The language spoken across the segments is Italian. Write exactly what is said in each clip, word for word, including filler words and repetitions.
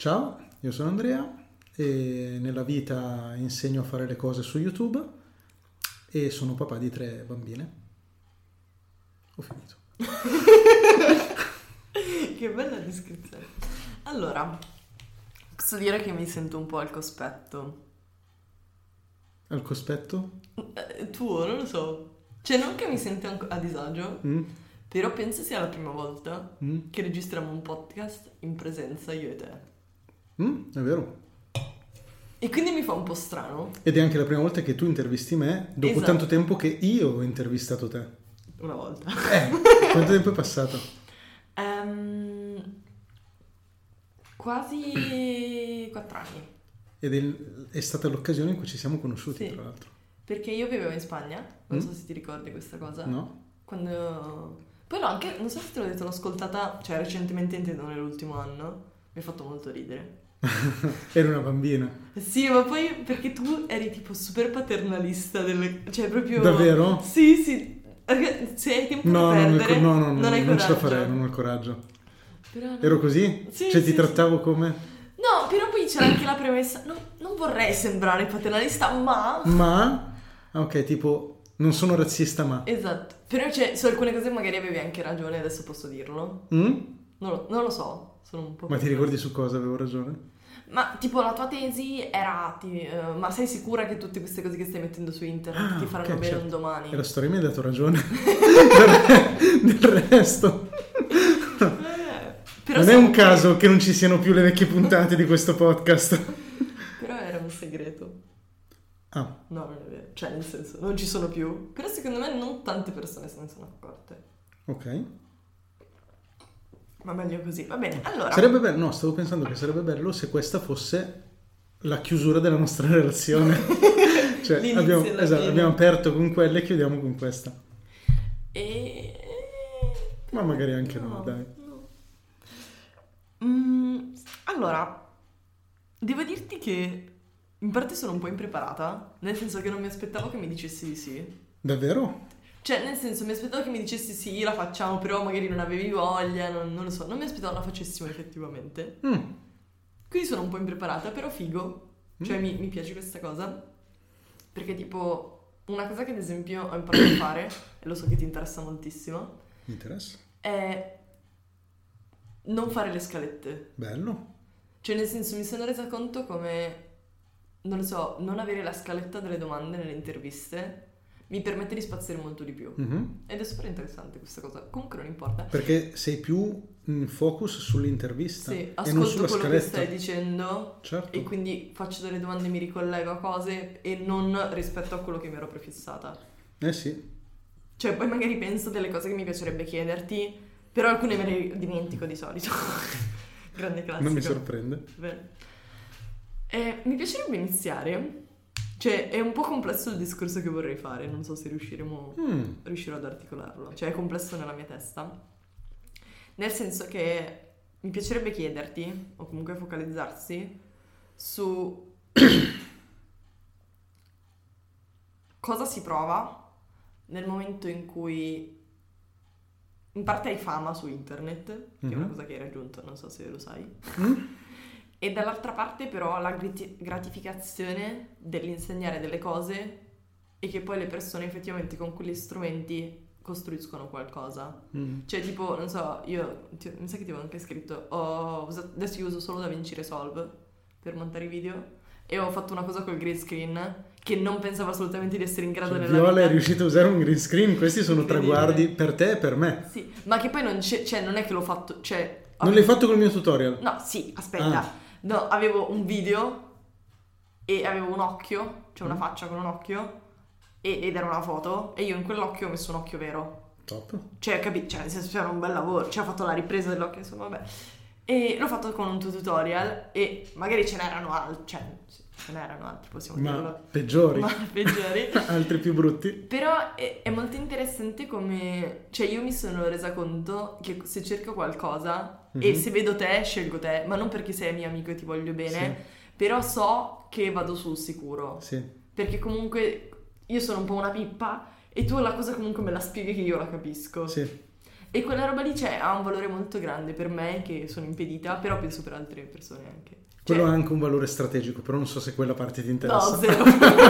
Ciao, io sono Andrea e nella vita insegno a fare le cose su YouTube e sono papà di tre bambine. Ho finito. Che bella descrizione. Allora, posso dire che mi sento un po' al cospetto. Al cospetto? Eh, tuo, non lo so. Cioè, non che mi sento anco- a disagio, Mm? però penso sia la prima volta Mm? che registriamo un podcast in presenza io e te. Mm? È vero. E quindi mi fa un po' strano. Ed è anche la prima volta che tu intervisti me dopo Esatto. tanto tempo che io ho intervistato te. Una volta. Eh, quanto tempo è passato? Ehm, quasi quattro anni. Ed è, è stata l'occasione in cui ci siamo conosciuti, Sì. tra l'altro. Perché io vivevo in Spagna, non Mm? so se ti ricordi questa cosa. No? Quando... Poi l'ho anche, non so se te l'ho detto, l'ho ascoltata, cioè recentemente intendo nell'ultimo anno. Mi ha fatto molto ridere. Eri una bambina. Sì, ma poi perché tu eri tipo super paternalista delle... Cioè proprio... Davvero? Sì, sì. Perché se hai tempo No, da non, ho il perdere, co- no, no, no, non hai non ce la coraggio. farei, non ho il coraggio. Però no. Ero così? Sì, Cioè sì, ti sì. trattavo come? No, però poi c'era anche la premessa. No, non vorrei sembrare paternalista, ma... Ma? Ah, ok, tipo, non sono razzista ma. Esatto. Però c'è, su alcune cose magari avevi anche ragione, adesso posso dirlo. Mm? Non lo, non lo so, sono un po'... Ma ti ricordi su cosa avevo ragione? Ma tipo la tua tesi era, ti- eh, ma sei sicura che tutte queste cose che stai mettendo su internet Ah, ti faranno ok, bene certo. un domani? E la storia mi ha dato ragione. del, del resto. Eh, però Non è siamo un qui. caso che non ci siano più le vecchie puntate di questo podcast. Però era un segreto. Ah, No, non è vero. Cioè, nel senso, non ci sono più. Però secondo me non tante persone se ne sono accorte. ok. Ma meglio così. Va bene, allora. Sarebbe bello, no, stavo pensando che sarebbe bello se questa fosse la chiusura della nostra relazione. Cioè, L'inizio abbiamo, e la esatto, fine. abbiamo aperto con quella e chiudiamo con questa. E... Ma magari anche no, No, dai. no. Mm, allora, devo dirti che in parte sono un po' impreparata, nel senso che non mi aspettavo che mi dicessi di sì. Davvero? Cioè, nel senso, mi aspettavo che mi dicessi sì, la facciamo, però magari non avevi voglia, non, non lo so, non mi aspettavo la facessimo effettivamente. Mm. Quindi sono un po' impreparata, però figo. Cioè, Mm. mi, mi piace questa cosa. Perché tipo, una cosa che ad esempio ho imparato a fare, e lo so che ti interessa moltissimo, Mi interessa. è non fare le scalette. Bello. Cioè, nel senso, mi sono resa conto come, non lo so, non avere la scaletta delle domande nelle interviste mi permette di spaziare molto di più. Mhm. Ed è super interessante questa cosa. Comunque non importa. Perché sei più in focus sull'intervista Sì, e non ascolto sulla quello scaletta. che stai dicendo Certo. e quindi faccio delle domande, mi ricollego a cose e non rispetto a quello che mi ero prefissata. Eh sì. Cioè, poi magari penso delle cose che mi piacerebbe chiederti, però alcune me le dimentico di solito. Grande classico. Non mi sorprende. Bene. Eh, mi piacerebbe iniziare. Cioè, è un po' complesso il discorso che vorrei fare, non so se riusciremo Mm. riuscirò ad articolarlo. Cioè, è complesso nella mia testa. Nel senso che mi piacerebbe chiederti, o comunque focalizzarsi, su cosa si prova nel momento in cui in parte hai fama su internet, che è una Mhm. cosa che hai raggiunto, non so se lo sai. Mm? E dall'altra parte però la grati- gratificazione dell'insegnare delle cose e che poi le persone effettivamente con quegli strumenti costruiscono qualcosa. Mm. Cioè tipo, non so, io ti- mi sa che ti avevo anche scritto, ho usato- adesso io uso solo DaVinci Resolve per montare i video e ho fatto una cosa col green screen che non pensavo assolutamente di essere in grado Cioè, nella Viola vita. è riuscita a usare un green screen, questi sono Incredibile. traguardi per te e per me. Sì, ma che poi non c'è, cioè non è che l'ho fatto, cioè... Non l'hai fatto col mio tutorial? No, sì, aspetta. Ah. No, avevo un video e avevo un occhio, cioè una Mm. faccia con un occhio e- ed era una foto e io in quell'occhio ho messo un occhio vero. Top. Cioè, capi? Cioè, nel senso c'era un bel lavoro, cioè ho fatto la ripresa dell'occhio, insomma, vabbè. E l'ho fatto con un tuo tutorial e magari ce n'erano altri, cioè sì, ce n'erano altri, possiamo Ma dirlo. peggiori. Ma peggiori. Altri più brutti. Però è, è molto interessante come... Cioè io mi sono resa conto che se cerco qualcosa e Mhm. se vedo te, scelgo te, ma non perché sei mio amico e ti voglio bene, però so che vado sul sicuro. Sì. Perché comunque io sono un po' una pippa e tu la cosa comunque me la spieghi che io la capisco. Sì. E E quella roba lì c'è, ha un valore molto grande per me che sono impedita, però penso per altre persone anche. Quello Cioè, ha anche un valore strategico, però non so se quella parte ti interessa. no, zero.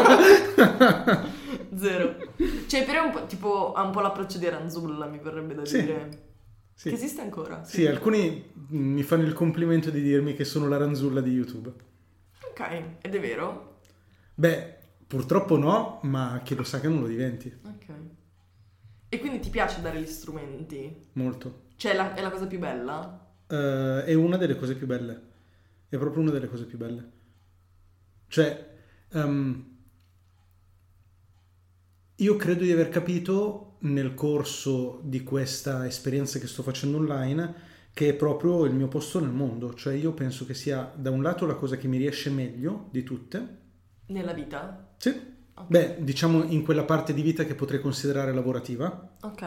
Zero. Cioè, però è un po' tipo, ha un po' l'approccio di Aranzulla, mi verrebbe da Sì. dire. Sì. Che esiste ancora? Sì, alcuni mi fanno il complimento di dirmi che sono la Ranzulla di YouTube. Ok, ed è vero? Beh, purtroppo no, ma chi lo sa che non lo diventi. Ok. E quindi ti piace dare gli strumenti? Molto. Cioè, la- è la cosa più bella? Eh, è una delle cose più belle. È proprio una delle cose più belle. Cioè, ehm, io credo di aver capito nel corso di questa esperienza che sto facendo online che è proprio il mio posto nel mondo. Cioè, io penso che sia da un lato la cosa che mi riesce meglio di tutte. Nella vita? Sì. Ok. Beh, diciamo in quella parte di vita che potrei considerare lavorativa. Ok.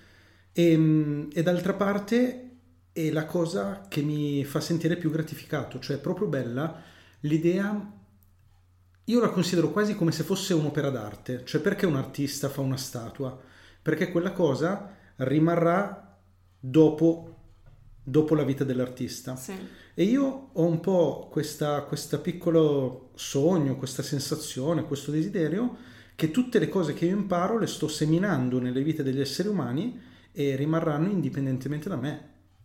E, e d'altra parte è la cosa che mi fa sentire più gratificato, cioè è proprio bella l'idea, io la considero quasi come se fosse un'opera d'arte, cioè perché un artista fa una statua? Perché quella cosa rimarrà dopo, dopo la vita dell'artista. Sì. E io ho un po' questa, questa piccolo sogno, questa sensazione, questo desiderio che tutte le cose che io imparo le sto seminando nelle vite degli esseri umani e rimarranno indipendentemente da me.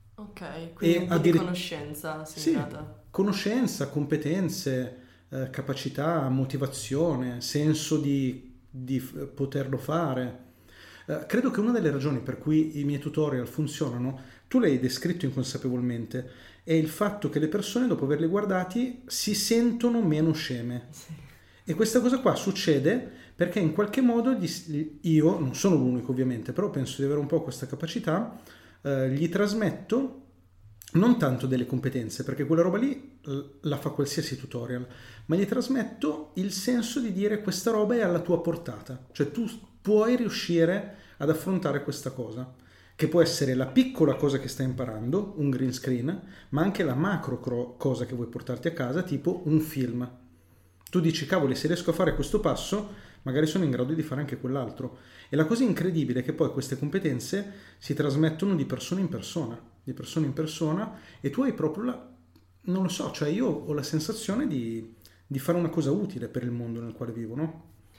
Ok, quindi E un po' addir- di conoscenza Sì, seminata. conoscenza, competenze, eh, capacità, motivazione, senso di, di f- poterlo fare. Eh, credo che una delle ragioni per cui i miei tutorial funzionano, tu l'hai descritto inconsapevolmente, è il fatto che le persone dopo averli guardati si sentono meno sceme. Sì. E questa cosa qua succede perché in qualche modo gli- io, non sono l'unico ovviamente, però penso di avere un po' questa capacità, eh, gli trasmetto non tanto delle competenze, perché quella roba lì l- la fa qualsiasi tutorial, ma gli trasmetto il senso di dire questa roba è alla tua portata, cioè tu puoi riuscire ad affrontare questa cosa, che può essere la piccola cosa che stai imparando, un green screen, ma anche la macro cro- cosa che vuoi portarti a casa, tipo un film. Tu dici, cavoli, se riesco a fare questo passo, magari sono in grado di fare anche quell'altro. E la cosa incredibile è che poi queste competenze si trasmettono di persona in persona, di persona in persona, e tu hai proprio la... non lo so, cioè io ho la sensazione di, di fare una cosa utile per il mondo nel quale vivo, no?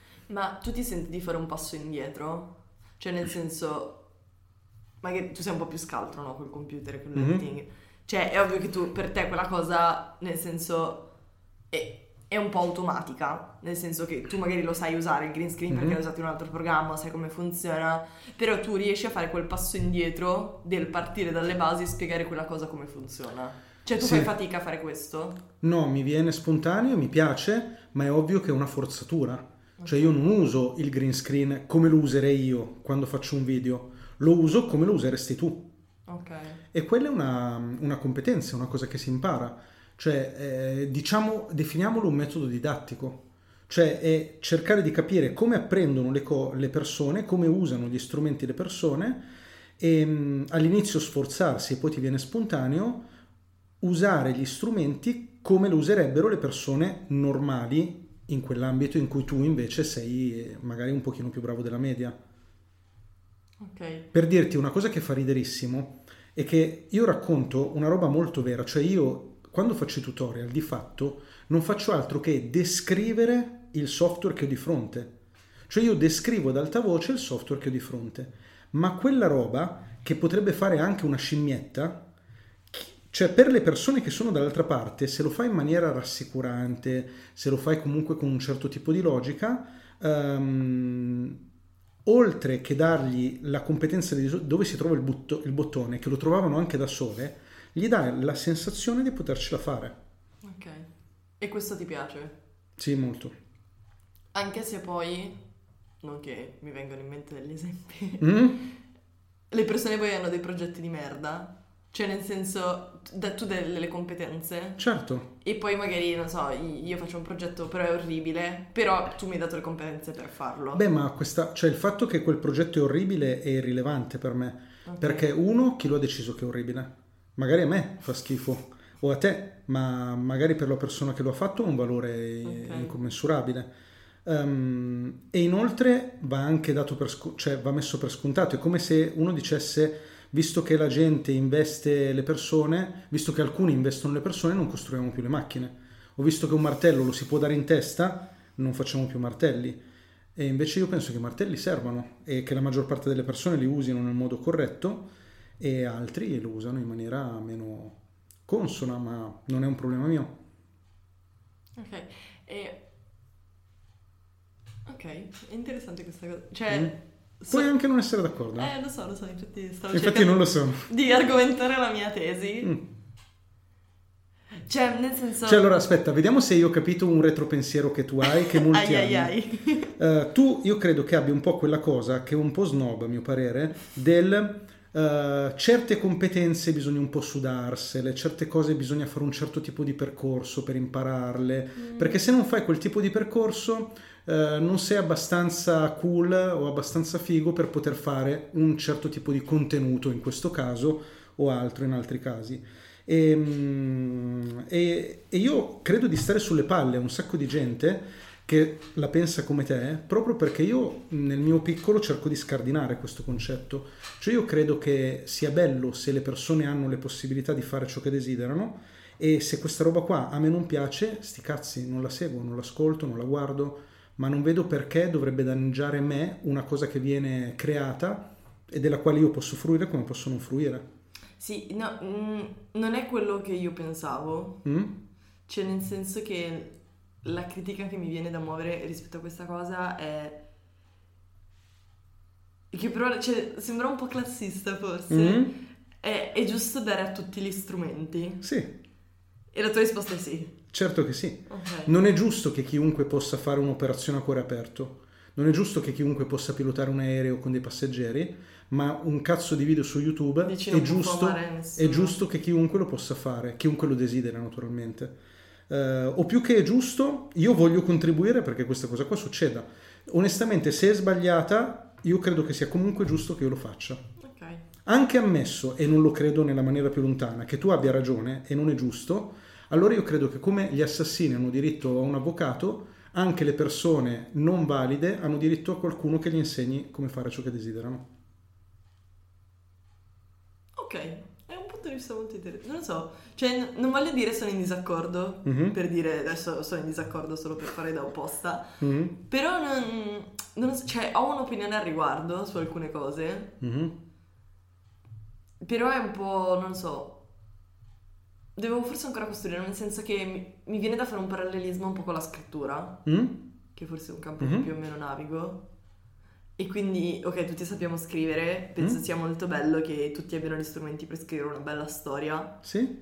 Ma tu ti senti di fare un passo indietro? Cioè, nel senso, magari tu sei un po' più scaltro, no? Col computer e con Mhm. l'editing. Cioè, è ovvio che tu, per te quella cosa, nel senso, è, è un po' automatica. Nel senso che tu magari lo sai usare il green screen perché Mhm. l'hai usato in un altro programma, sai come funziona. Però tu riesci a fare quel passo indietro del partire dalle basi e spiegare quella cosa come funziona. Cioè, tu Sì. fai fatica a fare questo? No, mi viene spontaneo, mi piace, ma è ovvio che è una forzatura. Cioè io non uso il green screen come lo userei io quando faccio un video, lo uso come lo useresti tu. Ok. E quella è una, una competenza, una cosa che si impara. Cioè, eh, diciamo, definiamolo un metodo didattico. Cioè, è cercare di capire come apprendono le, co- le persone, come usano gli strumenti le persone e mh, all'inizio sforzarsi e poi ti viene spontaneo usare gli strumenti come lo userebbero le persone normali in quell'ambito in cui tu invece sei eh, magari un pochino più bravo della media. Ok. Per dirti una cosa che fa riderissimo è che io racconto una roba molto vera, cioè io quando faccio i tutorial di fatto non faccio altro che descrivere il software che ho di fronte. Cioè io descrivo ad alta voce il software che ho di fronte, ma quella roba che potrebbe fare anche una scimmietta, cioè per le persone che sono dall'altra parte, se lo fai in maniera rassicurante, se lo fai comunque con un certo tipo di logica, ehm, oltre che dargli la competenza di dove si trova il, butto- il bottone, che lo trovavano anche da sole, gli dai la sensazione di potercela fare. Ok. E questo ti piace? Sì, molto. Anche se poi, non che mi vengono in mente degli esempi, Mm? le persone poi hanno dei progetti di merda. Cioè, nel senso, da- tu delle delle competenze Certo. e poi magari, non so, io faccio un progetto però è orribile, però tu mi hai dato le competenze per farlo. Beh, ma questa, cioè il fatto che quel progetto è orribile è irrilevante per me. Ok. Perché uno, chi lo ha deciso che è orribile? Magari a me fa schifo, o a te, ma magari per la persona che lo ha fatto ha un valore Ok. incommensurabile. Ehm, e inoltre va anche dato per sco- cioè va messo per scontato. È come se uno dicesse visto che la gente investe le persone, visto che alcuni investono le persone, non costruiamo più le macchine. O visto che un martello lo si può dare in testa, non facciamo più martelli. E invece io penso che i martelli servano e che la maggior parte delle persone li usino nel modo corretto e altri lo usano in maniera meno consona, ma non è un problema mio. Ok, e... ok, è interessante questa cosa. Cioè, Mm. so- Puoi anche non essere d'accordo. eh, lo so, lo so, infatti stavo Infatti cercando non lo sono. di argomentare la mia tesi. Mm. Cioè, nel senso... Cioè, allora, aspetta, vediamo se io ho capito un retropensiero che tu hai, che molti ai ai hanno. ai. Eh, tu, io credo che abbia un po' quella cosa, che è un po' snob, a mio parere, del eh, certe competenze bisogna un po' sudarsele, certe cose bisogna fare un certo tipo di percorso per impararle, Mm. perché se non fai quel tipo di percorso eh, non sei abbastanza cool o abbastanza figo per poter fare un certo tipo di contenuto, in questo caso, o altro in altri casi. E, mm, e- e io credo di stare sulle palle a un sacco di gente che la pensa come te, proprio perché io nel mio piccolo cerco di scardinare questo concetto. Cioè io credo che sia bello se le persone hanno le possibilità di fare ciò che desiderano, e se questa roba qua a me non piace, sti cazzi, non la seguo, non l'ascolto, non la guardo, ma non vedo perché dovrebbe danneggiare me una cosa che viene creata e della quale io posso fruire come posso non fruire. Sì, no, mm, non è quello che io pensavo. Mm? Cioè, nel senso che la critica che mi viene da muovere rispetto a questa cosa è che però, cioè, sembra un po' classista forse. Mm? È, è giusto dare a tutti gli strumenti? Sì, E la tua risposta è sì. certo che sì. Ok. Non è giusto che chiunque possa fare un'operazione a cuore aperto, non è giusto che chiunque possa pilotare un aereo con dei passeggeri, ma un cazzo di video su YouTube Dici è non può giusto, fare nessuno. è giusto che chiunque lo possa fare, chiunque lo desidera naturalmente. Eh, o più che è giusto, io voglio contribuire perché questa cosa qua succeda. Onestamente, se è sbagliata, io credo che sia comunque giusto che io lo faccia. Ok. Anche ammesso, e non lo credo nella maniera più lontana, che tu abbia ragione e non è giusto, allora io credo che come gli assassini hanno diritto a un avvocato, anche le persone non valide hanno diritto a qualcuno che gli insegni come fare ciò che desiderano. Ok, è un punto di vista molto interessante. Non lo so, cioè n- non voglio dire sono in disaccordo, Mhm. per dire adesso sono in disaccordo solo per fare da opposta, Mhm. però non, non lo so, cioè ho un'opinione al riguardo su alcune cose, Mhm. però è un po', non lo so, devo forse ancora costruire, nel senso che mi, mi viene da fare un parallelismo un po' con la scrittura, Mhm. che forse è un campo Mhm. che più o meno navigo. E quindi, ok, tutti sappiamo scrivere, penso Mm. sia molto bello che tutti abbiano gli strumenti per scrivere una bella storia, Sì?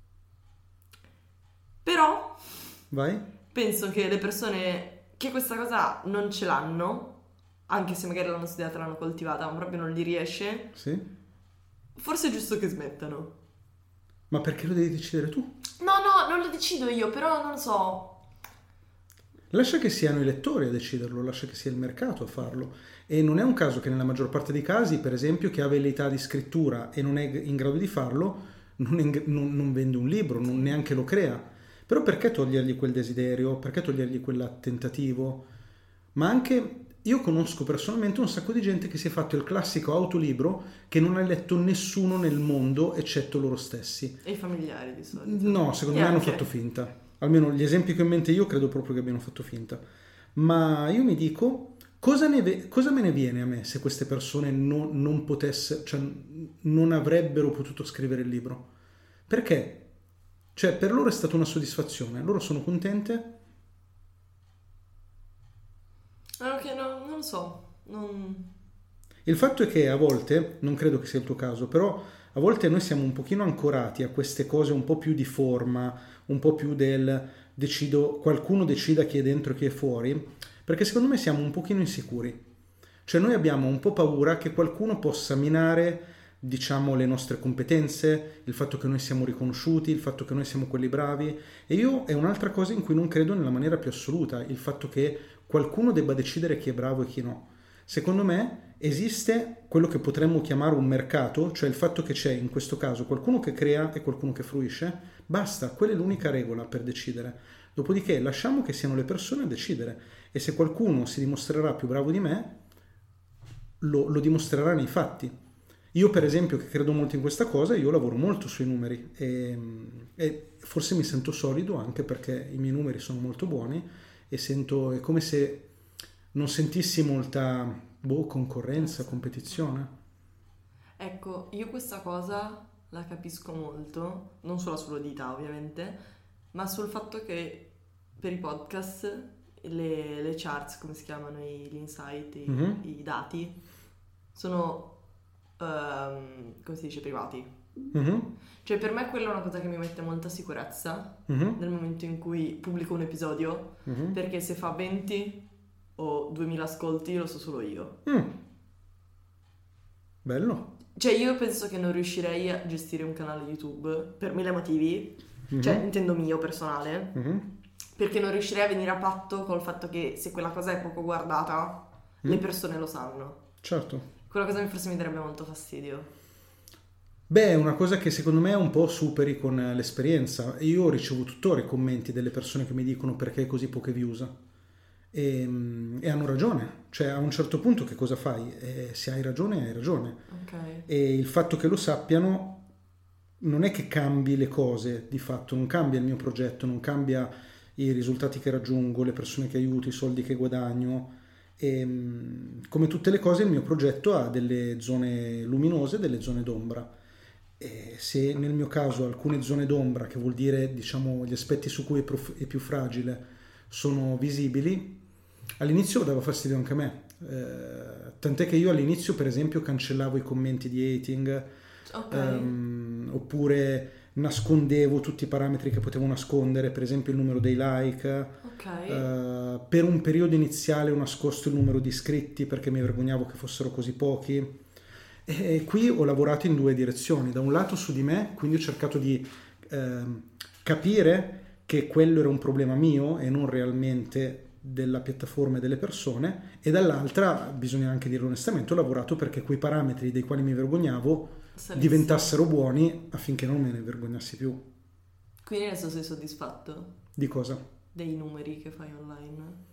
però Vai? penso che le persone che questa cosa non ce l'hanno, anche se magari l'hanno studiata, l'hanno coltivata, ma proprio non gli riesce, Sì? forse è giusto che smettano. Ma perché lo devi decidere tu? No, no, non lo decido io, però non lo so. Lascia che siano i lettori a deciderlo, lascia che sia il mercato a farlo. E non è un caso che nella maggior parte dei casi, per esempio, chi ha velleità di scrittura e non è in grado di farlo, non, è in- non- non vende un libro, non neanche lo crea. Però perché togliergli quel desiderio? Perché togliergli quel tentativo? Ma anche io conosco personalmente un sacco di gente che si è fatto il classico autolibro che non ha letto nessuno nel mondo eccetto loro stessi. E i familiari di solito. No, secondo me hanno Neanche. fatto finta. Almeno gli esempi che ho in mente io credo proprio che abbiano fatto finta. Ma io mi dico, cosa, ne ve- cosa me ne viene a me se queste persone non, non potessero, cioè non avrebbero potuto scrivere il libro? Perché? Cioè, per loro è stata una soddisfazione, loro sono contente. Ah, ok, no, non lo so. Non... Il fatto è che a volte, non credo che sia il tuo caso, però a volte noi siamo un pochino ancorati a queste cose un po' più di forma, un po' più del decido, qualcuno decida chi è dentro e chi è fuori, perché secondo me siamo un pochino insicuri. Cioè noi abbiamo un po' paura che qualcuno possa minare, diciamo, le nostre competenze, il fatto che noi siamo riconosciuti, il fatto che noi siamo quelli bravi. E io è un'altra cosa in cui non credo nella maniera più assoluta, il fatto che qualcuno debba decidere chi è bravo e chi no. Secondo me esiste quello che potremmo chiamare un mercato, cioè il fatto che c'è in questo caso qualcuno che crea e qualcuno che fruisce, basta, quella è l'unica regola per decidere. Dopodiché lasciamo che siano le persone a decidere e se qualcuno si dimostrerà più bravo di me, lo, lo dimostrerà nei fatti. Io per esempio, che credo molto in questa cosa, io lavoro molto sui numeri e, e forse mi sento solido anche perché i miei numeri sono molto buoni e sento, è come se non sentissi molta boh, concorrenza, competizione. Ecco, io questa cosa la capisco molto, non sulla solidità ovviamente, ma sul fatto che per i podcast le, le charts, come si chiamano, i- gli insight, i, Mhm. i dati, sono, ehm, come si dice, privati. Mhm. Cioè per me quella è una cosa che mi mette molta sicurezza Mhm. nel momento in cui pubblico un episodio, Mhm. perché se fa venti o duemila ascolti lo so solo io. Mm. Bello. Cioè io penso che non riuscirei a gestire un canale YouTube per mille motivi, Mhm. cioè intendo mio personale, Mhm. perché non riuscirei a venire a patto col fatto che se quella cosa è poco guardata, le Mm. persone lo sanno. Certo. Quella cosa mi- forse mi darebbe molto fastidio. Beh, è una cosa che secondo me un po' superi con l'esperienza. Io ricevo tuttora i commenti delle persone che mi dicono perché così poche views. E, e hanno ragione. Cioè, a un certo punto che cosa fai? Eh, se hai ragione, hai ragione. Ok. E il fatto che lo sappiano non è che cambi le cose, di fatto, non cambia il mio progetto, non cambia i risultati che raggiungo, le persone che aiuto, i soldi che guadagno. E, mh, come tutte le cose, il mio progetto ha delle zone luminose e delle zone d'ombra. E se nel mio caso alcune zone d'ombra, che vuol dire diciamo gli aspetti su cui è, prof- è più fragile, sono visibili, all'inizio dava fastidio anche a me. Eh, tant'è che io all'inizio per esempio cancellavo i commenti di hating, Ok. ehm, oppure nascondevo tutti i parametri che potevo nascondere, per esempio il numero dei like. Ok. Eh, per un periodo iniziale ho nascosto il numero di iscritti perché mi vergognavo che fossero così pochi. E qui ho lavorato in due direzioni. Da un lato su di me, quindi ho cercato di ehm, capire che quello era un problema mio e non realmente della piattaforma e delle persone, e dall'altra, bisogna anche dire onestamente, ho lavorato perché quei parametri dei quali mi vergognavo Salissimo. diventassero buoni affinché non me ne vergognassi più. Quindi adesso sei soddisfatto Di cosa? dei numeri che fai online?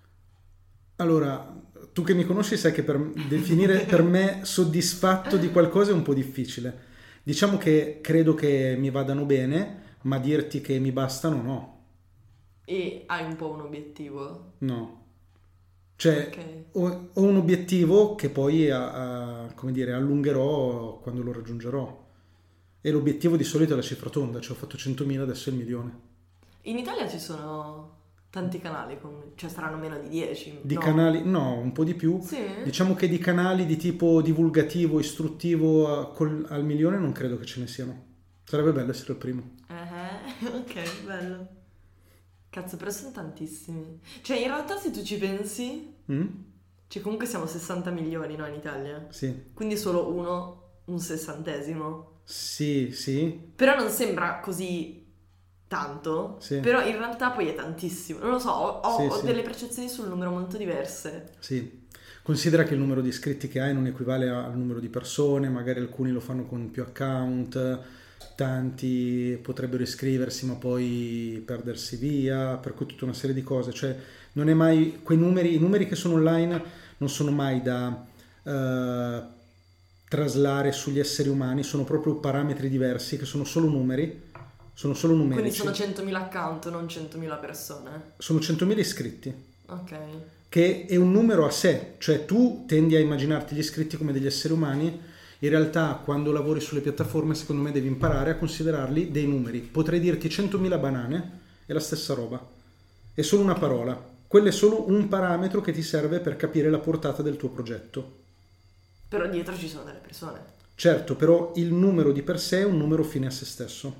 Allora, tu che mi conosci sai che per definire per me soddisfatto di qualcosa è un po' difficile. Diciamo che credo che mi vadano bene, ma dirti che mi bastano no. E hai un po' un obiettivo? No. Cioè, Ok. ho, ho un obiettivo che poi a- a- come dire, allungherò quando lo raggiungerò. E l'obiettivo di solito è la cifra tonda, cioè ho fatto centomila, adesso è il milione. In Italia ci sono tanti canali, con- cioè saranno meno di dieci. Di no? canali, no, un po' di più. Sì? Diciamo che di canali di tipo divulgativo, istruttivo a- col- al milione non credo che ce ne siano. Sarebbe bello essere il primo. Eh, ok, bello. Cazzo, però sono tantissimi. Cioè, in realtà se tu ci pensi, Mm? cioè comunque siamo sessanta milioni, no, in Italia? Sì, Quindi solo uno, un sessantesimo. sì, sì, Però non sembra così tanto, Sì. però in realtà poi è tantissimo. Non lo so, ho, ho- Sì, ho sì. delle percezioni sul numero molto diverse. sì. Considera che il numero di iscritti che hai non equivale al numero di persone, magari alcuni lo fanno con più account, tanti potrebbero iscriversi ma poi perdersi via, per cui tutta una serie di cose. Cioè, non è mai quei numeri, i numeri che sono online non sono mai da eh, traslare sugli esseri umani, sono proprio parametri diversi che sono solo numeri, sono solo Quindi numerici. sono centomila account, non centomila persone. Sono centomila iscritti, Ok. che è un numero a sé, cioè tu tendi a immaginarti gli iscritti come degli esseri umani, in realtà quando lavori sulle piattaforme secondo me devi imparare a considerarli dei numeri. Potrei dirti centomila banane, è la stessa roba, è solo una parola, quello è solo un parametro che ti serve per capire la portata del tuo progetto. Però dietro ci sono delle persone. Certo, però il numero di per sé è un numero fine a se stesso.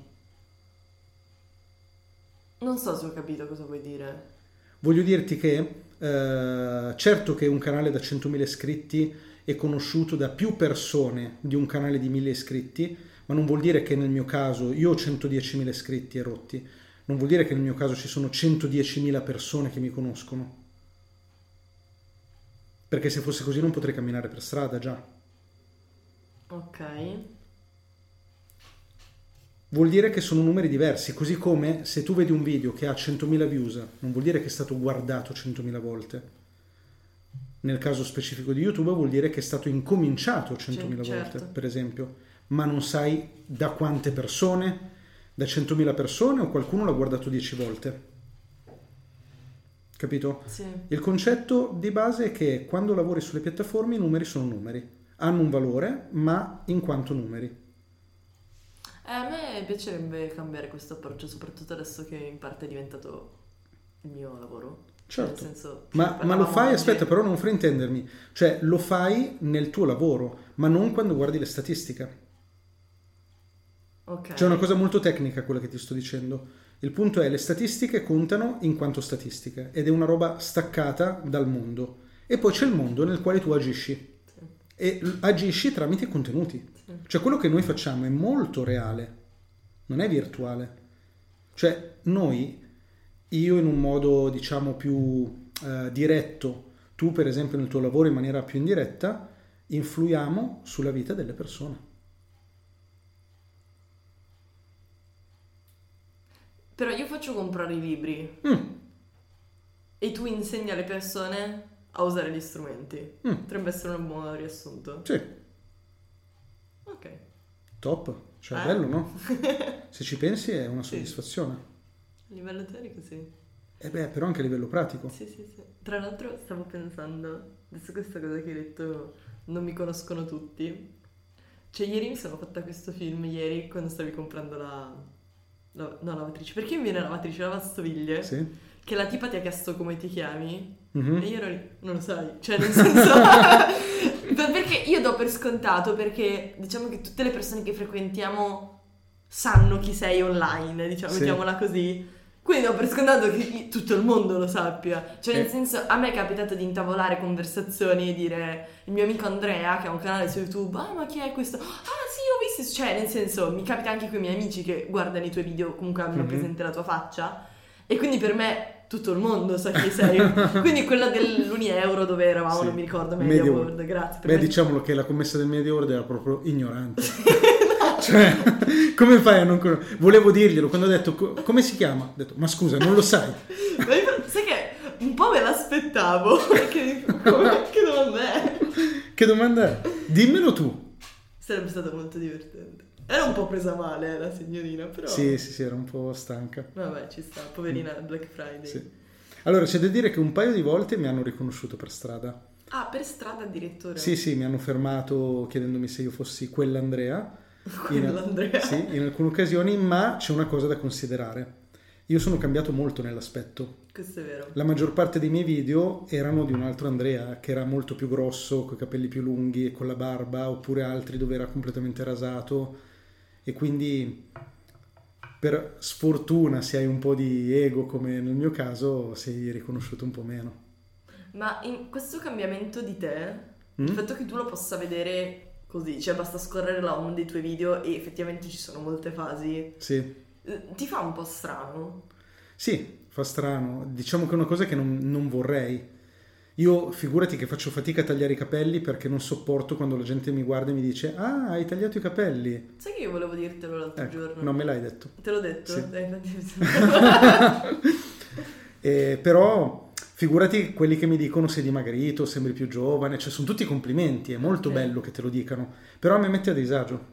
Non so se ho capito cosa vuoi dire. Voglio dirti che eh, certo che un canale da centomila iscritti è conosciuto da più persone di un canale di mille iscritti, ma non vuol dire che nel mio caso, io ho centodiecimila iscritti e rotti, non vuol dire che nel mio caso ci sono centodiecimila persone che mi conoscono. Perché se fosse così non potrei camminare per strada già. Ok. Vuol dire che sono numeri diversi, così come se tu vedi un video che ha centomila views, non vuol dire che è stato guardato centomila volte. Nel caso specifico di YouTube vuol dire che è stato incominciato centomila certo. volte, per esempio, ma non sai da quante persone, da centomila persone o qualcuno l'ha guardato dieci volte. Capito? Sì. Il concetto di base è che quando lavori sulle piattaforme i numeri sono numeri, hanno un valore, ma in quanto numeri. Eh, a me piacerebbe cambiare questo approccio, soprattutto adesso che in parte è diventato il mio lavoro. Certo, Nel senso, ma, ma lo fai, oggi... aspetta, però non fraintendermi, cioè lo fai nel tuo lavoro, ma non quando guardi le statistiche. Ok. C'è una cosa molto tecnica quella che ti sto dicendo. Il punto è le statistiche contano in quanto statistiche ed è una roba staccata dal mondo. E poi c'è il mondo nel quale tu agisci. Sì. E agisci tramite contenuti. Sì. Cioè quello che noi facciamo è molto reale, non è virtuale. Cioè noi, io in un modo diciamo più eh, diretto, tu per esempio nel tuo lavoro in maniera più indiretta, influiamo sulla vita delle persone. Però io faccio comprare i libri Mm. e tu insegni alle persone a usare gli strumenti. Mm. Potrebbe essere un buon riassunto. Sì. Ok. Top, cioè Eh? bello, no? Se ci pensi è una soddisfazione. A livello teorico sì. E beh, però anche a livello pratico. Sì, sì, sì. Tra l'altro stavo pensando, adesso questa cosa che hai detto non mi conoscono tutti. Cioè ieri mi sono fatta questo film, ieri quando stavi comprando la... la no, lavatrice. Perché mi viene la lavatrice, la lavastoviglie? Sì. Che la tipa ti ha chiesto come ti chiami. Mm-hmm. E io ero lì, non lo sai. Cioè nel senso... perché io do per scontato, perché diciamo che tutte le persone che frequentiamo sanno chi sei online, diciamo, Sì. mettiamola così. Quindi do per scontato che tutto il mondo lo sappia. Cioè nel Eh. senso, a me è capitato di intavolare conversazioni e dire il mio amico Andrea che ha un canale su YouTube, ah ma chi è questo? Ah sì, ho visto, cioè nel senso mi capita anche con i miei amici che guardano i tuoi video, comunque hanno Mhm. presente la tua faccia, e quindi per me tutto il mondo sa chi sei. Quindi quella dell'Uni Euro dove eravamo, Sì. non mi ricordo, Media, Media World, World. grazie. Per Beh, me... diciamolo che la commessa del Media World era proprio ignorante. Cioè, come fai a non conoscere? Volevo dirglielo quando ho detto co- come si chiama? Ho detto, ma scusa, non lo sai? Ma io- sai che un po' me l'aspettavo. Che, come- che domanda è? Che domanda è? Dimmelo tu. Sarebbe stato molto divertente. Era un po' presa male eh, la signorina, però... Sì, sì, sì, era un po' stanca. Vabbè, ci sta, poverina, Black Friday. Sì. Allora, c'è da dire che un paio di volte mi hanno riconosciuto per strada. Ah, per strada addirittura? Sì, sì, mi hanno fermato chiedendomi se io fossi quell'Andrea. Quell'Andrea. In, sì, in alcune occasioni, ma c'è una cosa da considerare. Io sono cambiato molto nell'aspetto. Questo è vero. La maggior parte dei miei video erano di un altro Andrea, che era molto più grosso, con i capelli più lunghi e con la barba, oppure altri dove era completamente rasato. E quindi, per sfortuna, se hai un po' di ego, come nel mio caso, sei riconosciuto un po' meno. Ma in questo cambiamento di te, Mm? il fatto che tu lo possa vedere così, cioè basta scorrere la home dei tuoi video e effettivamente ci sono molte fasi, Sì. eh, ti fa un po' strano? Sì, fa strano. Diciamo che è una cosa che non, non vorrei. Io, figurati che faccio fatica a tagliare i capelli perché non sopporto quando la gente mi guarda e mi dice ah, hai tagliato i capelli. Sai che io volevo dirtelo l'altro Ecco, giorno? non me l'hai detto. Te l'ho detto? Sì. Eh, infatti mi sembra- Eh, però figurati quelli che mi dicono sei dimagrito, sembri più giovane, cioè sono tutti complimenti, è molto Ok. bello che te lo dicano, però a me mette a disagio.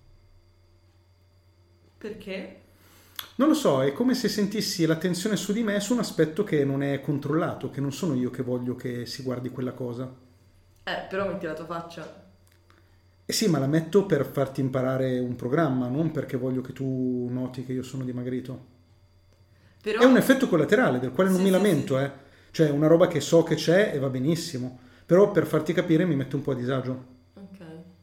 Perché? Non lo so, è come se sentissi l'attenzione su di me su un aspetto che non è controllato, che non sono io che voglio che si guardi quella cosa. Eh, però metti la tua faccia. Eh sì, ma la metto per farti imparare un programma, non perché voglio che tu noti che io sono dimagrito. Però... È un effetto collaterale del quale non Sì, mi sì, lamento, sì. eh. Cioè, è una roba che so che c'è e va benissimo. Però per farti capire mi mette un po' a disagio. Ok.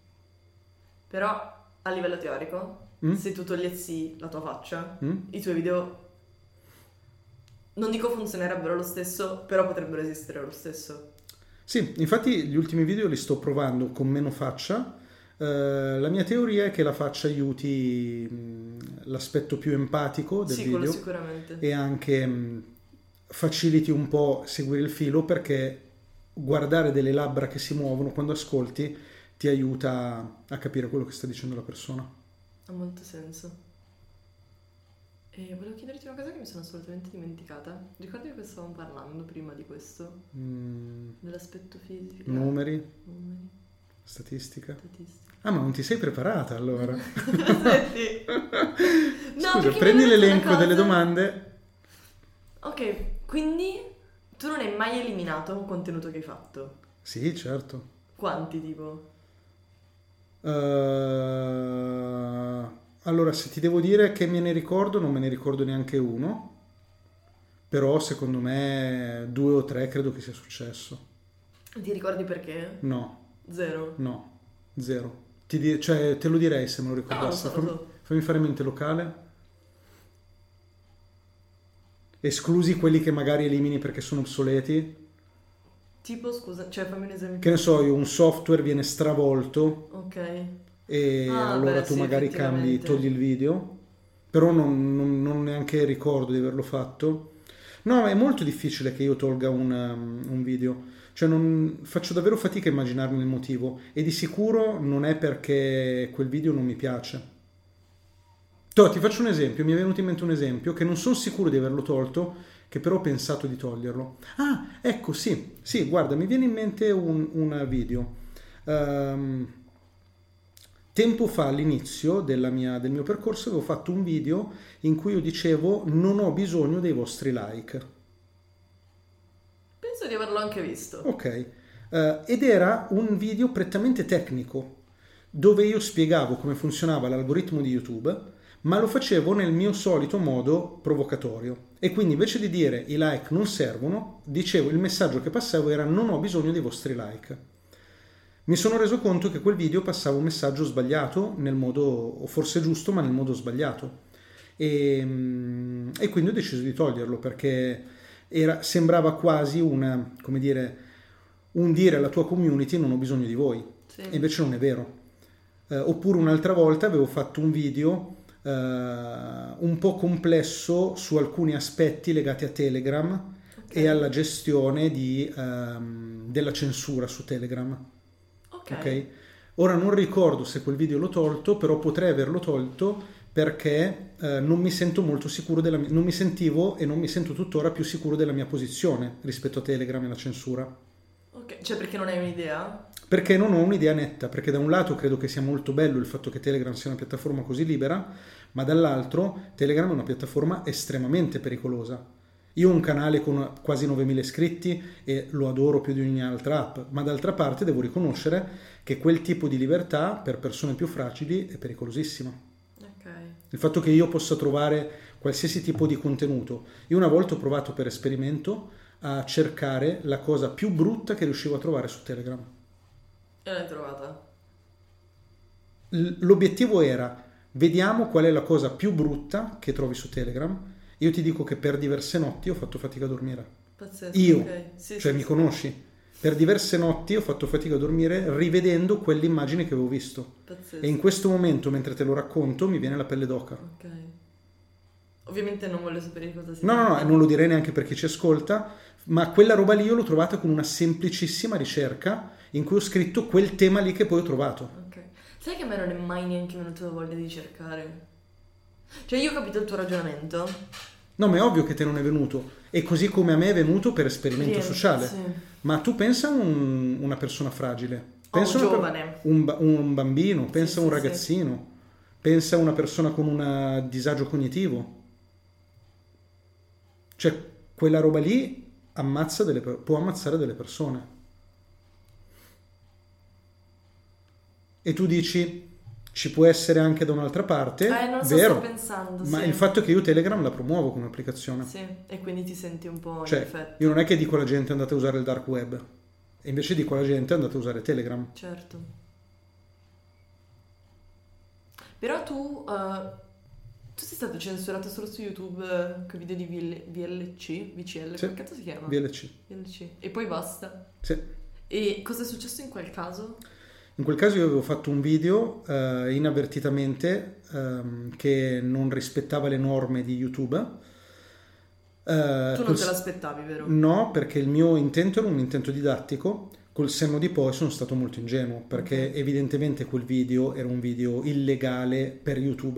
Però a livello teorico, Mm? se tu togliessi la tua faccia, Mm? i tuoi video non dico funzionerebbero lo stesso, però potrebbero esistere lo stesso. Sì, infatti gli ultimi video li sto provando con meno faccia. Eh, la mia teoria è che la faccia aiuti mh, l'aspetto più empatico del Sì, video quello sicuramente. e anche mh, faciliti un po' seguire il filo, perché guardare delle labbra che si muovono quando ascolti ti aiuta a capire quello che sta dicendo la persona. Ha molto senso. E volevo chiederti una cosa che mi sono assolutamente dimenticata. Ricordi che stavamo parlando prima di questo? Mm, Dell'aspetto fisico? numeri, Numeri, statistica. statistica. Ah, ma non ti sei preparata allora? Sì. No, Scusa, perché prendi mi è venuta l'elenco una delle cosa- domande. Ok, quindi tu non hai mai eliminato un contenuto che hai fatto? Sì, certo. Quanti, tipo? Eh, allora, se ti devo dire che me ne ricordo, non me ne ricordo neanche uno. Però secondo me due o tre credo che sia successo. Ti ricordi perché? No, Zero. no, zero. Ti di- cioè, te lo direi se me lo No, lo ricordassi. so, lo fammi, so. fammi fare mente locale. Esclusi quelli che magari elimini perché sono obsoleti. Tipo, scusa, cioè fammi un esempio. Che ne so io, un software viene stravolto Ok. e Ah, allora beh, tu sì, magari cambi, effettivamente. togli il video. Però non, non- non neanche ricordo di averlo fatto. No, ma è molto difficile che io tolga un, um, un video. Cioè non, faccio davvero fatica a immaginarmi il motivo. E di sicuro non è perché quel video non mi piace. To, ti faccio un esempio, mi è venuto in mente un esempio che non sono sicuro di averlo tolto, che però ho pensato di toglierlo. Ah, ecco, sì, sì, guarda, mi viene in mente un, un video. Ehm, tempo fa, all'inizio della mia- del mio percorso, avevo fatto un video in cui io dicevo non ho bisogno dei vostri like. Penso di averlo anche visto. Ok. Eh, ed era un video prettamente tecnico, dove io spiegavo come funzionava l'algoritmo di YouTube, ma lo facevo nel mio solito modo provocatorio. E quindi invece di dire i like non servono, dicevo, il messaggio che passavo era non ho bisogno dei vostri like. Mi sono reso conto che quel video passava un messaggio sbagliato nel modo, o forse giusto, ma nel modo sbagliato. E, e quindi ho deciso di toglierlo perché era, sembrava quasi una, come dire, un dire alla tua community non ho bisogno di voi. Sì. E invece non è vero. Eh, oppure un'altra volta avevo fatto un video eh, un po' complesso su alcuni aspetti legati a Telegram Ok. e alla gestione di, ehm, della censura su Telegram. Ok. Ok? Ora non ricordo se quel video l'ho tolto, però potrei averlo tolto perché eh, non mi sento molto sicuro della mia, non mi sentivo e non mi sento tuttora più sicuro della mia posizione rispetto a Telegram e alla censura. Ok, cioè perché non hai un'idea? Perché non ho un'idea netta, perché da un lato credo che sia molto bello il fatto che Telegram sia una piattaforma così libera, ma dall'altro Telegram è una piattaforma estremamente pericolosa. Io ho un canale con quasi novemila iscritti e lo adoro più di ogni altra app, ma d'altra parte devo riconoscere che quel tipo di libertà per persone più fragili è pericolosissima. Ok. Il fatto che io possa trovare qualsiasi tipo di contenuto. Io una volta ho provato per esperimento a cercare la cosa più brutta che riuscivo a trovare su Telegram. E l'hai trovata? L- L'obiettivo era vediamo qual è la cosa più brutta che trovi su Telegram. Io ti dico che per diverse notti ho fatto fatica a dormire. Pazzesco. Io, ok. Sì, cioè sì, mi sì. conosci. Per diverse notti ho fatto fatica a dormire rivedendo quell'immagine che avevo visto. Pazzesco. E in questo momento, mentre te lo racconto, mi viene la pelle d'oca. Ok. Ovviamente non voglio sapere di cosa si No, no, no, tratta. e non lo direi neanche per chi ci ascolta, ma quella roba lì io l'ho trovata con una semplicissima ricerca in cui ho scritto quel tema lì che poi ho trovato. Ok. Sai che a me non è mai neanche venuto voglia di cercare? Cioè io ho capito il tuo ragionamento. No, ma è ovvio che te non è venuto. E così come a me è venuto per esperimento Niente, sociale. sì. Ma tu pensa a un- una persona fragile. O Pensa a una per- giovane. un, ba- un bambino, pensa a un sì, sì. ragazzino, pensa a una persona con un disagio cognitivo. Cioè, quella roba lì ammazza delle per- può ammazzare delle persone. E tu dici, ci può essere anche da un'altra parte, Eh, non so, vero, sto pensando, ma sì. il fatto è che io Telegram la promuovo come applicazione. Sì, e quindi ti senti un po' in Cioè, effetti. io non è che dico alla gente andate a usare il dark web, e invece dico alla gente andate a usare Telegram. Certo. Però tu, eh, tu sei stato censurato solo su YouTube eh, con video di V L- V L C, V C L, Sì. che cazzo si chiama? V L C. V L C. E poi basta. Sì. E cosa è successo in quel caso? In quel caso io avevo fatto un video eh, inavvertitamente ehm, che non rispettava le norme di YouTube. Eh, Tu non col- te l'aspettavi, vero? No, perché il mio intento era un intento didattico. Col senno di poi sono stato molto ingenuo, perché Ok. evidentemente quel video era un video illegale per YouTube,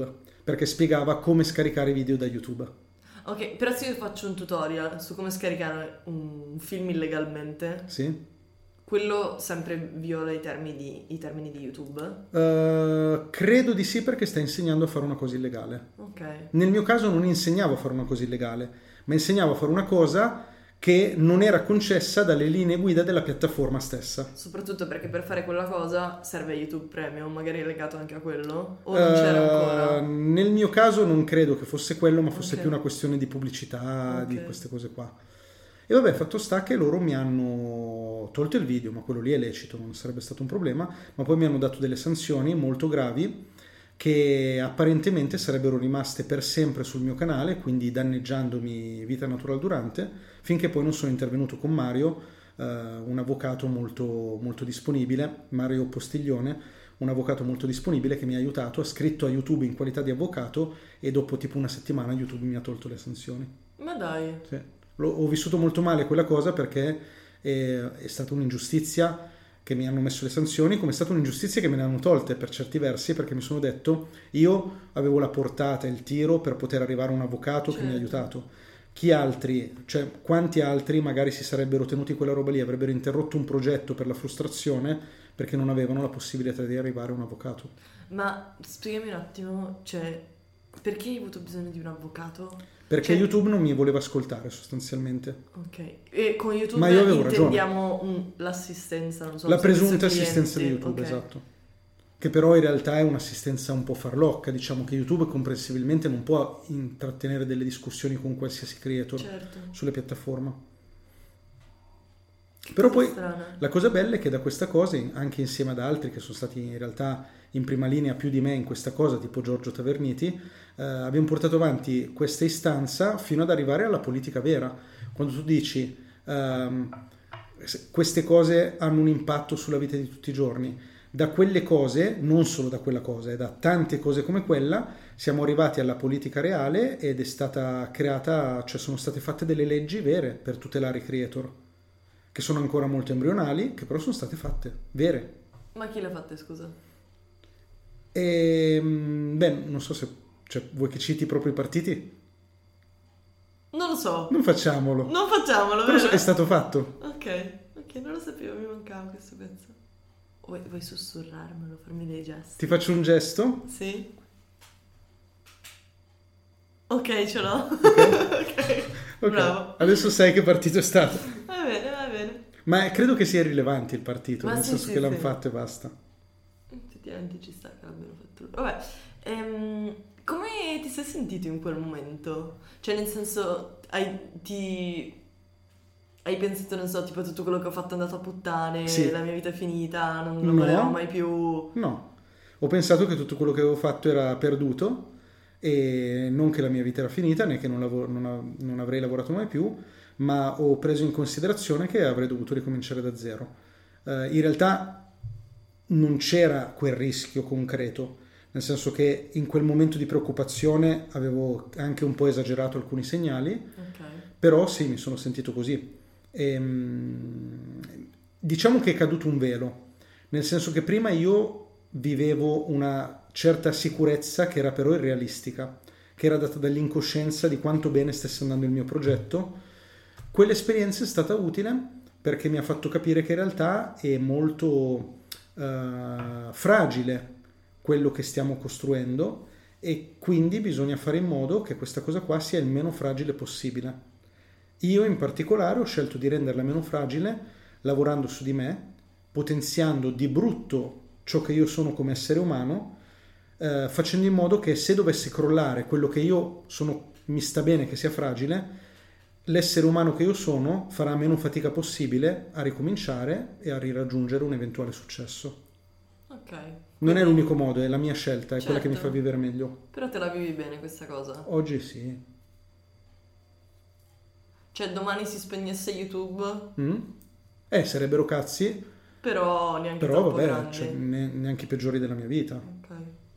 perché spiegava come scaricare video da YouTube. Ok, però se io faccio un tutorial su come scaricare un film illegalmente, Sì? quello sempre viola i termini di, i termini di YouTube? Uh, credo di sì, perché sta insegnando a fare una cosa illegale. Ok. Nel mio caso non insegnavo a fare una cosa illegale, ma insegnavo a fare una cosa che non era concessa dalle linee guida della piattaforma stessa. Soprattutto perché per fare quella cosa serve YouTube Premium, magari è legato anche a quello? O non c'era ancora? Uh, nel mio caso non credo che fosse quello, ma fosse Ok. più una questione di pubblicità, Ok. di queste cose qua. E vabbè, fatto sta che loro mi hanno tolto il video, ma quello lì è lecito, non sarebbe stato un problema, ma poi mi hanno dato delle sanzioni molto gravi che apparentemente sarebbero rimaste per sempre sul mio canale, quindi danneggiandomi vita natural durante, finché poi non sono intervenuto con Mario, eh, un avvocato molto, molto disponibile, Mario Postiglione, un avvocato molto disponibile che mi ha aiutato, ha scritto a YouTube in qualità di avvocato e dopo tipo una settimana YouTube mi ha tolto le sanzioni. Ma dai. Sì. L'ho, ho vissuto molto male quella cosa perché è, è stata un'ingiustizia che mi hanno messo le sanzioni, come è stata un'ingiustizia che me ne hanno tolte per certi versi, perché mi sono detto io avevo la portata, il tiro per poter arrivare a un avvocato Certo. che mi ha aiutato. Chi altri, cioè quanti altri magari si sarebbero tenuti quella roba lì, avrebbero interrotto un progetto per la frustrazione perché non avevano la possibilità di arrivare a un avvocato. Ma spiegami un attimo, cioè, perché hai avuto bisogno di un avvocato? Perché Cioè- YouTube non mi voleva ascoltare sostanzialmente. Ok, e con YouTube Ma io avevo intendiamo un- l'assistenza, non so, La un servizio presunta assistenza di clienti, YouTube, ok. esatto. Che però in realtà è un'assistenza un po' farlocca, diciamo che YouTube comprensibilmente non può intrattenere delle discussioni con qualsiasi creator Certo. sulle piattaforme. Che Però cosa poi strana. la cosa bella è che da questa cosa, anche insieme ad altri che sono stati in realtà in prima linea più di me in questa cosa, tipo Giorgio Taverniti, eh, abbiamo portato avanti questa istanza fino ad arrivare alla politica vera. Quando tu dici ehm, queste cose hanno un impatto sulla vita di tutti i giorni, da quelle cose, non solo da quella cosa, e da tante cose come quella, siamo arrivati alla politica reale ed è stata creata, cioè sono state fatte delle leggi vere per tutelare i creator, che sono ancora molto embrionali, che però sono state fatte, vere. Ma chi l'ha fatta, scusa? E, beh, non so se cioè, vuoi che citi proprio i partiti? Non lo so. Non facciamolo. Non facciamolo, Però vero? è stato fatto. Ok, ok, non lo sapevo, mi mancava questo pezzo. Vuoi, vuoi sussurrarmelo, farmi dei gesti? Ti faccio un gesto. Sì? Ok, ce l'ho. Ok. Ok, Ok. bravo. Adesso sai che partito è stato. Va bene, va bene. Ma credo che sia irrilevante il partito, Ma nel sì, senso sì, che l'hanno sì. fatto e basta. Effettivamente ci sta che l'abbiano fatto loro. Vabbè, ehm, come ti sei sentito in quel momento? Cioè, nel senso, hai, ti... hai pensato, non so, tipo tutto quello che ho fatto è andato a puttane, Sì. la mia vita è finita, non, non No. volevo mai più... No, ho pensato che tutto quello che avevo fatto era perduto e non che la mia vita era finita, né che non, lav- non av- non avrei lavorato mai più, ma ho preso in considerazione che avrei dovuto ricominciare da zero. Eh, in realtà non c'era quel rischio concreto, nel senso che in quel momento di preoccupazione avevo anche un po' esagerato alcuni segnali, Ok. però sì, mi sono sentito così. Ehm, diciamo che è caduto un velo, nel senso che prima io vivevo una certa sicurezza che era però irrealistica, che era data dall'incoscienza di quanto bene stesse andando il mio progetto. Quell'esperienza è stata utile perché mi ha fatto capire che in realtà è molto eh, fragile quello che stiamo costruendo e quindi bisogna fare in modo che questa cosa qua sia il meno fragile possibile. Io in particolare ho scelto di renderla meno fragile lavorando su di me, potenziando di brutto ciò che io sono come essere umano, eh, facendo in modo che se dovesse crollare quello che io sono, mi sta bene che sia fragile, l'essere umano che io sono farà meno fatica possibile a ricominciare e a riraggiungere un eventuale successo. Ok. Non è l'unico modo, è la mia scelta, è quella che mi Certo. fa vivere meglio. Però te la vivi bene questa cosa? Oggi sì. Cioè, domani si spegnesse YouTube, Mm? Eh, sarebbero cazzi, però neanche però troppo vabbè, grandi. cioè, ne- neanche i peggiori della mia vita. Ok.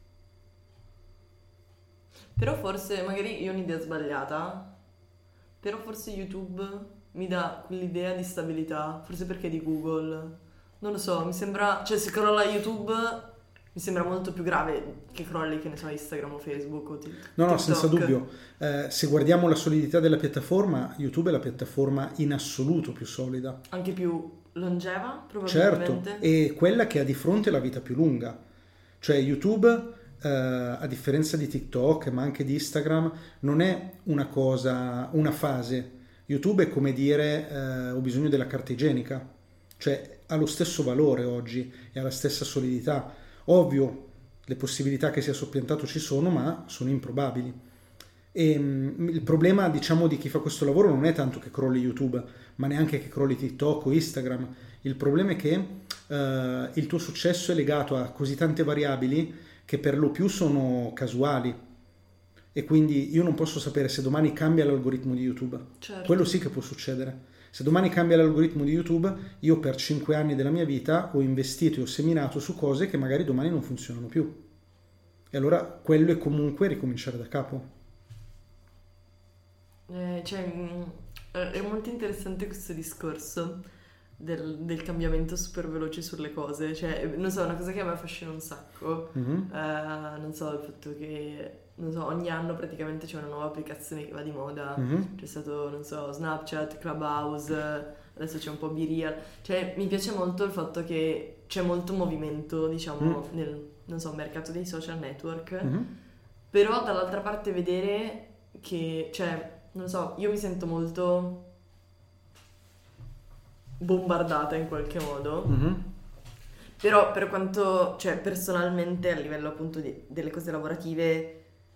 Però forse, magari io ho un'idea sbagliata, però forse YouTube mi dà quell'idea di stabilità, forse perché è di Google. Non lo so, mi sembra, cioè se crolla YouTube mi Mi sembra molto più grave che crolli, che ne so, Instagram o Facebook o t- No, no, TikTok. senza dubbio. Eh, se guardiamo la solidità della piattaforma, YouTube è la piattaforma in assoluto più solida. Anche più longeva, Certo, probabilmente. e quella che ha di fronte la vita più lunga. Cioè YouTube, eh, a differenza di TikTok, ma anche di Instagram, non è una cosa, una fase. YouTube è come dire eh, ho bisogno della carta igienica. Cioè ha lo stesso valore oggi e ha la stessa solidità. Ovvio, le possibilità che sia soppiantato ci sono, ma sono improbabili. E mh, il problema, diciamo, di chi fa questo lavoro non è tanto che crolli YouTube, ma neanche che crolli TikTok o Instagram. Il problema è che eh, il tuo successo è legato a così tante variabili che per lo più sono casuali. E quindi io non posso sapere se domani cambia l'algoritmo di YouTube. Certo. Quello sì che può succedere. Se domani cambia l'algoritmo di YouTube, io per cinque anni della mia vita ho investito e ho seminato su cose che magari domani non funzionano più. E allora quello è comunque ricominciare da capo. Eh, cioè, mh, è molto interessante questo discorso del, del cambiamento super veloce sulle cose. Cioè, non so, una cosa che a me affascina un sacco. Mm-hmm. Eh, non so, il fatto che, non so, ogni anno praticamente c'è una nuova applicazione che va di moda. Mm-hmm. C'è stato, non so, Snapchat, Clubhouse, adesso c'è un po' BeReal. Cioè, mi piace molto il fatto che c'è molto movimento, diciamo, mm. nel, non so, mercato dei social network. Mm-hmm. Però dall'altra parte vedere che, cioè, non so, io mi sento molto bombardata in qualche modo. Mm-hmm. Però per quanto, cioè, personalmente a livello appunto di, delle cose lavorative,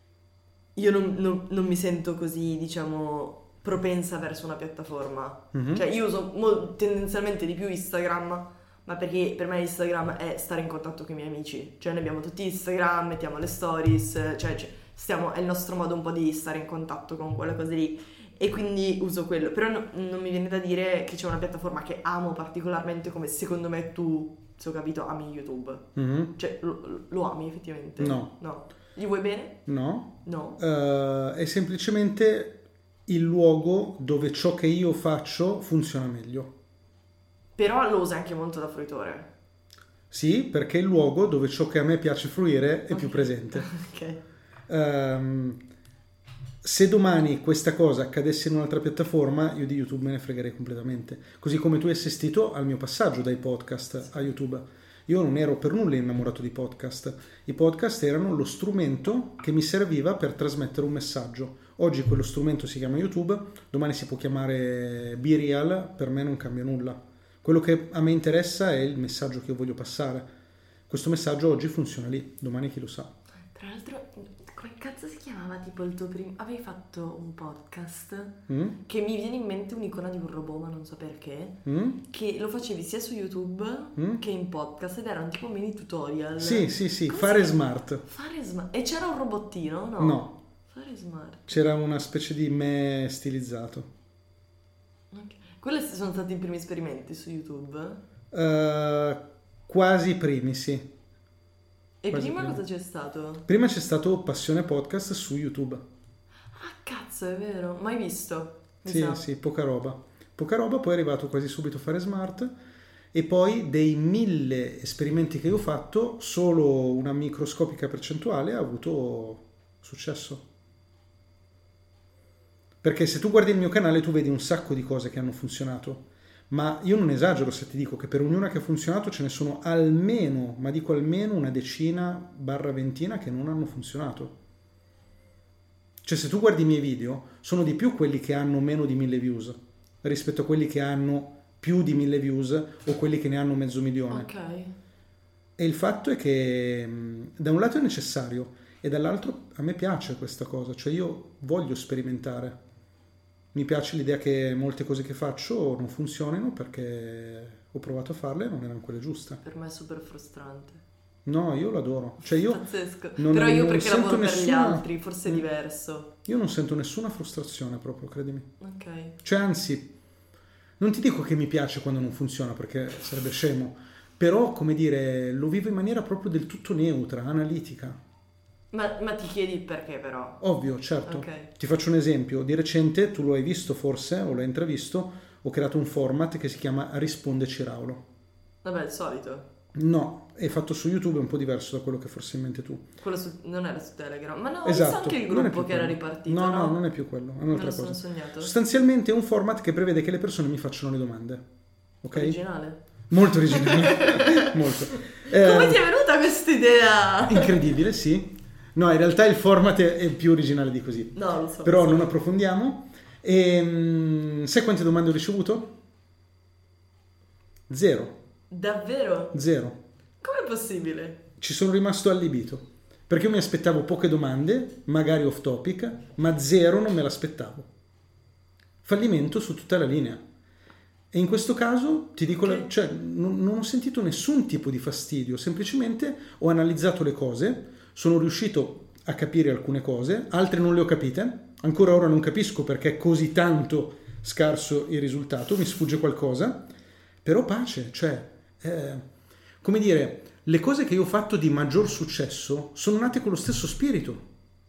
io non, non, non mi sento così, diciamo, propensa verso una piattaforma. Mm-hmm. Cioè io uso mo- tendenzialmente di più Instagram, ma perché per me Instagram è stare in contatto con i miei amici. Cioè noi abbiamo tutti Instagram, mettiamo le stories, cioè, cioè stiamo, è il nostro modo un po' di stare in contatto con quelle cose lì. E quindi uso quello. Però no, non mi viene da dire che c'è una piattaforma che amo particolarmente come secondo me tu, se ho capito, ami YouTube. Mm-hmm. Cioè lo, lo ami effettivamente? No. No. Gli vuoi bene? No. No. Uh, è semplicemente il luogo dove ciò che io faccio funziona meglio. Però lo usa anche molto da fruitore. Sì, perché è il luogo dove ciò che a me piace fruire è Ok. più presente. Ok. Um, se domani questa cosa accadesse in un'altra piattaforma, io di YouTube me ne fregherei completamente. Così come tu hai assistito al mio passaggio dai podcast a YouTube. Io non ero per nulla innamorato di podcast. I podcast erano lo strumento che mi serviva per trasmettere un messaggio. Oggi quello strumento si chiama YouTube, domani si può chiamare BeReal, per me non cambia nulla. Quello che a me interessa è il messaggio che io voglio passare. Questo messaggio oggi funziona lì, domani chi lo sa. Tra l'altro, come cazzo si chiamava tipo il tuo primo... Avevi fatto un podcast Mm? che mi viene in mente un'icona di un robot, ma non so perché, Mm? che lo facevi sia su YouTube Mm? che in podcast ed erano tipo mini tutorial. Sì, sì, sì, Come fare si- smart. Fare smart. E c'era un robottino, no? No, Fare smart. c'era una specie di me stilizzato. Ok. Quelli sono stati i primi esperimenti su YouTube. Uh, quasi i primi, sì. E Quasi prima prima. cosa c'è stato? Prima c'è stato Passione Podcast su YouTube. Ah, cazzo, è vero. Mai visto. Mi Sì, sa. sì, poca roba. Poca roba, poi è arrivato quasi subito Fare Smart e poi dei mille esperimenti che io ho fatto, solo una microscopica percentuale ha avuto successo. Perché se tu guardi il mio canale tu vedi un sacco di cose che hanno funzionato, ma io non esagero se ti dico che per ognuna che ha funzionato ce ne sono almeno, ma dico almeno una decina barra ventina che non hanno funzionato. Cioè se tu guardi i miei video sono di più quelli che hanno meno di mille views rispetto a quelli che hanno più di mille views o quelli che ne hanno mezzo milione. Ok. E il fatto è che mh, da un lato è necessario e dall'altro a me piace questa cosa, cioè io voglio sperimentare. Mi piace l'idea che molte cose che faccio non funzionino perché ho provato a farle e non erano quelle giuste. Per me è super frustrante. No, io l'adoro. Cioè io Pazzesco. non- Però io non perché sento lavoro per gli nessuna- altri, forse è Mm. diverso. Io non sento nessuna frustrazione proprio, credimi. Ok. Cioè, anzi, non ti dico che mi piace quando non funziona, perché sarebbe scemo, però, come dire, lo vivo in maniera proprio del tutto neutra, analitica. Ma, ma ti chiedi il perché però? Ovvio, certo. Ok. Ti faccio un esempio. Di recente, tu lo hai visto forse, o l'hai intravisto, ho creato un format che si chiama Rispondeci Raulo. Vabbè, il solito. No, è fatto su YouTube, è un po' diverso da quello che forse hai in mente tu. Quello su, non era su Telegram, ma no, ho Esatto, visto anche il non è gruppo più che era quello. ripartito, No, no? no, non è più quello, è Me un'altra lo sono cosa. sognato. Sostanzialmente è un format che prevede che le persone mi facciano le domande. Ok? Originale. Molto originale. Molto. Come Eh, ti è venuta questa idea? Incredibile, sì. No, in realtà il format è, è più originale di così. No, lo so. Però lo so. non approfondiamo. E, mm, sai quante domande ho ricevuto? Zero. Davvero? Zero. Com'è possibile? Ci sono rimasto allibito. Perché io mi aspettavo poche domande, magari off topic, ma zero non me l'aspettavo. Fallimento su tutta la linea. E in questo caso ti dico, la- cioè, non, non ho sentito nessun tipo di fastidio, semplicemente ho analizzato le cose, sono riuscito a capire alcune cose, altre non le ho capite, ancora ora non capisco perché è così tanto scarso il risultato, mi sfugge qualcosa, però pace, cioè, eh, come dire, le cose che io ho fatto di maggior successo sono nate con lo stesso spirito.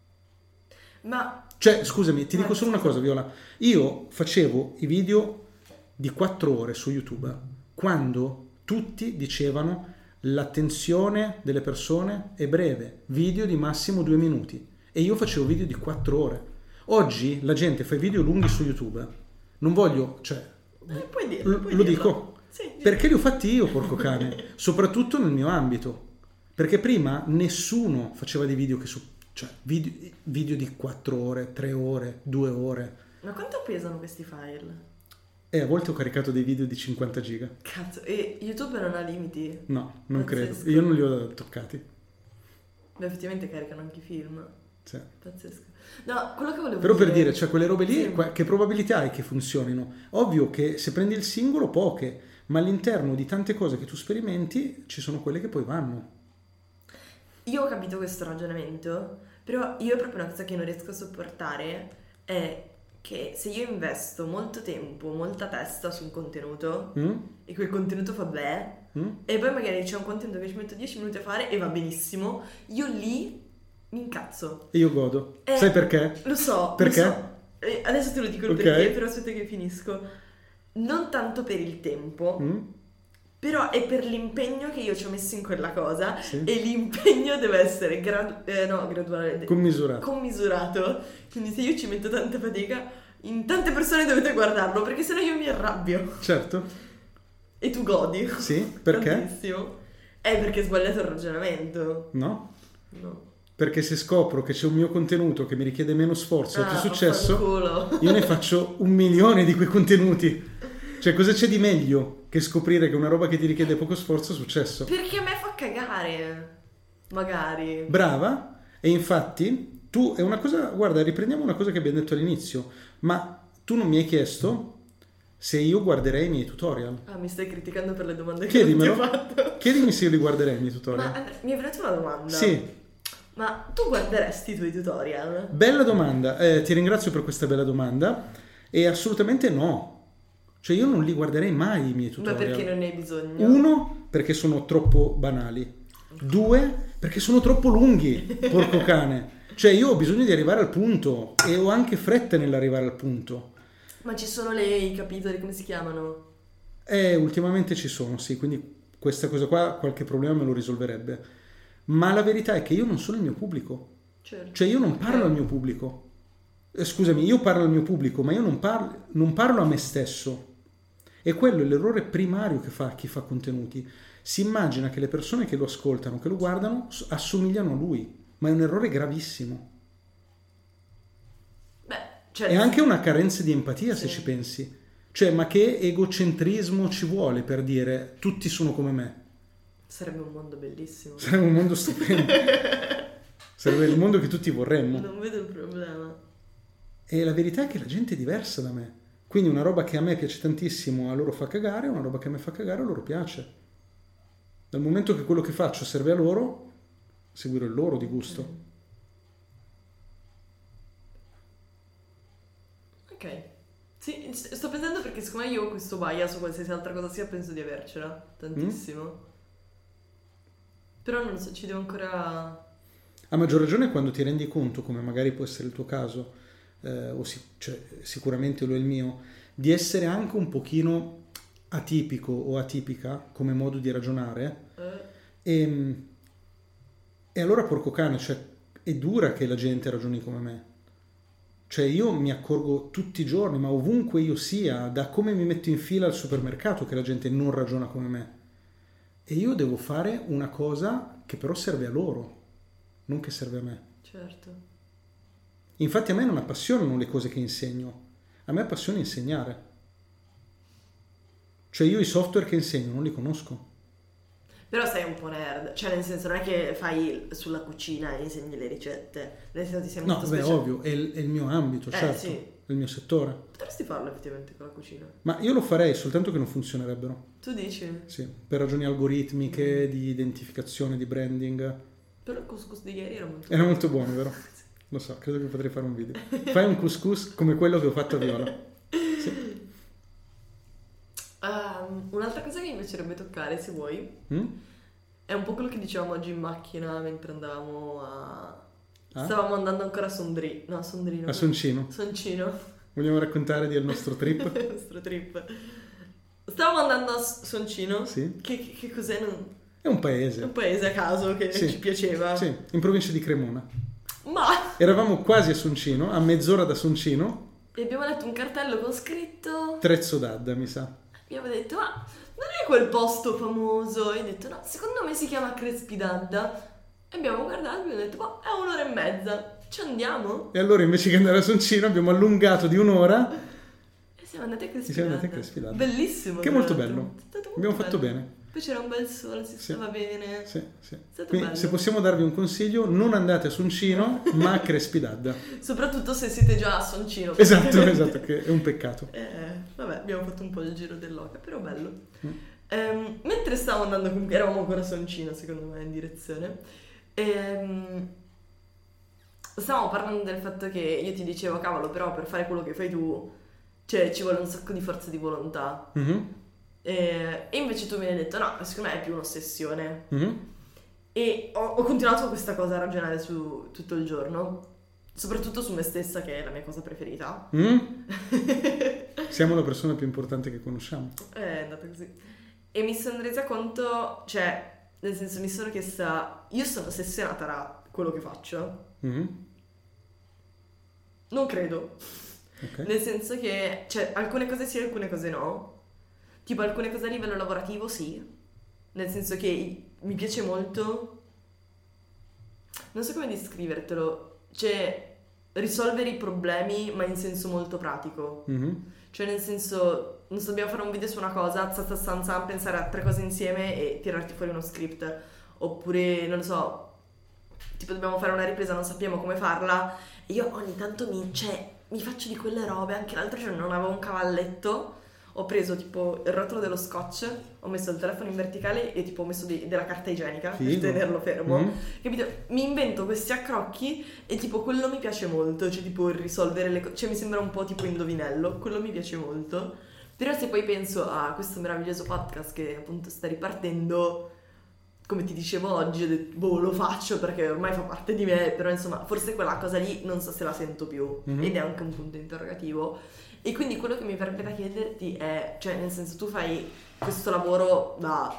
Ma Cioè, scusami, ti Ma dico solo una scusa. cosa, Viola. Io facevo i video di quattro ore su YouTube quando tutti dicevano l'attenzione delle persone è breve, video di massimo due minuti. E io facevo video di quattro ore. Oggi la gente fa i video lunghi su YouTube. Non voglio, cioè, eh, puoi dirlo, lo, puoi lo dirlo. dico. Sì, dillo. Perché li ho fatti io, porco cane, soprattutto nel mio ambito. Perché prima nessuno faceva dei video che su, cioè video, video di quattro ore, tre ore, due ore. Ma quanto pesano questi file? E a volte ho caricato dei video di cinquanta giga. Cazzo, e YouTube non ha limiti? No, non Pazzesco. credo. Io non li ho toccati. Beh, effettivamente caricano anche i film. Cioè. Pazzesco. No, quello che volevo Però dire... per dire, cioè quelle robe lì, Sì. qua- che probabilità hai che funzionino? Ovvio che se prendi il singolo, poche, ma all'interno di tante cose che tu sperimenti ci sono quelle che poi vanno. Io ho capito questo ragionamento, però io proprio una cosa che non riesco a sopportare è che se io investo molto tempo, molta testa su un contenuto Mm? e quel contenuto fa beh, Mm? e poi magari c'è un contenuto che ci metto dieci minuti a fare e va benissimo, io lì mi incazzo. E io godo. Eh, Sai perché? Lo so, Perché? lo so. Eh, adesso te lo dico il Ok. perché, però aspetta che finisco. Non tanto per il tempo, Mm? però è per l'impegno che io ci ho messo in quella cosa, Sì. e l'impegno deve essere gradu- eh, no, graduale, de- Commisurato. commisurato. Quindi se io ci metto tanta fatica, in tante persone dovete guardarlo, perché sennò io mi arrabbio. Certo. E tu godi. Sì, perché? Tantissimo. Eh, perché hai sbagliato il ragionamento. No? No. Perché se scopro che c'è un mio contenuto che mi richiede meno sforzo e Ah, più successo, vaffanculo. io ne faccio un milione di quei contenuti. Cioè, cosa c'è di meglio che scoprire che una roba che ti richiede poco sforzo è successo? Perché a me fa cagare. Magari. Brava. E infatti, tu è una cosa, guarda, riprendiamo una cosa che abbiamo detto all'inizio, ma tu non mi hai chiesto se io guarderei i miei tutorial. Ah, mi stai criticando per le domande Chiedimelo. che non ti ho fatto. Chiedimi se io li guarderei i miei tutorial. Ma Andrea, mi è venuta una domanda. Sì, Ma tu guarderesti i tuoi tutorial? bella domanda. Eh, ti ringrazio per questa bella domanda. E assolutamente no. Cioè io non li guarderei mai i miei Ma tutorial. perché non ne hai bisogno? Uno, perché sono troppo banali. Due, perché sono troppo lunghi, porco cane. Cioè io ho bisogno di arrivare al punto e ho anche fretta nell'arrivare al punto. Ma ci sono le, i capitoli, come si chiamano? Eh, ultimamente ci sono, sì, quindi questa cosa qua qualche problema me lo risolverebbe. Ma la verità è che io non sono il mio pubblico. Certo. Cioè io non parlo al mio pubblico. Eh, scusami, io parlo al mio pubblico, ma io non parlo, non parlo a me stesso. E quello è l'errore primario che fa chi fa contenuti. Si immagina che le persone che lo ascoltano, che lo guardano, s- assomigliano a lui. Ma è un errore gravissimo. Beh, cioè... È anche una carenza di empatia, se Sì. ci pensi. Cioè, ma che egocentrismo ci vuole per dire tutti sono come me? Sarebbe un mondo bellissimo. Sarebbe un mondo stupendo. Sarebbe il mondo che tutti vorremmo. Non vedo il problema. E la verità è che la gente è diversa da me. Quindi una roba che a me piace tantissimo a loro fa cagare, una roba che a me fa cagare a loro piace. Dal momento che quello che faccio serve a loro, seguirò il loro di gusto. Ok. Sì, s- sto pensando perché siccome io ho questo bias o qualsiasi altra cosa sia, penso di avercela tantissimo. Però non so, ci devo ancora... A maggior ragione quando ti rendi conto, come magari può essere il tuo caso, eh, o si- cioè, sicuramente lo è il mio, di essere anche un pochino atipico o atipica come modo di ragionare, Eh, E, e allora porco cane, cioè è dura che la gente ragioni come me. Cioè io mi accorgo tutti i giorni, ma ovunque io sia, da come mi metto in fila al supermercato, che la gente non ragiona come me. E io devo fare una cosa che però serve a loro, non che serve a me. Certo. Infatti a me non appassionano le cose che insegno, a me appassiona insegnare. Cioè io i software che insegno non li conosco. Però sei un po' nerd, cioè nel senso non è che fai sulla cucina e insegni le ricette, nel senso ti sei No, molto beh, speciale. ovvio, è il, è il mio ambito, Eh, certo, sì. è il mio settore. Potresti farlo effettivamente con la cucina. Ma io lo farei, soltanto che non funzionerebbero. Tu dici? Sì, per ragioni algoritmiche, di identificazione, di branding. Però il couscous di ieri era molto Era molto buono, vero? Lo so, credo che potrei fare un video. Fai un couscous come quello che ho fatto a Viola. Sì. Um, un'altra cosa che mi piacerebbe toccare, se vuoi, Mm? è un po' quello che dicevamo oggi in macchina mentre andavamo a... Ah? Stavamo andando ancora a Sondri... No, a Sondrino. A Soncino. Soncino. Vogliamo raccontare del nostro trip? Il nostro trip. Stavamo andando a S- Soncino. Sì. Che, che, che cos'è? Non... È un È paese. un paese a caso che Sì. ci piaceva. Sì, in provincia di Cremona. Ma... Eravamo quasi a Soncino, a mezz'ora da Soncino, E abbiamo letto un cartello con scritto... Trezzo d'Adda, mi sa. Abbiamo detto, ma non è quel posto famoso? E ho detto, no, secondo me si chiama Crespidadda. E abbiamo guardato e abbiamo detto, ma è un'ora e mezza, ci andiamo? E allora invece che andare a Soncino abbiamo allungato di un'ora E siamo andati a e Crespidadda. siamo andati a Crespidadda. Bellissimo. Che è tra molto l'altro. bello. È stato molto Abbiamo fatto bello. bene. Poi c'era un bel sole, si Sì. stava bene. Sì, sì. È stato Quindi, bello. se possiamo darvi un consiglio, non andate a Soncino, ma a Crespidadda. Soprattutto se siete già a Soncino. Esatto, esatto, che è un peccato. Eh, vabbè, abbiamo fatto un po' il giro dell'Oca, però bello. Mm. Ehm, mentre stavamo andando, comunque eravamo ancora a Soncino, secondo me, in direzione. Ehm, stavamo parlando del fatto che io ti dicevo, cavolo, però per fare quello che fai tu, cioè ci vuole un sacco di forza di volontà. Mhm, Eh, e invece tu mi hai detto, no, secondo me è più un'ossessione. mhm. E ho, ho continuato questa cosa a ragionare su tutto il giorno, soprattutto su me stessa, che è la mia cosa preferita. Mm? Siamo la persona più importante che conosciamo. È andata così. E mi sono resa conto, cioè, nel senso mi sono chiesta, io sono ossessionata da quello che faccio? Mhm, Non credo. ok. Nel senso che, cioè, alcune cose sì, alcune cose no. Tipo, alcune cose a livello lavorativo sì. Nel senso che mi piace molto... Non so come descrivertelo. Cioè, risolvere i problemi, ma in senso molto pratico. Mhm, Cioè, nel senso, non so, dobbiamo fare un video su una cosa, zan, zan, zan, zan, pensare a tre cose insieme e tirarti fuori uno script. Oppure, non lo so, tipo dobbiamo fare una ripresa, non sappiamo come farla. E io ogni tanto mi, cioè, mi faccio di quelle robe. Anche l'altro giorno non avevo un cavalletto. Ho preso tipo il rotolo dello scotch, ho messo il telefono in verticale e tipo ho messo di- della carta igienica Figo. per tenerlo fermo. Mhm. Capito? Mi invento questi accrocchi e tipo quello mi piace molto, cioè tipo il risolvere le cose, cioè mi sembra un po' tipo indovinello, quello mi piace molto. Però se poi penso a questo meraviglioso podcast che appunto sta ripartendo, come ti dicevo oggi, ho detto, boh, lo faccio perché ormai fa parte di me, però insomma forse quella cosa lì non so se la sento più Mhm. ed è anche un punto interrogativo. E quindi quello che mi verrebbe da chiederti è, cioè nel senso tu fai questo lavoro da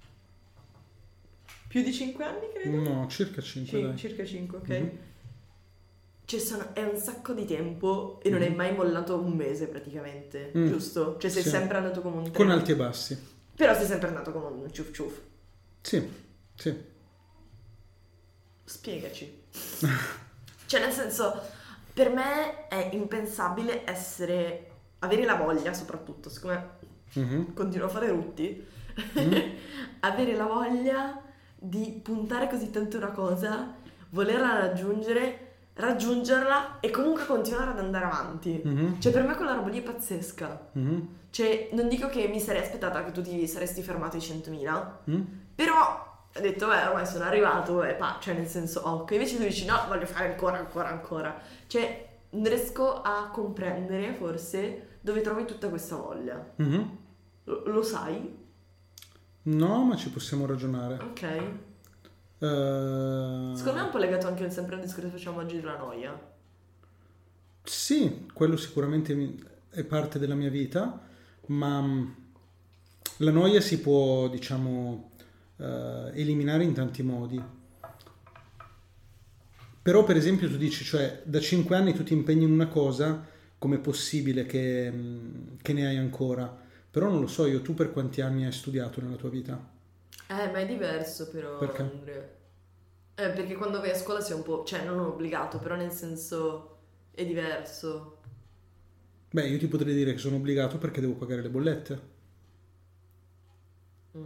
più di cinque anni credo? No, circa cinque, Cin- dai. circa cinque, ok. Mhm. Cioè sono, è un sacco di tempo e non hai Mhm. mai mollato un mese praticamente, Mm. giusto? Cioè sei Sì. sempre andato come un Con treno. alti e bassi. Però sei sempre andato come un ciuf ciuf. Sì, sì. Spiegaci. Cioè nel senso, per me è impensabile essere, avere la voglia soprattutto, siccome Mhm. continuo a fare rutti, Mm. avere la voglia di puntare così tanto una cosa, volerla raggiungere, raggiungerla e comunque continuare ad andare avanti. Mhm. Cioè per me quella roba lì è pazzesca. Mhm. Cioè non dico che mi sarei aspettata che tu ti saresti fermato ai centomila, Mm. però ho detto beh ormai sono arrivato e pa, cioè nel senso ok, invece tu dici no, voglio fare ancora, ancora, ancora. Cioè non riesco a comprendere forse dove trovi tutta questa voglia. Mhm. Lo, lo sai? No, ma ci possiamo ragionare. Ok. Eh, Secondo me è un po' legato anche sempre al discorso che facciamo oggi della noia. Sì, quello sicuramente mi- è parte della mia vita, ma mh, la noia si può, diciamo, uh, eliminare in tanti modi. Però per esempio tu dici, cioè da cinque anni tu ti impegni in una cosa, com'è possibile che, che ne hai ancora? Però non lo so io, tu per quanti anni hai studiato nella tua vita? Eh, ma è diverso però. Perché? Andrea. Eh, perché quando vai a scuola sei un po', cioè non obbligato, però nel senso è diverso. Beh, io ti potrei dire che sono obbligato perché devo pagare le bollette. Mm.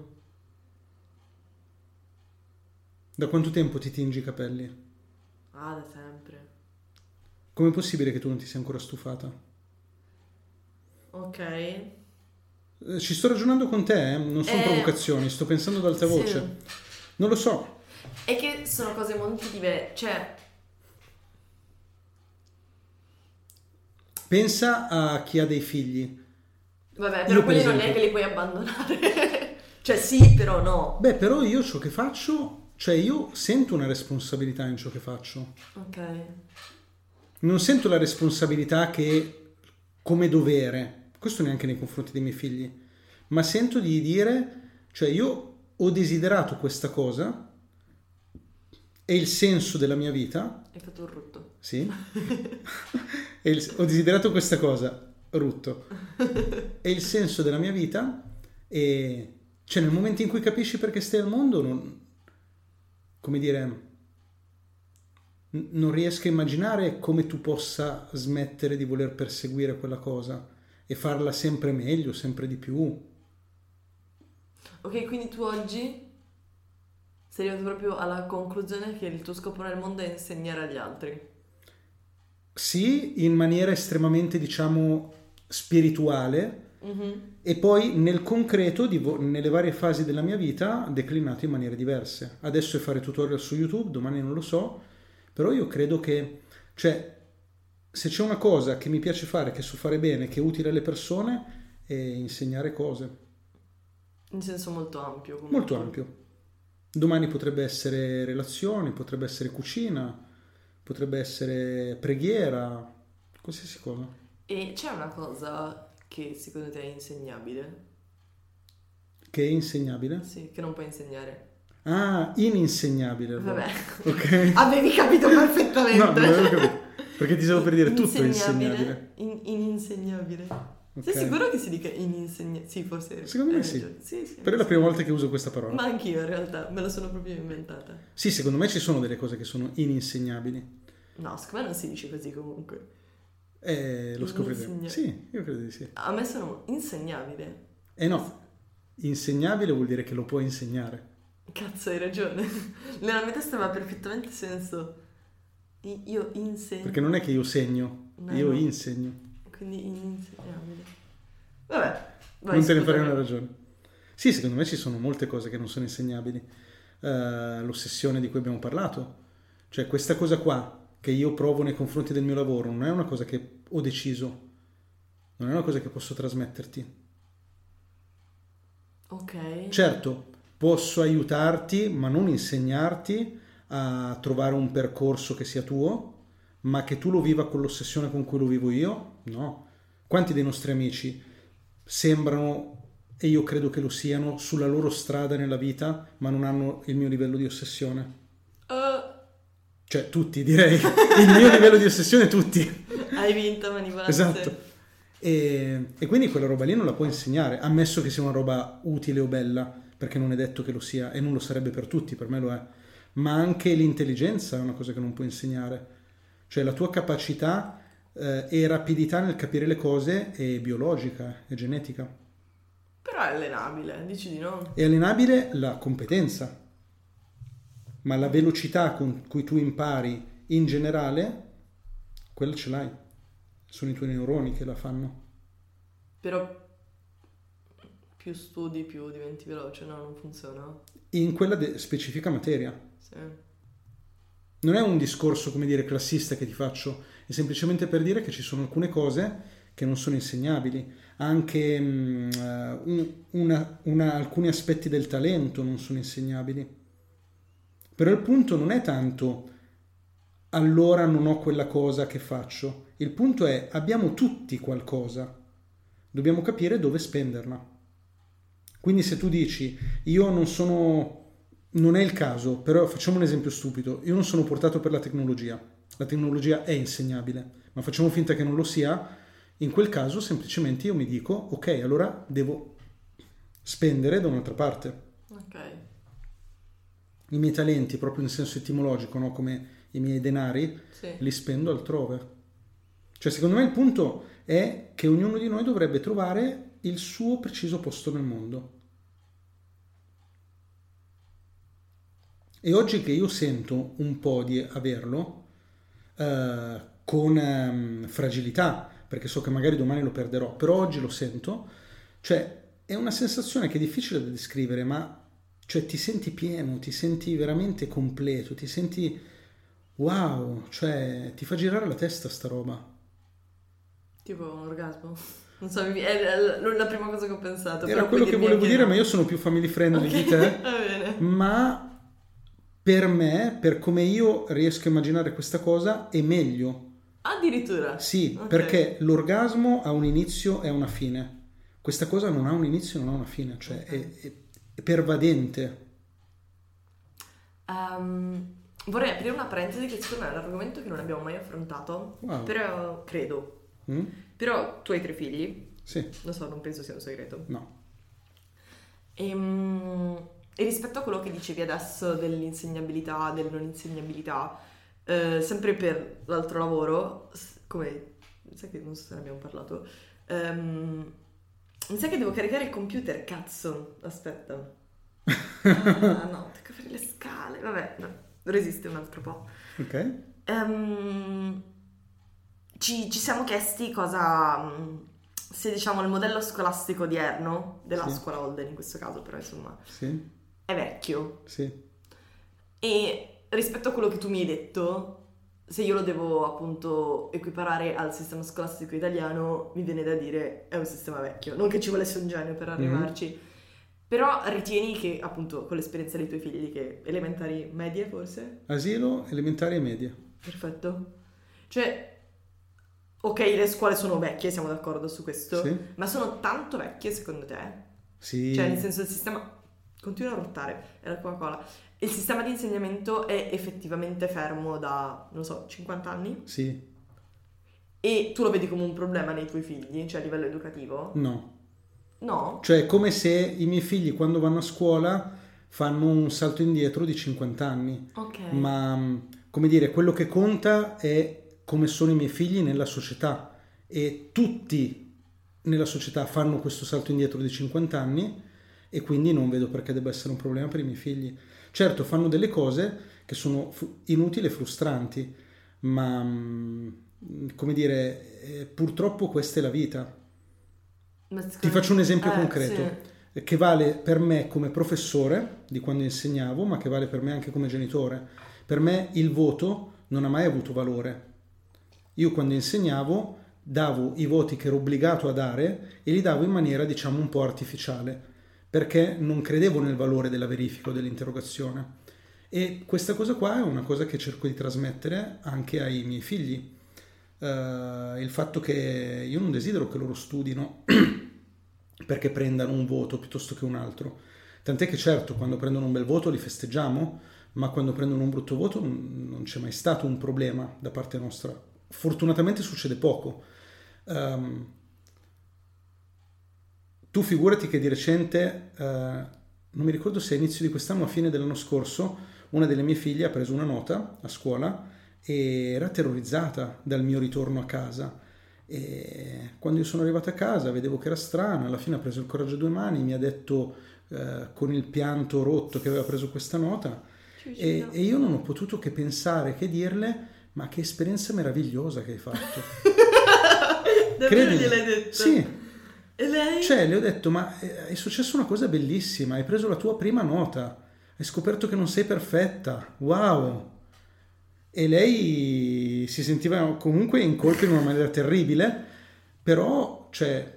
Da quanto tempo ti tingi i capelli? Ah, da sempre. Com'è possibile che tu non ti sia ancora stufata? Ok. Eh, Ci sto ragionando con te, eh? Non sono Eh, provocazioni, sto pensando ad alta sì. voce. Non lo so. È che sono cose molto diverse, cioè Pensa a chi ha dei figli. vabbè, Io, però per quelli non è esempio- che li puoi abbandonare. Cioè sì, però no. Beh, però io ciò che faccio, cioè io sento una responsabilità in ciò che faccio. Ok. Non sento la responsabilità che come dovere, questo neanche nei confronti dei miei figli, ma sento di dire, cioè io ho desiderato questa cosa, è il senso della mia vita, Hai fatto un rutto. sì, È il- ho desiderato questa cosa, rutto, è il senso della mia vita e cioè nel momento in cui capisci perché stai al mondo, non, come dire, n- non riesco a immaginare come tu possa smettere di voler perseguire quella cosa e farla sempre meglio, sempre di più. Ok, quindi tu oggi sei arrivato proprio alla conclusione che il tuo scopo nel mondo è insegnare agli altri. Sì, in maniera estremamente, diciamo, spirituale Mhm. e poi nel concreto, di vo- nelle varie fasi della mia vita, declinato in maniere diverse. Adesso è fare tutorial su YouTube, domani non lo so, però io credo che, cioè, se c'è una cosa che mi piace fare, che so fare bene, che è utile alle persone, è insegnare cose. In senso molto ampio. Comunque. Molto ampio. Domani potrebbe essere relazioni, potrebbe essere cucina, potrebbe essere preghiera, qualsiasi cosa. E c'è una cosa che secondo te è insegnabile? Che è insegnabile? Sì, che non puoi insegnare. Ah, ininsegnabile. allora. Vabbè. Ok. Avevi capito perfettamente. No, non avevo capito. Perché ti stavo per dire tutto è Insegnabile. insegnabile. In- ininsegnabile. Ok. Sei sicuro che si dica ininsegna? Sì, forse. Secondo me hai sì. ragione. Sì, sì. Per è la prima volta che uso questa parola. Ma anch'io in realtà, me la sono proprio inventata. Sì, secondo me ci sono delle cose che sono ininsegnabili. No, secondo me non si dice così comunque. Eh, lo scopriremo. Insegna- Sì, io credo di sì. A me sono insegnabile. Eh no, insegnabile vuol dire che lo puoi insegnare. Cazzo, hai ragione. Nella mia testa aveva perfettamente senso. I- Io insegno. Perché non è che io segno, No, io no. insegno. Quindi ininsegnabile. Vabbè. Vai, Non te ne scusami. farei una ragione. Sì, secondo me ci sono molte cose che non sono insegnabili. Eh, l'ossessione di cui abbiamo parlato. Cioè questa cosa qua che io provo nei confronti del mio lavoro non è una cosa che ho deciso, non è una cosa che posso trasmetterti. Ok. Certo, posso aiutarti, ma non insegnarti a trovare un percorso che sia tuo, ma che tu lo viva con l'ossessione con cui lo vivo io? No. Quanti dei nostri amici sembrano, e io credo che lo siano, sulla loro strada nella vita, ma non hanno il mio livello di ossessione? Uh, Cioè, tutti, direi. Il mio livello di ossessione, tutti. hai vinto, mani basse. Esatto. E, e quindi quella roba lì non la puoi insegnare, ammesso che sia una roba utile o bella, perché non è detto che lo sia, e non lo sarebbe per tutti, per me lo è. Ma anche l'intelligenza è una cosa che non puoi insegnare. Cioè la tua capacità eh, e rapidità nel capire le cose è biologica, è genetica. Però è allenabile, dici di no? È allenabile la competenza, ma la velocità con cui tu impari in generale, quella ce l'hai. Sono i tuoi neuroni che la fanno. Però più studi più diventi veloce, no? Non funziona. In quella de- specifica materia. Sì. Non è un discorso, come dire, classista che ti faccio, è semplicemente per dire che ci sono alcune cose che non sono insegnabili. Anche mh, un- una- una- alcuni aspetti del talento non sono insegnabili. Però il punto non è tanto allora non ho quella cosa che faccio. Il punto è abbiamo tutti qualcosa. Dobbiamo capire dove spenderla. Quindi se tu dici io non sono non è il caso, però facciamo un esempio stupido. Io non sono portato per la tecnologia. La tecnologia è insegnabile, ma facciamo finta che non lo sia. In quel caso semplicemente io mi dico, ok, allora devo spendere da un'altra parte. Ok. I miei talenti, proprio in senso etimologico, no? Come i miei denari, Sì. li spendo altrove. Cioè, secondo me il punto è che ognuno di noi dovrebbe trovare il suo preciso posto nel mondo. E oggi che io sento un po' di averlo, eh, con ehm, fragilità, perché so che magari domani lo perderò, però oggi lo sento, cioè è una sensazione che è difficile da descrivere, ma cioè ti senti pieno, ti senti veramente completo, ti senti wow, cioè ti fa girare la testa sta roba. Tipo un orgasmo. Non so, mi- è la la prima cosa che ho pensato. Era però quello puoi che dirmi volevo anche dire, no. ma io sono più family friendly Ok, di te, va bene. ma per me, per come io riesco a immaginare questa cosa, è meglio. Addirittura. Sì, Ok. perché l'orgasmo ha un inizio e una fine. Questa cosa non ha un inizio e non ha una fine, cioè Ok. è, è- è pervadente. Ehm, vorrei aprire una parentesi che secondo me è un argomento che non abbiamo mai affrontato, Wow. però credo. Mm? Però tu hai tre figli, Sì, lo so, non penso sia un segreto. no. Ehm, E, rispetto a quello che dicevi adesso dell'insegnabilità, della non insegnabilità, eh, sempre per l'altro lavoro, s- come, sai che non so se ne abbiamo parlato, ehm, mi sa che devo caricare il computer, cazzo, aspetta. Ah, no, tocca fare le scale, vabbè, no, resiste un altro po'. Ok? Ehm, ci, ci siamo chiesti cosa, mh, se diciamo il modello scolastico odierno, della Sì. scuola Holden in questo caso, però insomma, Sì, è vecchio. sì. E rispetto a quello che tu mi hai detto, se io lo devo appunto equiparare al sistema scolastico italiano, mi viene da dire è un sistema vecchio. Non che ci volesse un genio per arrivarci, però ritieni che appunto con l'esperienza dei tuoi figli, che elementari medie forse? Asilo, elementari e media. Perfetto. Cioè, ok, le scuole sono vecchie, siamo d'accordo su questo, Sì. ma sono tanto vecchie secondo te? Sì. Cioè, nel senso, il sistema continua a ruotare, è la Coca-Cola. Il sistema di insegnamento è effettivamente fermo da, non so, cinquanta anni? Sì. E tu lo vedi come un problema nei tuoi figli, cioè a livello educativo? No. No? Cioè è come se i miei figli quando vanno a scuola fanno un salto indietro di cinquanta anni. Ok. Ma mh, come dire, quello che conta è come sono i miei figli nella società, e tutti nella società fanno questo salto indietro di cinquanta anni, e quindi non vedo perché debba essere un problema per i miei figli. Certo, fanno delle cose che sono fu- inutili e frustranti, ma mh, come dire, eh, purtroppo questa è la vita. Ma Ti secondo- faccio un esempio Eh, concreto, sì. che vale per me come professore di quando insegnavo, ma che vale per me anche come genitore. Per me il voto non ha mai avuto valore. Io quando insegnavo davo i voti che ero obbligato a dare, e li davo in maniera, diciamo, un po' artificiale, perché non credevo nel valore della verifica o dell'interrogazione. E questa cosa qua è una cosa che cerco di trasmettere anche ai miei figli. Eh, il fatto che io non desidero che loro studino perché prendano un voto piuttosto che un altro. Tant'è che certo, quando prendono un bel voto li festeggiamo, ma quando prendono un brutto voto non, non c'è mai stato un problema da parte nostra. Fortunatamente succede poco. Ehm, tu figurati che di recente, eh, non mi ricordo se a inizio di quest'anno o a fine dell'anno scorso, una delle mie figlie ha preso una nota a scuola e era terrorizzata dal mio ritorno a casa. E quando io sono arrivato a casa vedevo che era strana, alla fine ha preso il coraggio a due mani, mi ha detto eh, con il pianto rotto che aveva preso questa nota, e, e io non ho potuto che pensare, che dirle: ma che esperienza meravigliosa che hai fatto. Davvero Credimi. gliel'hai detto? Sì. E lei? Cioè, le ho detto: ma è successa una cosa bellissima, hai preso la tua prima nota, hai scoperto che non sei perfetta, wow. E lei si sentiva comunque in colpa in una maniera terribile, però, cioè,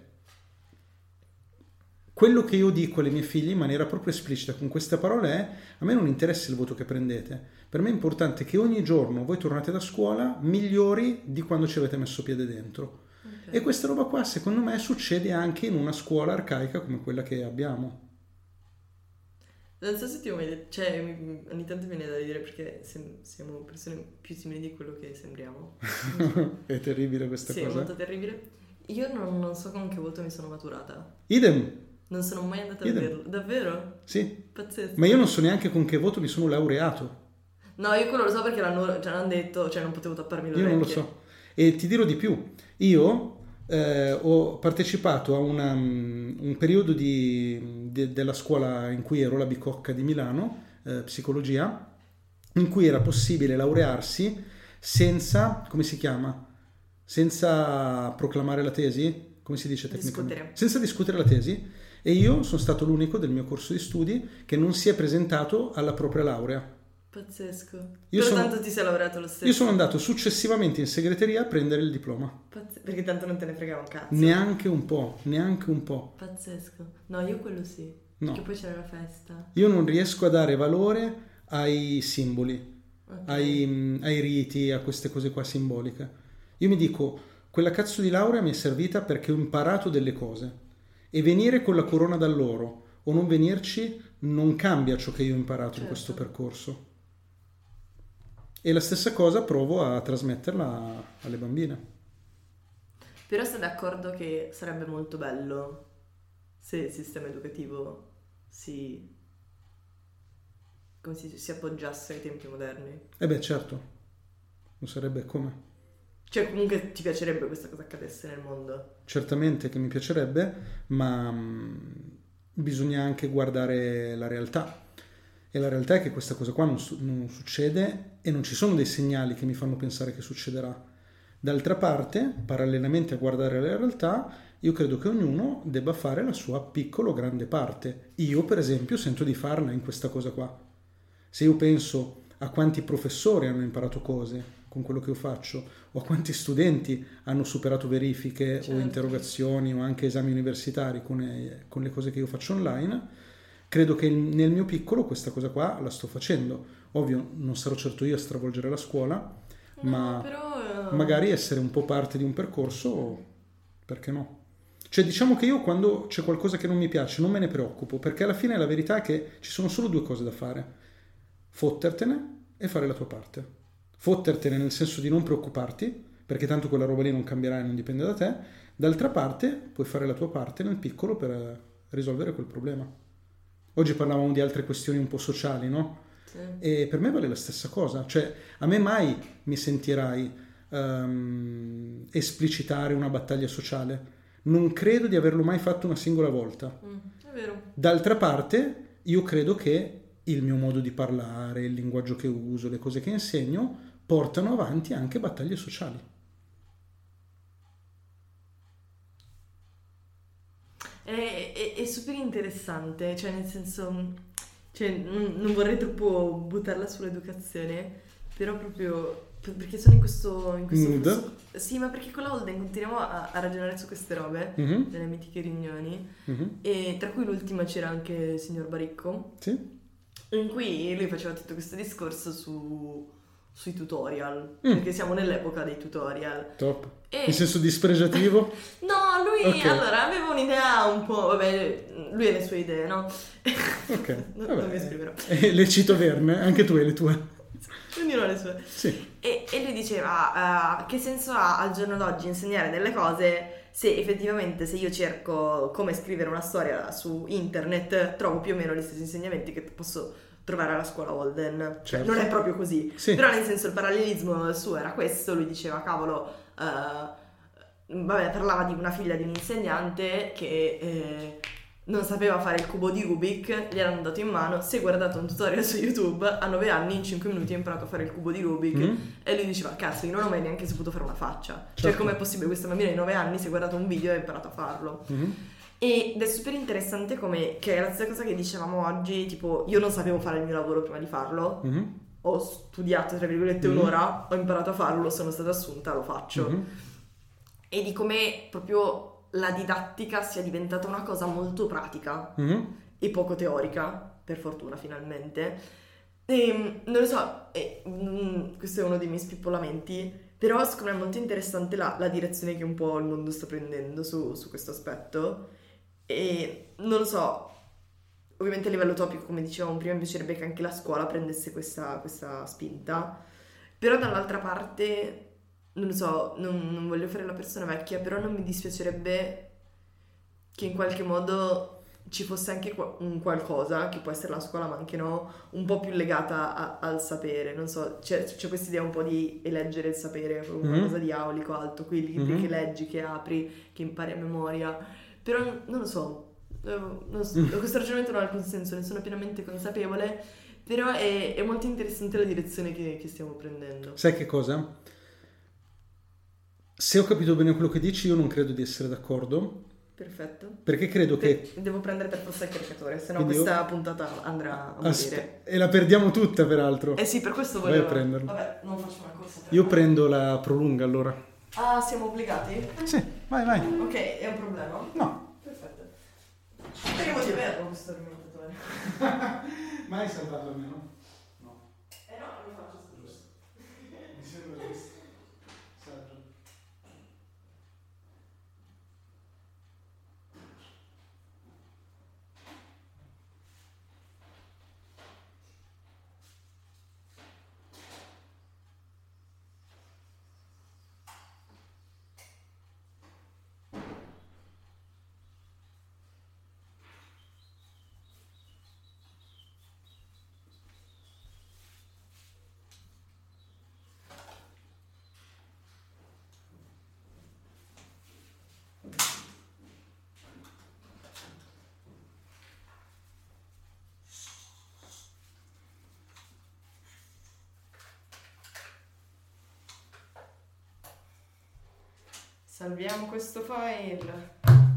quello che io dico alle mie figlie in maniera proprio esplicita con queste parole è: a me non interessa il voto che prendete, per me è importante che ogni giorno voi tornate da scuola migliori di quando ci avete messo piede dentro. Ok. E questa roba qua secondo me succede anche in una scuola arcaica come quella che abbiamo. Non so se ti ho mai detto, cioè mi- ogni tanto mi viene da dire perché sem- siamo persone più simili di quello che sembriamo. È terribile questa Sì, è cosa. molto terribile. Io non, non so con che voto mi sono maturata. Idem, Non sono mai andata a Idem. vederlo. Davvero? sì. Pazzesco. Ma io non so neanche con che voto mi sono laureato. No, io quello lo so perché l'hanno, ce l'hanno detto, cioè non potevo tapparmi le Io orecchie. non lo so. E ti dirò di più. Io eh, ho partecipato a una, mm, un periodo di, de- della scuola in cui ero, la Bicocca di Milano, eh, psicologia, in cui era possibile laurearsi senza, come si chiama? Senza proclamare la tesi? Come si dice tecnicamente? Discutere. Senza discutere la tesi. E io sono stato l'unico del mio corso di studi che non si è presentato alla propria laurea. Pazzesco. Io Però sono- tanto ti sei laureato lo stesso. Io sono andato successivamente in segreteria a prendere il diploma. Pazz- Perché tanto non te ne fregava un cazzo. Neanche un po', neanche un po'. Pazzesco. No, io quello sì. No. Perché poi c'era la festa. Io non riesco a dare valore ai simboli, Ok. ai, ai riti, a queste cose qua simboliche. Io mi dico, quella cazzo di laurea mi è servita perché ho imparato delle cose. E venire con la corona dall'oro o non venirci non cambia ciò che io ho imparato in Certo. questo percorso. E la stessa cosa provo a trasmetterla alle bambine. Però sei d'accordo che sarebbe molto bello se il sistema educativo si, come si, dice, si appoggiasse ai tempi moderni. E beh, certo, non sarebbe come. Cioè comunque ti piacerebbe questa cosa accadesse nel mondo. Certamente che mi piacerebbe, ma mh, bisogna anche guardare la realtà. E la realtà è che questa cosa qua non, su- non succede e non ci sono dei segnali che mi fanno pensare che succederà. D'altra parte, parallelamente a guardare la realtà, io credo che ognuno debba fare la sua piccola o grande parte. Io, per esempio, sento di farla in questa cosa qua. Se io penso a quanti professori hanno imparato cose con quello che io faccio, o a quanti studenti hanno superato verifiche Certo. o interrogazioni o anche esami universitari con, eh, con le cose che io faccio online, credo che nel mio piccolo questa cosa qua la sto facendo. Ovvio, non sarò certo io a stravolgere la scuola, No, ma però... eh, magari essere un po' parte di un percorso, perché no? Cioè diciamo che io quando c'è qualcosa che non mi piace non me ne preoccupo, perché alla fine la verità è che ci sono solo due cose da fare: fottertene e fare la tua parte. Fottertene nel senso di non preoccuparti, perché tanto quella roba lì non cambierà e non dipende da te. D'altra parte puoi fare la tua parte nel piccolo per eh, risolvere quel problema. Oggi parlavamo di altre questioni un po' sociali, no? sì. E per me vale la stessa cosa, cioè a me mai mi sentirai ehm, esplicitare una battaglia sociale. Non credo di averlo mai fatto una singola volta. Mm, è vero. D'altra parte, io credo che il mio modo di parlare, il linguaggio che uso, le cose che insegno, portano avanti anche battaglie sociali. È, è- è super interessante, cioè nel senso, cioè, non, non vorrei troppo buttarla sull'educazione, però proprio per- perché sono in questo, in questo Mood? flusso- Sì, ma perché con la Holden continuiamo a, a ragionare su queste robe, Mhm, nelle mitiche riunioni, mhm. e tra cui l'ultima c'era anche il signor Baricco, Sì? in cui lui faceva tutto questo discorso su, sui tutorial, Mm. perché siamo nell'epoca dei tutorial. Top. E... In senso dispregiativo? No, lui Ok. allora aveva un'idea un po', vabbè, lui ha le sue idee, no? Ok. non, vabbè. non mi esprimerò. Eh, le cito Verne, anche tu hai le tue. Ognuno ha le sue. Sì. E, e lui diceva, eh, che senso ha al giorno d'oggi insegnare delle cose se effettivamente se io cerco come scrivere una storia su internet trovo più o meno gli stessi insegnamenti che posso trovare alla scuola Holden. Cioè, Certo. non è proprio così. Sì. Però nel senso il parallelismo suo era questo, lui diceva, cavolo, eh, vabbè, parlava di una figlia di un insegnante che eh, non sapeva fare il cubo di Rubik, gli hanno dato in mano, si è guardato un tutorial su YouTube, a nove anni, in cinque minuti ha imparato a fare il cubo di Rubik, Mm. e lui diceva, cazzo, io non ho mai neanche saputo fare una faccia. Cioè, Certo. com'è possibile questa bambina di nove anni si è guardato un video e ha imparato a farlo? Mhm. Ed è super interessante come, che è la stessa cosa che dicevamo oggi, tipo, io non sapevo fare il mio lavoro prima di farlo, Mhm. ho studiato, tra virgolette, Mhm. un'ora, ho imparato a farlo, sono stata assunta, lo faccio. Mhm. E di come proprio la didattica sia diventata una cosa molto pratica Mhm. e poco teorica, per fortuna finalmente. E, non lo so, e, mm, questo è uno dei miei spippolamenti, però secondo me è molto interessante la, la direzione che un po' il mondo sta prendendo su, su questo aspetto. E non lo so, ovviamente a livello topico, come dicevamo prima, mi piacerebbe che anche la scuola prendesse questa, questa spinta, però dall'altra parte, non lo so, non, non voglio fare la persona vecchia, però non mi dispiacerebbe che in qualche modo ci fosse anche un qualcosa, che può essere la scuola ma anche no, un po' più legata a, al sapere, non so, c'è, c'è questa idea un po' di eleggere il sapere, una mm-hmm. cosa di aulico alto, quei libri mm-hmm. che leggi, che apri, che impari a memoria, però non lo so, non so mm. questo ragionamento non ha alcun senso, ne sono pienamente consapevole, però è, è molto interessante la direzione che, che stiamo prendendo. Sai che cosa? Se ho capito bene quello che dici, io non credo di essere d'accordo. Perfetto. Perché credo Pe- che... Devo prendere per forza il caricatore, sennò questa io... puntata andrà a morire. Aspe- e la perdiamo tutta, peraltro. Eh sì, per questo voglio... Vai a prenderlo. Vabbè, non faccio una corsa. Io me. prendo la prolunga, allora. Ah, siamo obbligati? Sì, vai, vai. Ok, è un problema? No. Perfetto. Speriamo di averlo questo alimentatore. Ma hai salvato almeno? No. Eh no, non lo faccio giusto. Mi sembra giusto. Saggio. Salviamo questo file.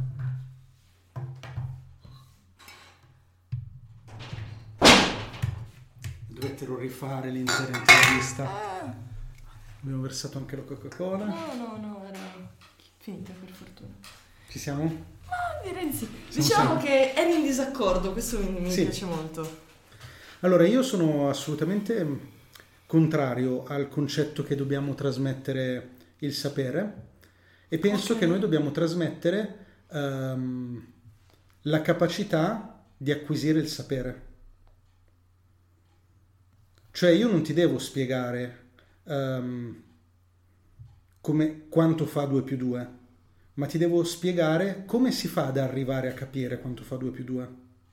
Dovettero rifare l'intera intervista. Ah. Abbiamo versato anche la Coca-Cola. No, no, no, era finita per fortuna. Ci siamo? Ah, direi di sì. Siamo diciamo sempre. Che eri in disaccordo, questo mi, mi sì. piace molto. Allora, io sono assolutamente contrario al concetto che dobbiamo trasmettere il sapere. E penso okay. che noi dobbiamo trasmettere um, la capacità di acquisire il sapere. Cioè io non ti devo spiegare um, come, quanto fa due più due, ma ti devo spiegare come si fa ad arrivare a capire quanto fa due più due.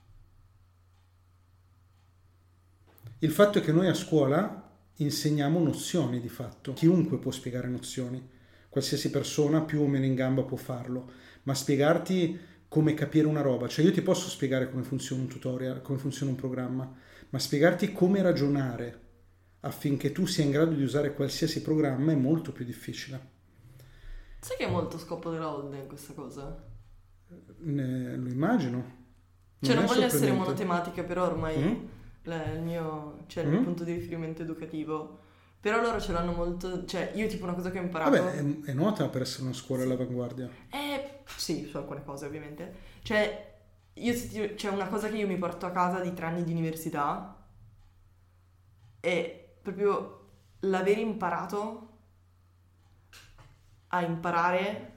Il fatto è che noi a scuola insegniamo nozioni di fatto. Chiunque può spiegare nozioni. Qualsiasi persona più o meno in gamba può farlo, ma spiegarti come capire una roba, cioè io ti posso spiegare come funziona un tutorial, come funziona un programma, ma spiegarti come ragionare affinché tu sia in grado di usare qualsiasi programma è molto più difficile. Sai che è molto scopo della Holden questa cosa? Ne, lo immagino. Non cioè non voglio essere monotematica, però ormai mm? la, il mio, cioè il mm? mio punto di riferimento educativo. Però loro ce l'hanno molto... Cioè, io tipo una cosa che ho imparato... Vabbè, è, è nota per essere una scuola sì. all'avanguardia. Eh, sì, su alcune cose ovviamente. Cioè, io c'è cioè, una cosa che io mi porto a casa di tre anni di università è proprio l'aver imparato a imparare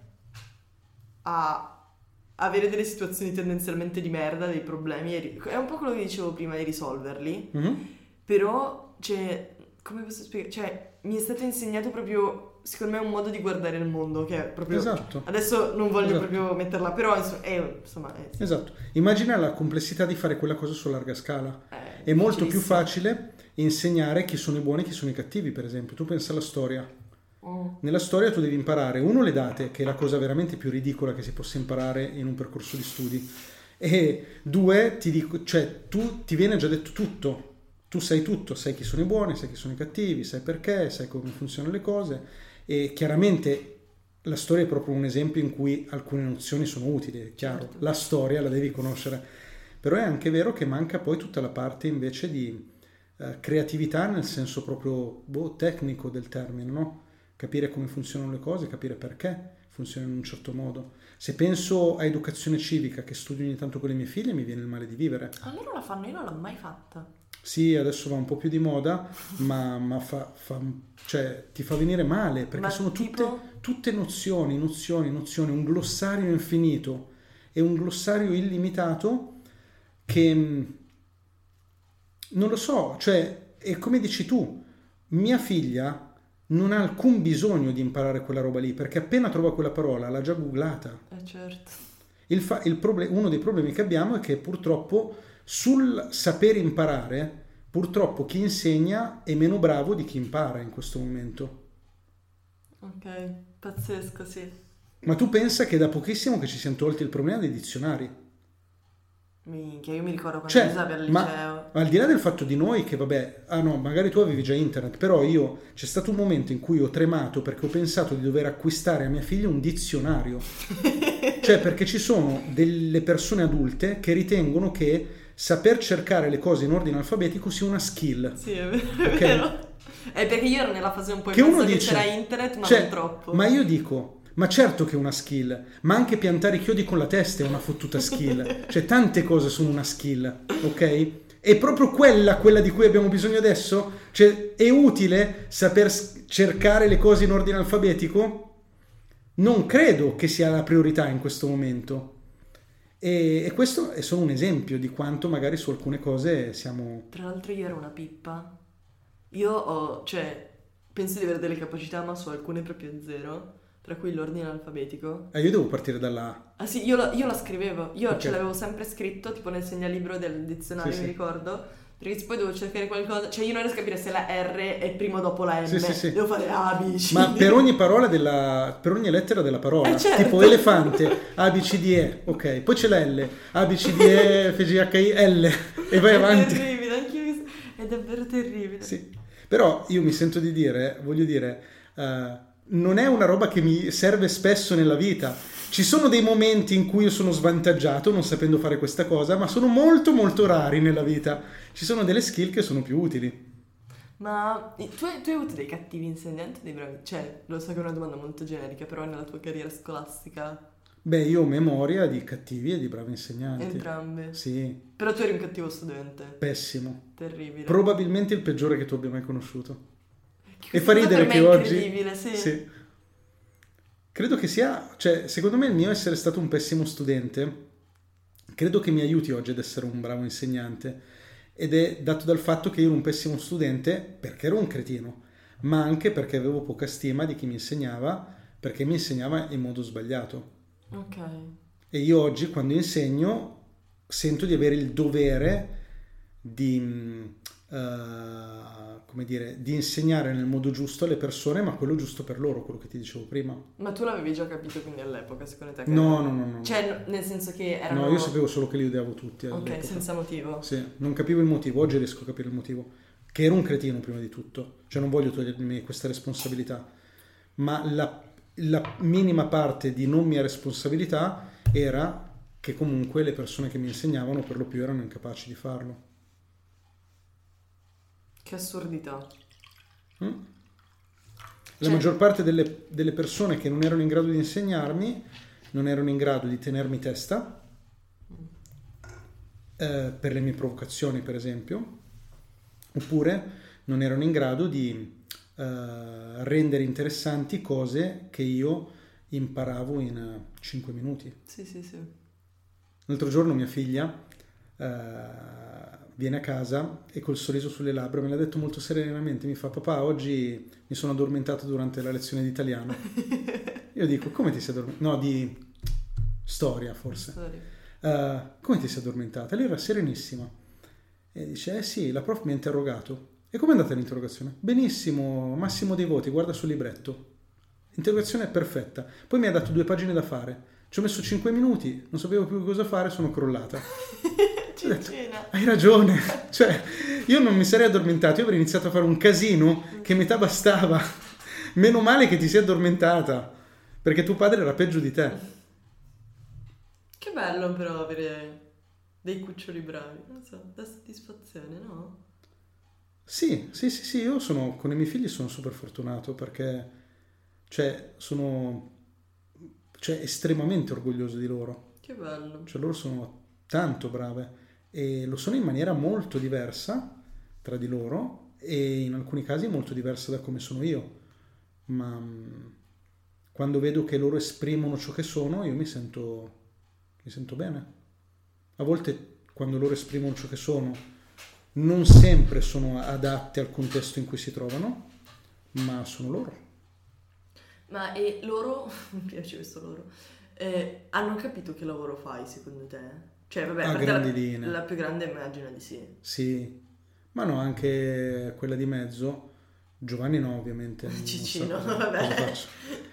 a avere delle situazioni tendenzialmente di merda, dei problemi. È un po' quello che dicevo prima di risolverli. Mm-hmm. Però, cioè... Come posso spiegare? Cioè, mi è stato insegnato proprio, secondo me, un modo di guardare il mondo che è proprio... Esatto. Adesso non voglio esatto. proprio metterla, però è, insomma... È, sì. Esatto. Immagina la complessità di fare quella cosa su larga scala. Eh, è molto più facile insegnare chi sono i buoni e chi sono i cattivi, per esempio. Tu pensa alla storia. Oh. Nella storia tu devi imparare, uno, le date, che è la cosa veramente più ridicola che si possa imparare in un percorso di studi. E due, ti dico, cioè, tu ti viene già detto tutto. Tu sai tutto, sai chi sono i buoni, sai chi sono i cattivi, sai perché, sai come funzionano le cose e chiaramente la storia è proprio un esempio in cui alcune nozioni sono utili, è chiaro, certo. La storia la devi conoscere, però è anche vero che manca poi tutta la parte invece di uh, creatività nel senso proprio boh, tecnico del termine, no? Capire come funzionano le cose, capire perché funzionano in un certo modo. Se penso a educazione civica che studio ogni tanto con le mie figlie mi viene il male di vivere. Allora la fanno, io non l'ho mai fatta. Sì, adesso va un po' più di moda, ma, ma fa, fa, cioè, ti fa venire male, perché ma sono tipo... tutte, tutte nozioni, nozioni, nozioni, un glossario infinito e un glossario illimitato che non lo so, cioè è come dici tu, mia figlia non ha alcun bisogno di imparare quella roba lì, perché appena trova quella parola l'ha già googlata. Eh certo. Il fa- il proble- uno dei problemi che abbiamo è che purtroppo sul saper imparare, purtroppo chi insegna è meno bravo di chi impara in questo momento. Ok, pazzesco, sì. Ma tu pensa che da pochissimo che ci siamo tolti il problema dei dizionari. Minchia, io mi ricordo quando Cioè, usavi al ma, liceo. ma al di là del fatto di noi che vabbè, ah no, magari tu avevi già internet, però io c'è stato un momento in cui ho tremato perché ho pensato di dover acquistare a mia figlia un dizionario. Cioè, perché ci sono delle persone adulte che ritengono che saper cercare le cose in ordine alfabetico sia una skill. Sì, è vero, è Ok? vero. È perché io ero nella fase un po' in Che uno mezzo che dice, c'era internet, ma cioè, non troppo. ma io dico, ma certo che è una skill, ma anche piantare i chiodi con la testa è una fottuta skill. Cioè, tante cose sono una skill, ok? È proprio quella, quella di cui abbiamo bisogno adesso? Cioè, è utile saper s- cercare le cose in ordine alfabetico? Non credo che sia la priorità in questo momento. E, e questo è solo un esempio di quanto magari su alcune cose siamo... Tra l'altro io ero una pippa. Io ho, cioè, penso di avere delle capacità, ma su alcune proprio zero. Tra cui l'ordine alfabetico. Eh, io devo partire dalla... Ah sì, io, la, io la scrivevo. Io Ok. ce l'avevo sempre scritto, tipo nel segnalibro del dizionario, Sì, mi sì. ricordo. Perché poi devo cercare qualcosa. Cioè, io non riesco a capire se la R è prima o dopo la M. Sì, sì, sì. Devo fare A, B, C. Ma D. per ogni parola della... per ogni lettera della parola. Eh, certo. Tipo elefante, A, B, C, D, E. Ok, poi c'è la L. A, B, C, D, E, F, G, H, I, L. E vai È avanti. terribile, anch'io mi... È davvero terribile. Sì. Però io mi sento di dire, voglio dire, eh, non è una roba che mi serve spesso nella vita. Ci sono dei momenti in cui io sono svantaggiato non sapendo fare questa cosa, ma sono molto molto rari nella vita. Ci sono delle skill che sono più utili. Ma tu hai, tu hai avuto dei cattivi insegnanti o dei bravi? Cioè, lo so che è una domanda molto generica, però nella tua carriera scolastica Beh, io ho memoria di cattivi e di bravi insegnanti. entrambe. Sì, Però tu eri un cattivo studente. pessimo. Terribile. Probabilmente il peggiore che tu abbia mai conosciuto. Che E fa questa ridere cosa che per me è oggi... incredibile, sì. Sì. Credo che sia... Cioè, secondo me il mio essere stato un pessimo studente, credo che mi aiuti oggi ad essere un bravo insegnante. Ed è dato dal fatto che io ero un pessimo studente perché ero un cretino, ma anche perché avevo poca stima di chi mi insegnava, perché mi insegnava in modo sbagliato. Ok. E io oggi, quando insegno, sento di avere il dovere di, mh, eh, come dire, di insegnare nel modo giusto alle persone, ma quello giusto per loro, quello che ti dicevo prima. Ma tu l'avevi già capito quindi all'epoca, secondo te? Che No, era- no, no, no. Cioè, n- nel senso che erano... No, io sapevo solo che li odiavo tutti Ok, all'epoca. senza motivo. Sì, non capivo il motivo, oggi riesco a capire il motivo. Che ero un cretino prima di tutto, cioè non voglio togliermi questa responsabilità, ma la, la minima parte di non mia responsabilità era che comunque le persone che mi insegnavano per lo più erano incapaci di farlo. Che assurdità. Mm? La Cioè- maggior parte delle, delle persone che non erano in grado di insegnarmi non erano in grado di tenermi testa eh, per le mie provocazioni, per esempio, oppure non erano in grado di eh, rendere interessanti cose che io imparavo in cinque minuti. Sì, sì, sì. L'altro giorno mia figlia eh, viene a casa e col sorriso sulle labbra me l'ha detto molto serenamente, mi fa: papà, oggi mi sono addormentato durante la lezione di italiano. Io dico: come ti sei addormentato? No, di storia forse. Sorry. Uh, come ti sei addormentata? Lei era serenissima e dice: eh sì, la prof mi ha interrogato. E com'è andata l'interrogazione? Benissimo, massimo dei voti, guarda sul libretto. L'interrogazione è perfetta. Poi mi ha dato due pagine da fare. Ci ho messo cinque minuti, non sapevo più cosa fare, sono crollata. Ho detto: Cicina. hai ragione, cioè io non mi sarei addormentato, io avrei iniziato a fare un casino che metà bastava. Meno male che ti sei addormentata, perché tuo padre era peggio di te. Che bello però avere dei cuccioli bravi. Non so, dà soddisfazione, no? Sì, sì, sì, sì, io sono, con i miei figli sono super fortunato perché, cioè, sono, cioè, estremamente orgoglioso di loro. Che bello. Cioè, loro sono tanto brave e lo sono in maniera molto diversa tra di loro e in alcuni casi molto diversa da come sono io. Ma mh, quando vedo che loro esprimono ciò che sono, io mi sento, mi sento bene. A volte quando loro esprimono ciò che sono non sempre sono adatte al contesto in cui si trovano, ma sono loro. Ma e loro, mi piace questo loro, eh, hanno capito che lavoro fai secondo te? Cioè vabbè, A per grandi te la, linee. la più grande immagino di sì. Sì, ma no, anche quella di mezzo. Giovanni no, ovviamente. non so Cicino, cosa- vabbè. cosa faccio.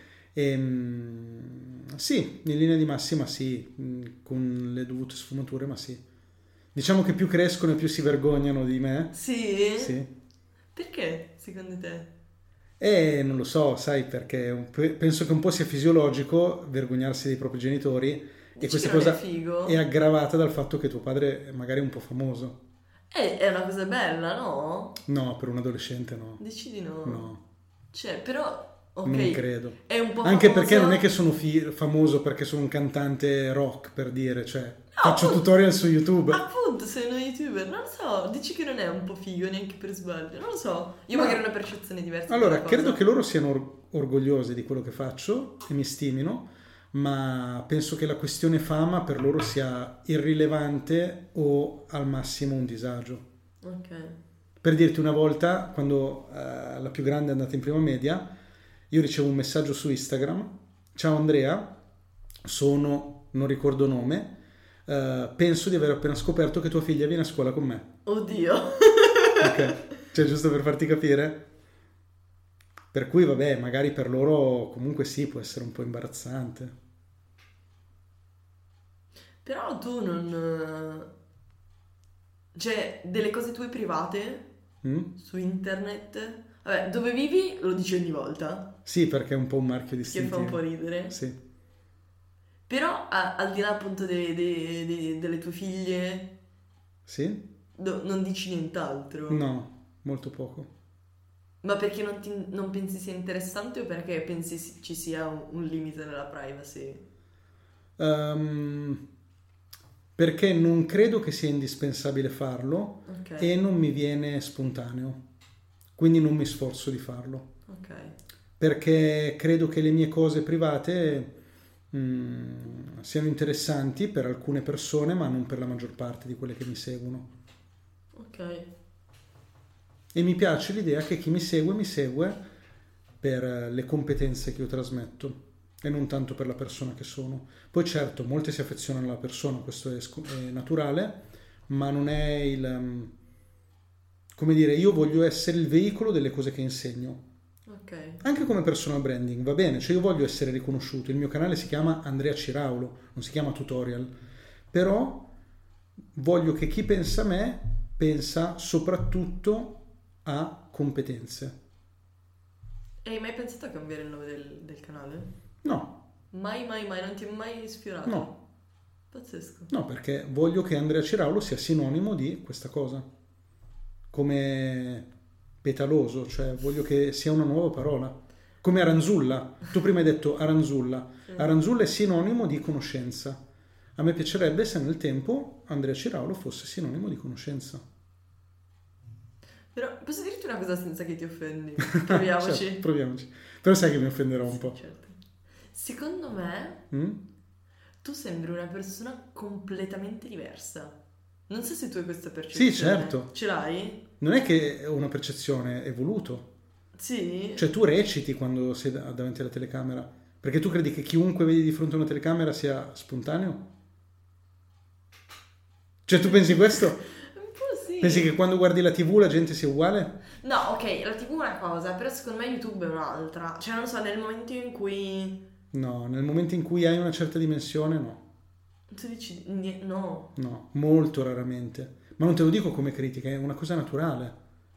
Ehm, sì, in linea di massima sì, mh, con le dovute sfumature, ma sì. Diciamo che più crescono e più si vergognano di me. Sì? Sì. Perché secondo te? E non lo so, sai, perché un po- penso che un po' sia fisiologico vergognarsi dei propri genitori e Dici questa che non cosa è figo? è aggravata dal fatto che tuo padre magari è un po' famoso. Eh, è una cosa bella, no? No, per un adolescente no. Dici di no? No, Cioè, però, ok, non credo. è un po' Anche famosa. perché non è che sono fi- famoso perché sono un cantante rock, per dire, cioè faccio appunto. tutorial su YouTube. Appunto, sei uno youtuber, non lo so, dici che non è un po' figo neanche per sbaglio, non lo so. Io Ma- magari ho una percezione diversa. Allora, della cosa. credo che loro siano or- orgogliosi di quello che faccio e mi stimino, ma penso che la questione fama per loro sia irrilevante o al massimo un disagio. Ok. Per dirti, una volta, quando eh, la più grande è andata in prima media, io ricevo un messaggio su Instagram: ciao Andrea, sono, non ricordo nome, eh, penso di aver appena scoperto che tua figlia viene a scuola con me. Oddio. Ok, cioè giusto per farti capire. Per cui vabbè, magari per loro comunque sì, può essere un po' imbarazzante. Però tu non... Cioè, delle cose tue private Mm? su internet... Vabbè, dove vivi lo dici ogni volta, Sì, perché è un po' un marchio che distintivo. fa un po' ridere. Sì. Però a- al di là appunto de- de- de- delle tue figlie, Sì? do- non dici nient'altro. No, molto poco. Ma perché non, ti- non pensi sia interessante o perché pensi si- ci sia un, un limite nella privacy? Ehm, perché non credo che sia indispensabile farlo Ok, e non mi viene spontaneo. Quindi non mi sforzo di farlo. ok. Perché credo che le mie cose private mm, siano interessanti per alcune persone, ma non per la maggior parte di quelle che mi seguono. Ok. E mi piace l'idea che chi mi segue mi segue per eh, le competenze che io trasmetto e non tanto per la persona che sono. Poi certo, molti si affezionano alla persona, questo è, sc- è naturale, ma non è il... um, come dire, io voglio essere il veicolo delle cose che insegno. Ok. Anche come personal branding, va bene, cioè io voglio essere riconosciuto. Il mio canale si chiama Andrea Ciraulo, non si chiama Tutorial. Però voglio che chi pensa a me pensa soprattutto a competenze. E hai mai pensato a cambiare il nome del, del canale? No, Mai, mai, mai, non ti è mai ispirato? no, Pazzesco. no, perché voglio che Andrea Ciraulo sia sinonimo di questa cosa. Come petaloso, cioè voglio che sia una nuova parola. Come aranzulla. Tu prima hai detto aranzulla. Sì. Aranzulla è sinonimo di conoscenza. A me piacerebbe se nel tempo Andrea Ciraulo fosse sinonimo di conoscenza. Però posso dirti una cosa senza che ti offendi? Proviamoci. Certo, proviamoci. Però sai che mi offenderò un Sì, po'. certo. Secondo me Mm? tu sembri una persona completamente diversa. Non so se tu hai questa percezione. Sì, certo. Ce l'hai? Non è che è una percezione, è voluto. Sì? Cioè tu reciti quando sei da- davanti alla telecamera. Perché tu credi che chiunque vedi di fronte a una telecamera sia spontaneo? Cioè tu pensi questo? Un po' sì. Pensi che quando guardi la tivù la gente sia uguale? No, ok, la tivù è una cosa, però secondo me YouTube è un'altra. Cioè, non lo so, nel momento in cui No, nel momento in cui hai una certa dimensione no. tu dici nie- no. No, molto raramente. Ma non te lo dico come critica, è una cosa naturale.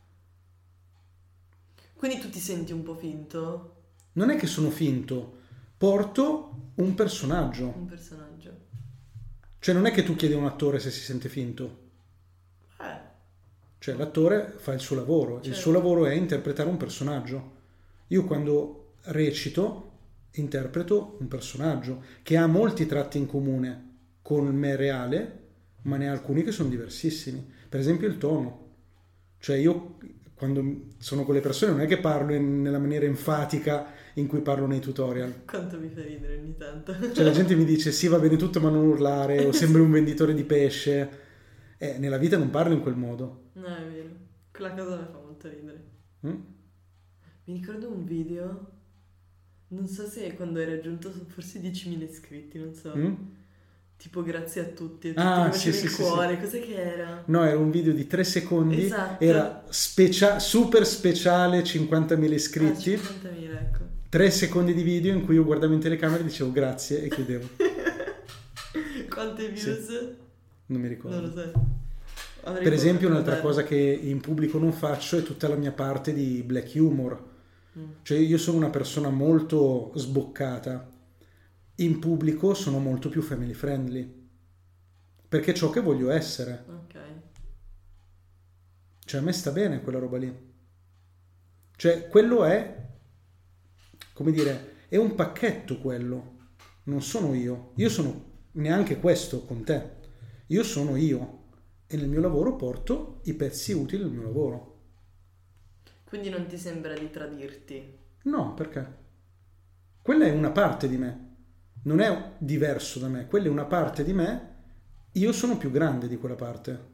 Quindi tu ti senti un po' finto? Non è che sono finto, porto un personaggio. Un personaggio. Cioè non è che tu chiedi a un attore se si sente finto. Eh, Cioè l'attore fa il suo lavoro, il Certo. suo lavoro è interpretare un personaggio. Io quando recito interpreto un personaggio che ha molti tratti in comune con me reale, ma ne ha alcuni che sono diversissimi. Per esempio il tono. Cioè io quando sono con le persone non è che parlo in- nella maniera enfatica in cui parlo nei tutorial. quanto mi fa ridere ogni tanto. Cioè la gente mi dice sì va bene tutto ma non urlare o sembri un venditore di pesce. Eh, nella vita non parlo in quel modo. No, è vero. Quella cosa mi fa molto ridere. Mm? Mi ricordo un video, non so se quando hai raggiunto forse diecimila iscritti, non so. Mm? Tipo grazie a tutti, a tutti Ah, che sì, facevi sì, il sì, cuore, sì. cos'è che era? No, era un video di tre secondi, Esatto. era specia- super speciale, cinquantamila Ah, iscritti, cinquantamila, ecco. tre secondi di video in cui io guardavo in telecamera e dicevo grazie e chiudevo. Quante views? Sì. Non mi ricordo. Non lo so. Avrei Per esempio paura, un'altra vabbè. cosa che in pubblico non faccio è tutta la mia parte di black humor. Mm. Cioè io sono una persona molto sboccata, in pubblico sono molto più family friendly, perché è ciò che voglio essere. Ok. Cioè a me sta bene quella roba lì. Cioè quello è, come dire, è un pacchetto quello, non sono io. Io sono neanche questo con te. Io sono io e nel mio lavoro porto i pezzi utili del mio lavoro. Quindi non ti sembra di tradirti? No, perché? Quella è una parte di me, non è diverso da me, quella è una parte di me, io sono più grande di quella parte.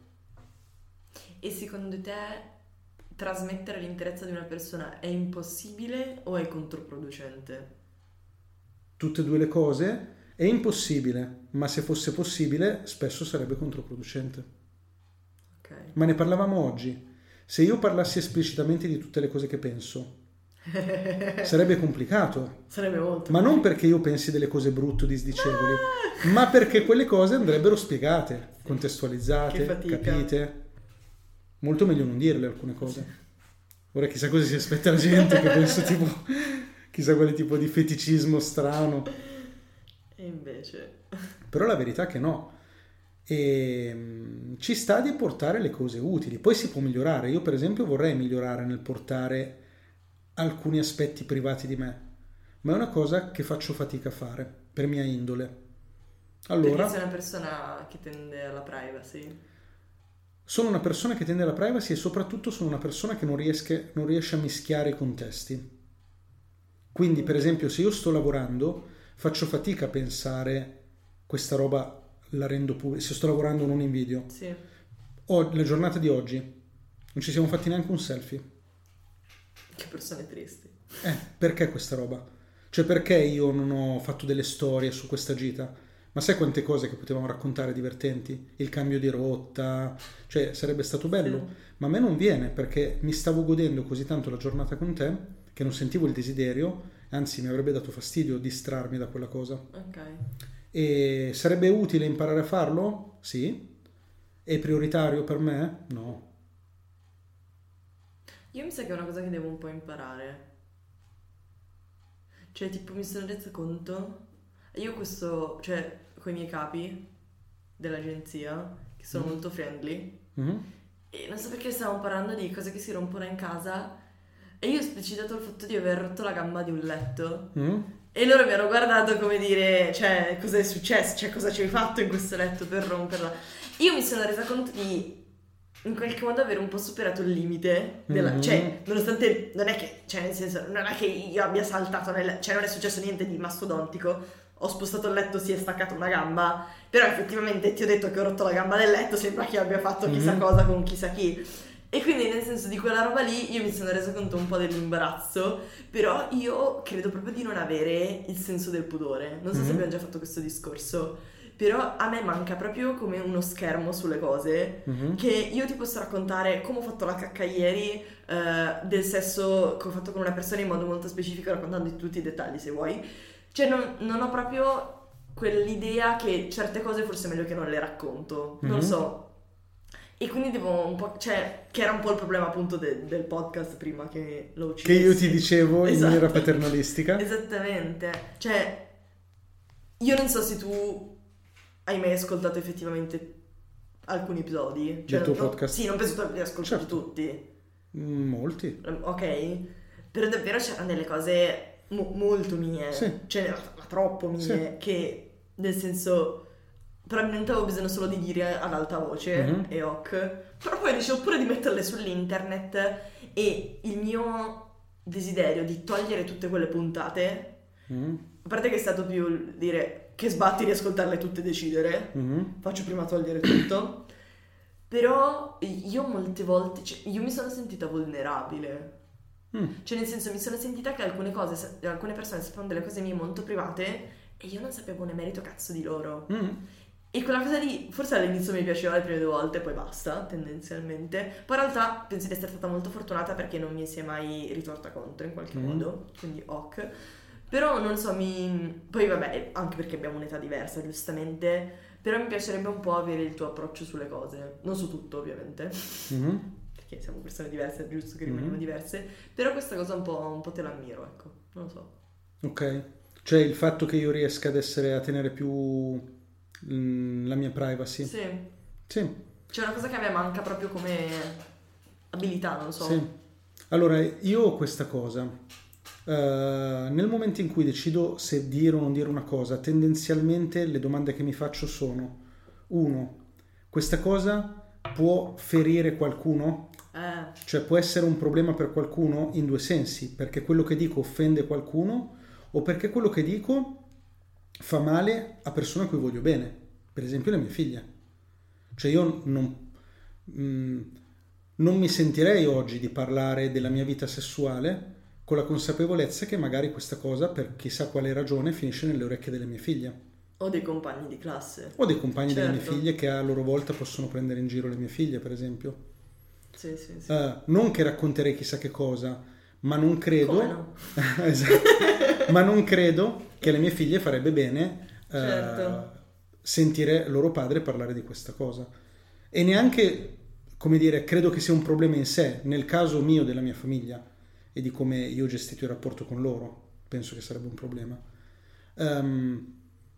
E secondo te trasmettere l'interezza di una persona è impossibile o è controproducente? Tutte e due le cose è impossibile, ma se fosse possibile spesso sarebbe controproducente. Ok. Ma ne parlavamo oggi. Se io parlassi esplicitamente di tutte le cose che penso, sarebbe complicato. Sarebbe molto. Ma non perché io pensi delle cose brutte o disdicevoli, ma perché quelle cose andrebbero spiegate, Che contestualizzate, fatica. capite. Molto meglio non dirle alcune cose. Ora chissà cosa si aspetta la gente, che penso tipo, chissà quale tipo di feticismo strano. E invece... Però la verità è che no. E mm, ci sta di portare le cose utili. Poi si può migliorare. Io per esempio vorrei migliorare nel portare alcuni aspetti privati di me, ma è una cosa che faccio fatica a fare per mia indole. Allora, Perché sei una persona che tende alla privacy? sono una persona che tende alla privacy e soprattutto sono una persona che non riesce, non riesce a mischiare i contesti. Quindi per esempio se io sto lavorando faccio fatica a pensare questa roba la rendo pubblica, se sto lavorando non in video. Sì. O la giornata di oggi non ci siamo fatti neanche un selfie. Che persone tristi. Eh, perché questa roba? Cioè perché io non ho fatto delle storie su questa gita? Ma sai quante cose che potevamo raccontare divertenti? Il cambio di rotta, cioè sarebbe stato bello, Sì. ma a me non viene perché mi stavo godendo così tanto la giornata con te che non sentivo il desiderio, anzi mi avrebbe dato fastidio distrarmi da quella cosa. Ok. E sarebbe utile imparare a farlo? Sì. È prioritario per me? No. Io mi sa che è una cosa che devo un po' imparare. Cioè, tipo, mi sono resa conto. Io questo, cioè, con i miei capi dell'agenzia, che sono Mm. molto friendly, Mhm. e non so perché stavamo parlando di cose che si rompono in casa, e io ho esplicitato il fatto di aver rotto la gamba di un letto. Mm? E loro mi hanno guardato come dire, cioè, cosa è successo? Cioè, cosa ci hai fatto in questo letto per romperla? Io mi sono resa conto di, in qualche modo, aver un po' superato il limite della... Mhm. Cioè, nonostante, non è che, cioè, nel senso, non è che io abbia saltato nel... Cioè, non è successo niente di mastodontico. Ho spostato il letto, si è staccata una gamba, però effettivamente ti ho detto che ho rotto la gamba del letto, sembra che abbia fatto chissà Mhm. cosa con chissà chi. E quindi nel senso di quella roba lì io mi sono resa conto un po' dell'imbarazzo, però io credo proprio di non avere il senso del pudore. Non so se Mhm. abbiamo già fatto questo discorso, però a me manca proprio come uno schermo sulle cose, Mhm. che io ti posso raccontare come ho fatto la cacca ieri, eh, del sesso che ho fatto con una persona in modo molto specifico, raccontando tutti i dettagli se vuoi. Cioè non, non ho proprio quell'idea che certe cose forse è meglio che non le racconto, non lo Mhm. so. E quindi devo un po', cioè, che era un po' il problema appunto de- del podcast prima che lo Che uccidessi. io ti dicevo in Esatto. maniera paternalistica. Esattamente. Cioè, io non so se tu hai mai ascoltato effettivamente alcuni episodi. Cioè, Del tuo non- podcast? Sì, non penso tu abbia ascoltato Certo. tutti. Mm, Molti. Ok? Però davvero c'erano delle cose mo- molto mie. Sì. Cioè, ma, ma troppo mie. Sì. Che, nel senso... Probabilmente avevo bisogno solo di dire ad alta voce Mhm. e ok. Però poi riuscivo pure di metterle sull'internet e il mio desiderio di togliere tutte quelle puntate, Mm. a parte che è stato più il dire che sbatti di ascoltarle tutte e decidere, Mhm. faccio prima togliere tutto, Però io molte volte, cioè, io mi sono sentita vulnerabile. Mm. Cioè nel senso mi sono sentita che alcune cose, alcune persone sapevano delle cose mie molto private e io non sapevo ne merito cazzo di loro. Mm. E quella cosa lì, forse all'inizio mi piaceva le prime due volte, poi basta, tendenzialmente. Poi in realtà penso di essere stata molto fortunata perché non mi si è mai ritorta contro in qualche Mm. modo, quindi ok. Però non so, mi... Poi vabbè, anche perché abbiamo un'età diversa, giustamente, però mi piacerebbe un po' avere il tuo approccio sulle cose. Non su tutto, ovviamente, Mm. perché siamo persone diverse, è giusto che rimaniamo Mm. diverse, però questa cosa un po', un po' te l'ammiro, ecco, non lo so. Ok, cioè il fatto che io riesca ad essere, a tenere più mm, la mia privacy. Sì. Sì, C'è una cosa che a me manca proprio come abilità, non lo so. sì. Allora, io ho questa cosa. Eh, nel momento in cui decido se dire o non dire una cosa, tendenzialmente le domande che mi faccio sono: uno, questa cosa può ferire qualcuno? Eh, Cioè può essere un problema per qualcuno in due sensi, perché quello che dico offende qualcuno o perché quello che dico fa male a persone a cui voglio bene, per esempio le mie figlie. Cioè io non, mm, non mi sentirei oggi di parlare della mia vita sessuale con la consapevolezza che magari questa cosa, per chissà quale ragione, finisce nelle orecchie delle mie figlie. ho dei compagni di classe. O dei compagni delle mie Certo. figlie che a loro volta possono prendere in giro le mie figlie, per esempio. Sì, sì, sì. Eh, non che racconterei chissà che cosa, ma non credo, Come no? Esatto. Ma non credo che alle mie figlie farebbe bene eh, Certo. sentire loro padre parlare di questa cosa. E neanche, come dire, credo che sia un problema in sé, nel caso mio della mia famiglia e di come io ho gestito il rapporto con loro, penso che sarebbe un problema. Ehm,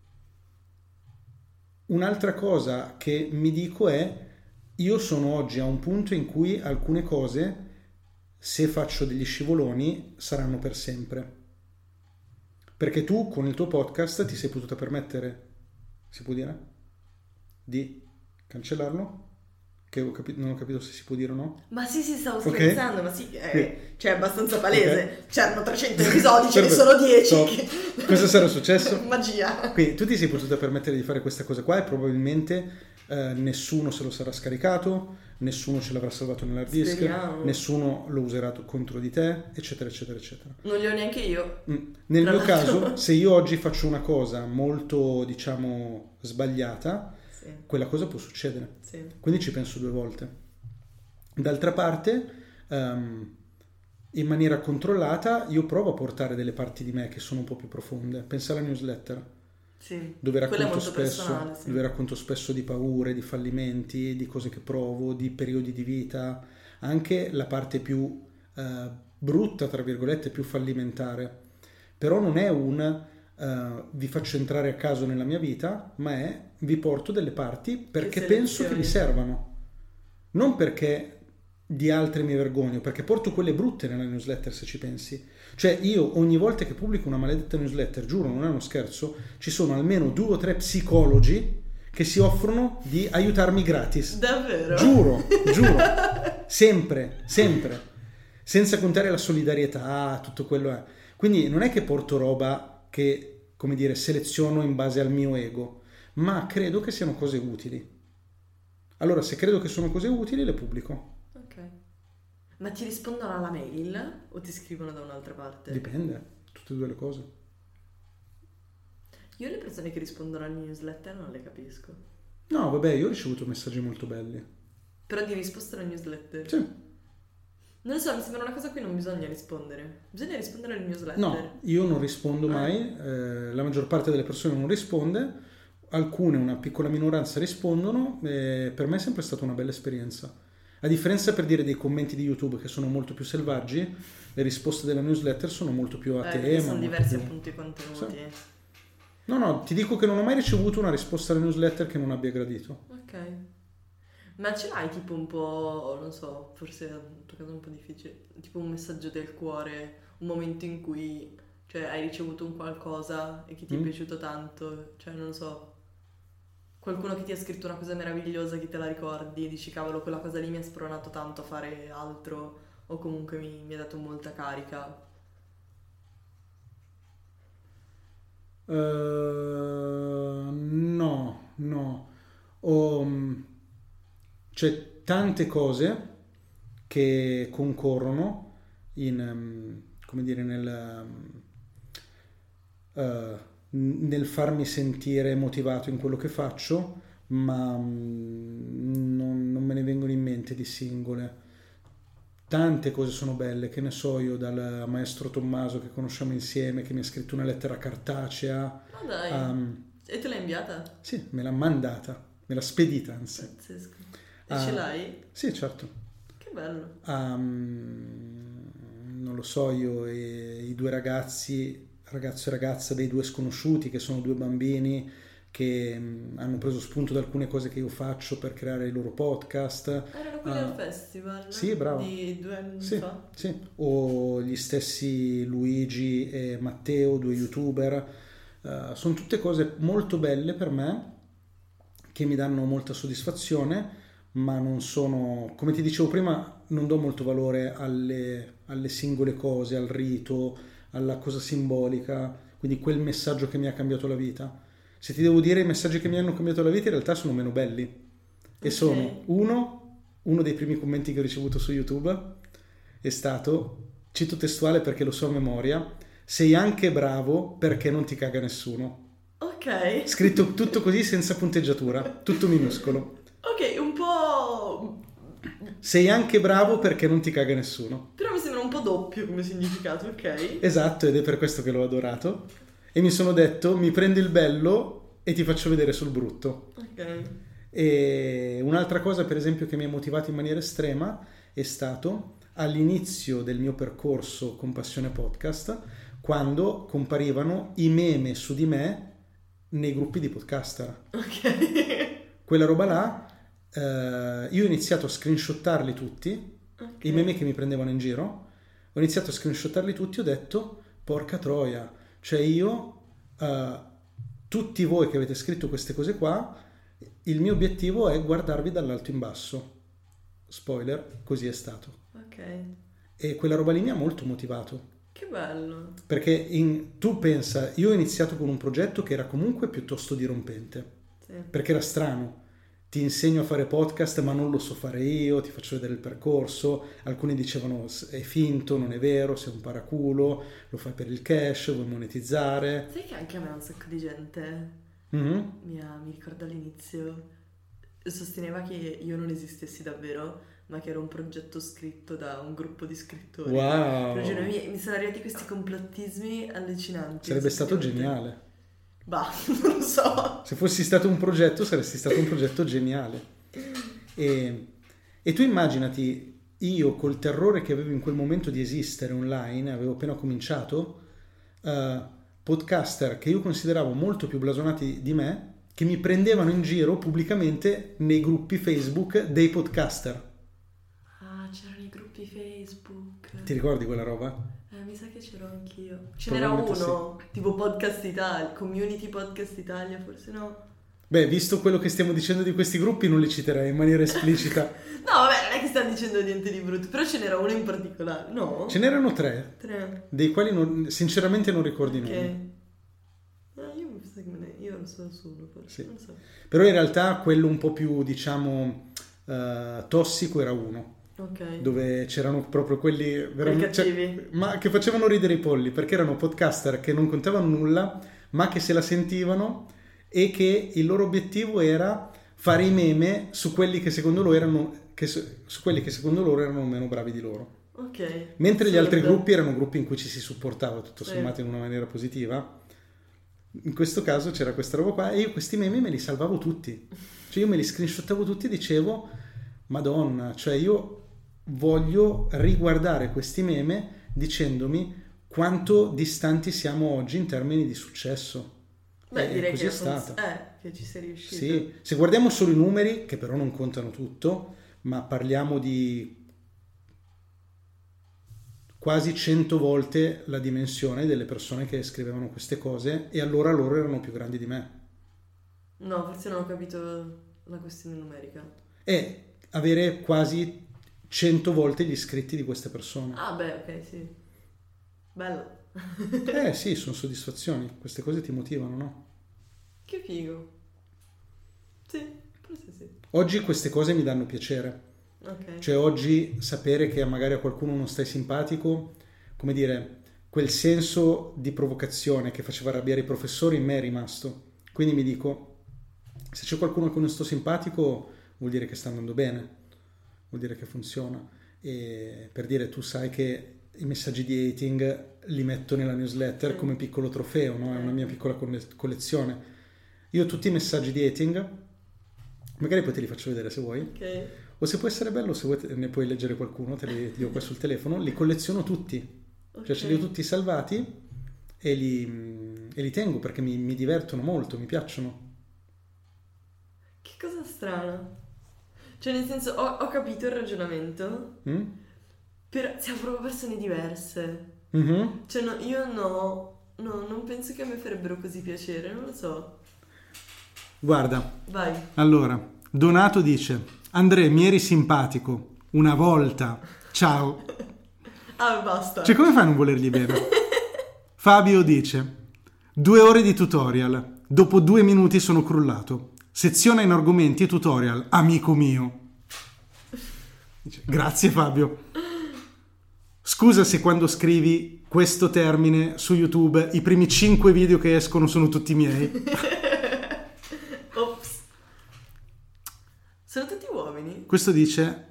un'altra cosa che mi dico è: io sono oggi a un punto in cui alcune cose, se faccio degli scivoloni, saranno per sempre. Perché tu con il tuo podcast ti sei potuta permettere, si può dire, di cancellarlo? Che ho capi- non ho capito se si può dire o no. Ma sì, sì, stavo Ok. scherzando, ma sì, eh, Sì. cioè è abbastanza palese. Ok. C'erano trecento episodi, ce ne Perfetto. sono dieci. Top. Che- Cosa sarà successo? Magia. Quindi tu ti sei potuta permettere di fare questa cosa qua e probabilmente eh, nessuno se lo sarà scaricato, nessuno ce l'avrà salvato nell'hard disk, Speriamo. nessuno lo userà contro di te, eccetera, eccetera, eccetera. Non li ho neanche io. Mm. Nel Tra mio l'altro. caso, se io oggi faccio una cosa molto, diciamo, sbagliata, Sì, quella cosa può succedere. sì. Quindi ci penso due volte. D'altra parte, ehm, in maniera controllata, io provo a portare delle parti di me che sono un po' più profonde. Pensa alla newsletter, Sì. dove Quella è racconto molto spesso, personale, sì. dove racconto spesso di paure, di fallimenti, di cose che provo, di periodi di vita, anche la parte più eh, brutta, tra virgolette, più fallimentare. Però non è un eh, vi faccio entrare a caso nella mia vita, ma è vi porto delle parti perché Che penso che vi selezioni. servano. Non perché di altre mi vergogno, perché porto quelle brutte nella newsletter, se ci pensi. Cioè io ogni volta che pubblico una maledetta newsletter, giuro, non è uno scherzo, ci sono almeno due o tre psicologi che si offrono di aiutarmi gratis. Davvero? Giuro, giuro. Sempre, sempre. Senza contare la solidarietà, tutto quello è. Quindi non è che porto roba che, come dire, seleziono in base al mio ego, ma credo che siano cose utili. Allora, se credo che sono cose utili, le pubblico. Ok. Ma ti rispondono alla mail o ti scrivono da un'altra parte? Dipende, tutte e due le cose. Io le persone che rispondono alle newsletter non le capisco. No, vabbè, io ho ricevuto messaggi molto belli. Però di risposta alla newsletter? Sì. Non lo so, mi sembra una cosa a cui non bisogna rispondere. Bisogna rispondere alle newsletter. No, io non rispondo Ah. mai, eh, la maggior parte delle persone non risponde, alcune, una piccola minoranza rispondono, e per me è sempre stata una bella esperienza. A differenza, per dire, dei commenti di YouTube che sono molto più selvaggi, le risposte della newsletter sono molto più a Eh, tema. perché sono molto diversi più- appunto i contenuti. No, no, ti dico che non ho mai ricevuto una risposta alla newsletter che non abbia gradito. Ok. Ma ce l'hai tipo un po', non so, forse è un tuo caso un po' difficile, tipo un messaggio del cuore, un momento in cui, cioè, hai ricevuto un qualcosa e che ti è Mm. piaciuto tanto, cioè, non lo so, qualcuno che ti ha scritto una cosa meravigliosa che te la ricordi e dici, cavolo, quella cosa lì mi ha spronato tanto a fare altro o comunque mi, mi ha dato molta carica. Eh, no, no. Ho, mm, Cioè, tante cose che concorrono in, um, come dire, nel, um, uh, nel farmi sentire motivato in quello che faccio, ma um, non, non me ne vengono in mente di singole. Tante cose sono belle, che ne so io, dal maestro Tommaso che conosciamo insieme, che mi ha scritto una lettera cartacea. Ma dai, um, e te l'hai inviata? Sì, me l'ha mandata, me l'ha spedita anzi. Pazzesco. E uh, ce l'hai? Sì, certo. Che bello. Um, non lo so io, i, i due ragazzi, ragazzo e ragazza dei due sconosciuti, che sono due bambini che um, hanno preso spunto da alcune cose che io faccio per creare i loro podcast. Erano quelli uh, al festival? Sì, bravo. Di due anni sì, fa? Sì, o gli stessi Luigi e Matteo, due youtuber. Uh, sono tutte cose molto belle per me, che mi danno molta soddisfazione, ma non sono, come ti dicevo prima, non do molto valore alle, alle singole cose, al rito, alla cosa simbolica, quindi quel messaggio che mi ha cambiato la vita. Se ti devo dire i messaggi che mi hanno cambiato la vita, in realtà sono meno belli. E okay. sono, uno, uno dei primi commenti che ho ricevuto su YouTube è stato, cito testuale perché lo so a memoria, sei anche bravo perché non ti caga nessuno. Ok. Scritto tutto così senza punteggiatura, tutto minuscolo. Ok, un po'... Sei anche bravo perché non ti caga nessuno. Però mi sembra un po' doppio come significato, ok? Esatto, ed è per questo che l'ho adorato. E mi sono detto, mi prendi il bello e ti faccio vedere sul brutto. Ok. E un'altra cosa, per esempio, che mi ha motivato in maniera estrema è stato all'inizio del mio percorso con Passione Podcast, quando comparivano i meme su di me nei gruppi di podcaster. Ok. Quella roba là, eh, io ho iniziato a screenshottarli tutti, okay. I meme che mi prendevano in giro, ho iniziato a screenshottarli tutti, ho detto, porca troia, cioè io, eh, tutti voi che avete scritto queste cose qua, il mio obiettivo è guardarvi dall'alto in basso. Spoiler, così è stato. Ok. E quella roba lì mi ha molto motivato. Che bello. Perché in, tu pensa, io ho iniziato con un progetto che era comunque piuttosto dirompente. Sì. Perché era strano. Ti insegno a fare podcast ma non lo so fare io, ti faccio vedere il percorso. Alcuni dicevano è finto, non è vero, sei un paraculo, lo fai per il cash, vuoi monetizzare. Sai che anche a me un sacco di gente mm-hmm. mi, ha, mi ricordo all'inizio sosteneva che io non esistessi davvero, ma che era un progetto scritto da un gruppo di scrittori. Wow. Però, cioè, mi, mi sono arrivati questi complottismi allucinanti. Sarebbe stato geniale. Bah, non lo so. Se fossi stato un progetto, saresti stato un progetto geniale. E, e tu immaginati, io col terrore che avevo in quel momento di esistere online, avevo appena cominciato, uh, podcaster che io consideravo molto più blasonati di me, che mi prendevano in giro pubblicamente nei gruppi Facebook dei podcaster. Ah, c'erano i gruppi Facebook. Ti ricordi quella roba? Eh, mi sa che c'ero anch'io. Ce n'era uno, sì. Tipo Podcast Italia, Community Podcast Italia, forse no? Beh, visto quello che stiamo dicendo di questi gruppi, non li citerei in maniera esplicita. No, vabbè, non è che stiamo dicendo niente di brutto, però ce n'era uno in particolare, no? Ce n'erano tre. Tre. Dei quali non, sinceramente non ricordo i okay. nomi. Ah, io mi sa che me ne... io non so solo, forse. Sì. Non so. Però in realtà quello un po' più, diciamo, uh, tossico era uno. Okay. Dove c'erano proprio quelli veramente, cioè, ma che facevano ridere i polli, perché erano podcaster che non contavano nulla ma che se la sentivano e che il loro obiettivo era fare i meme su quelli che secondo loro erano che su, su quelli che secondo loro erano meno bravi di loro. Okay. Mentre Assurdo. Gli altri gruppi erano gruppi in cui ci si supportava tutto sì. sommato in una maniera positiva. In questo caso c'era questa roba qua e io questi meme me li salvavo tutti, cioè io me li screenshottavo tutti e dicevo Madonna, cioè io voglio riguardare questi meme dicendomi quanto distanti siamo oggi in termini di successo. Beh, e direi così che è stato. Eh, che ci sei riuscito. Sì, se guardiamo solo i numeri, che però non contano tutto, ma parliamo di quasi cento volte la dimensione delle persone che scrivevano queste cose e allora loro erano più grandi di me. No, forse non ho capito la questione numerica. E avere quasi cento volte gli iscritti di queste persone. Ah beh, ok, sì. Bello. Eh sì, sono soddisfazioni. Queste cose ti motivano, no? Che figo. Sì, forse sì. Oggi queste cose mi danno piacere. Ok. Cioè oggi sapere che magari a qualcuno non stai simpatico, come dire, quel senso di provocazione che faceva arrabbiare i professori in me è rimasto. Quindi mi dico, se c'è qualcuno a cui non sto simpatico vuol dire che sta andando bene, vuol dire che funziona. E per dire, tu sai che i messaggi di hating li metto nella newsletter come piccolo trofeo, no? È una mia piccola collezione. Io tutti i messaggi di hating, magari poi te li faccio vedere se vuoi. Ok. O se può essere bello, se vuoi ne puoi leggere qualcuno, te li, li ho qua sul telefono, li colleziono tutti. Ok. Cioè ce li ho tutti salvati e li, e li tengo perché mi, mi divertono molto, mi piacciono. Che cosa strana. Cioè, nel senso, ho, ho capito il ragionamento, Mm? però siamo proprio persone diverse. Mhm. Cioè, no, io no, no, non penso che a me farebbero così piacere, non lo so. Guarda, Vai. allora, Donato dice: Andrea, mi eri simpatico una volta, ciao. Ah, basta. Cioè, come fai a non volergli bene? Fabio dice: due ore di tutorial, dopo due minuti sono crollato. Sezione in argomenti e tutorial, amico mio. Dice, grazie Fabio. Scusa se quando scrivi questo termine su YouTube i primi cinque video che escono sono tutti miei. Ops. Sono tutti uomini? Questo dice: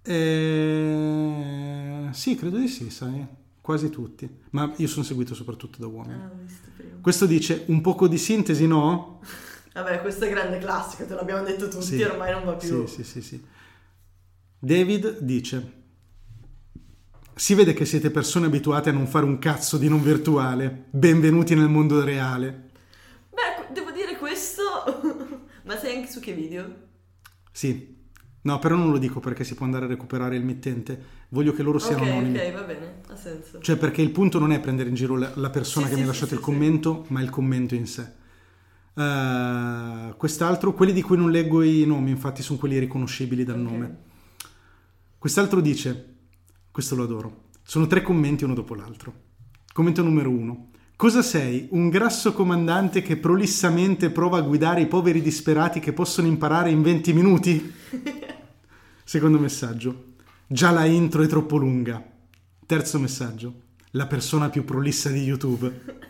eh... sì, credo di sì, sai, quasi tutti. Ma io sono seguito soprattutto da uomini. Ah, ho visto prima. Questo dice: un poco di sintesi, no? Vabbè, questo è grande classico, te l'abbiamo detto tutti, Sì. ormai non va più. Sì, sì, sì, sì. David dice: si vede che siete persone abituate a non fare un cazzo di non virtuale. Benvenuti nel mondo reale. Beh, devo dire questo... Ma sai anche su che video? Sì. No, però non lo dico perché si può andare a recuperare il mittente. Voglio che loro siano Ok, anonimi. ok, va bene, ha senso. Cioè, perché il punto non è prendere in giro la, la persona Sì, che sì, mi ha sì, lasciato sì, il sì. commento, ma il commento in sé. Uh, quest'altro, quelli di cui non leggo i nomi, infatti sono quelli riconoscibili dal Ok. nome. Quest'altro dice: questo lo adoro. Sono tre commenti uno dopo l'altro. Commento numero uno: cosa sei? Un grasso comandante che prolissamente prova a guidare i poveri disperati che possono imparare in venti minuti? Secondo messaggio: già la intro è troppo lunga. Terzo messaggio: la persona più prolissa di YouTube.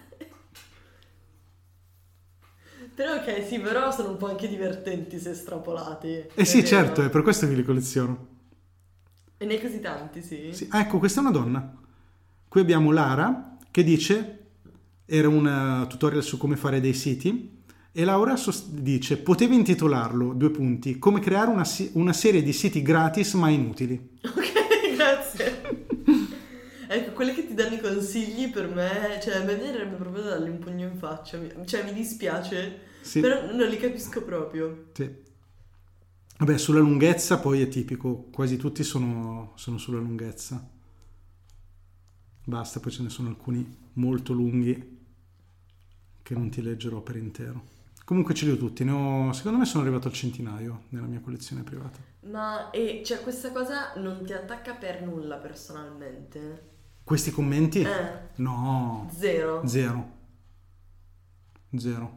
Però ok, sì, però sono un po' anche divertenti se estrapolati. Eh sì, È vero. certo, è per questo che li colleziono. E ne hai così tanti, sì? Sì. Ah, ecco, questa è una donna. Qui abbiamo Lara che dice: era un uh, tutorial su come fare dei siti, e Laura sost- dice: potevi intitolarlo, due punti, come creare una, si- una serie di siti gratis ma inutili. Ok, grazie. Ecco, quelli che ti danno i consigli per me, cioè a me verrebbe proprio da dargli un pugno in faccia, mi- cioè mi dispiace, Sì. però non li capisco proprio. Sì. Vabbè, sulla lunghezza poi è tipico, quasi tutti sono, sono sulla lunghezza. Basta, poi ce ne sono alcuni molto lunghi che non ti leggerò per intero. Comunque ce li ho tutti, ne ho, secondo me sono arrivato al centinaio nella mia collezione privata. Ma, e cioè questa cosa non ti attacca per nulla personalmente? Questi commenti? Eh, No, zero. zero. Zero.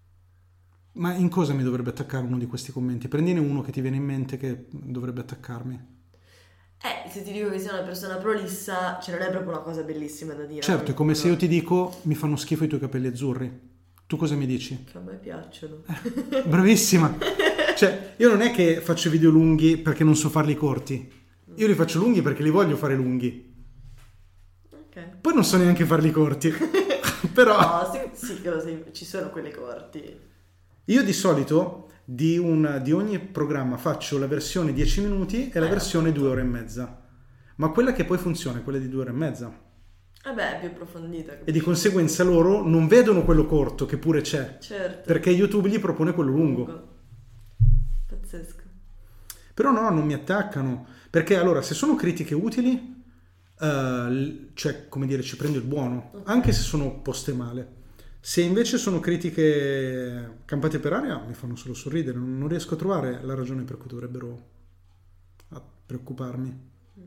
Ma in cosa mi dovrebbe attaccare uno di questi commenti? Prendine uno che ti viene in mente che dovrebbe attaccarmi. Eh, se ti dico che sei una persona prolissa, cioè non è proprio una cosa bellissima da dire. Certo, è come se No. io ti dico: mi fanno schifo i tuoi capelli azzurri. Tu cosa mi dici? Che a me piacciono. Bravissima! Cioè, io non è che faccio video lunghi perché non so farli corti. Io li faccio lunghi perché li voglio fare lunghi. Ok. Poi non so neanche farli corti. Però No, sì, sì, che lo sai, ci sono quelli corti. io di solito di, un, di ogni programma faccio la versione dieci minuti e la Eh, versione due ore e mezza. Ma quella che poi funziona è quella di due ore e mezza. Vabbè, è più approfondita. E di conseguenza loro non vedono quello corto, che pure c'è. Certo. Perché YouTube gli propone quello lungo. Pazzesco. Però no, non mi attaccano. Perché allora, se sono critiche utili, eh, cioè, come dire, ci prendo il buono. Anche se sono poste male. Se invece sono critiche campate per aria, mi fanno solo sorridere. Non, non riesco a trovare la ragione per cui dovrebbero a preoccuparmi.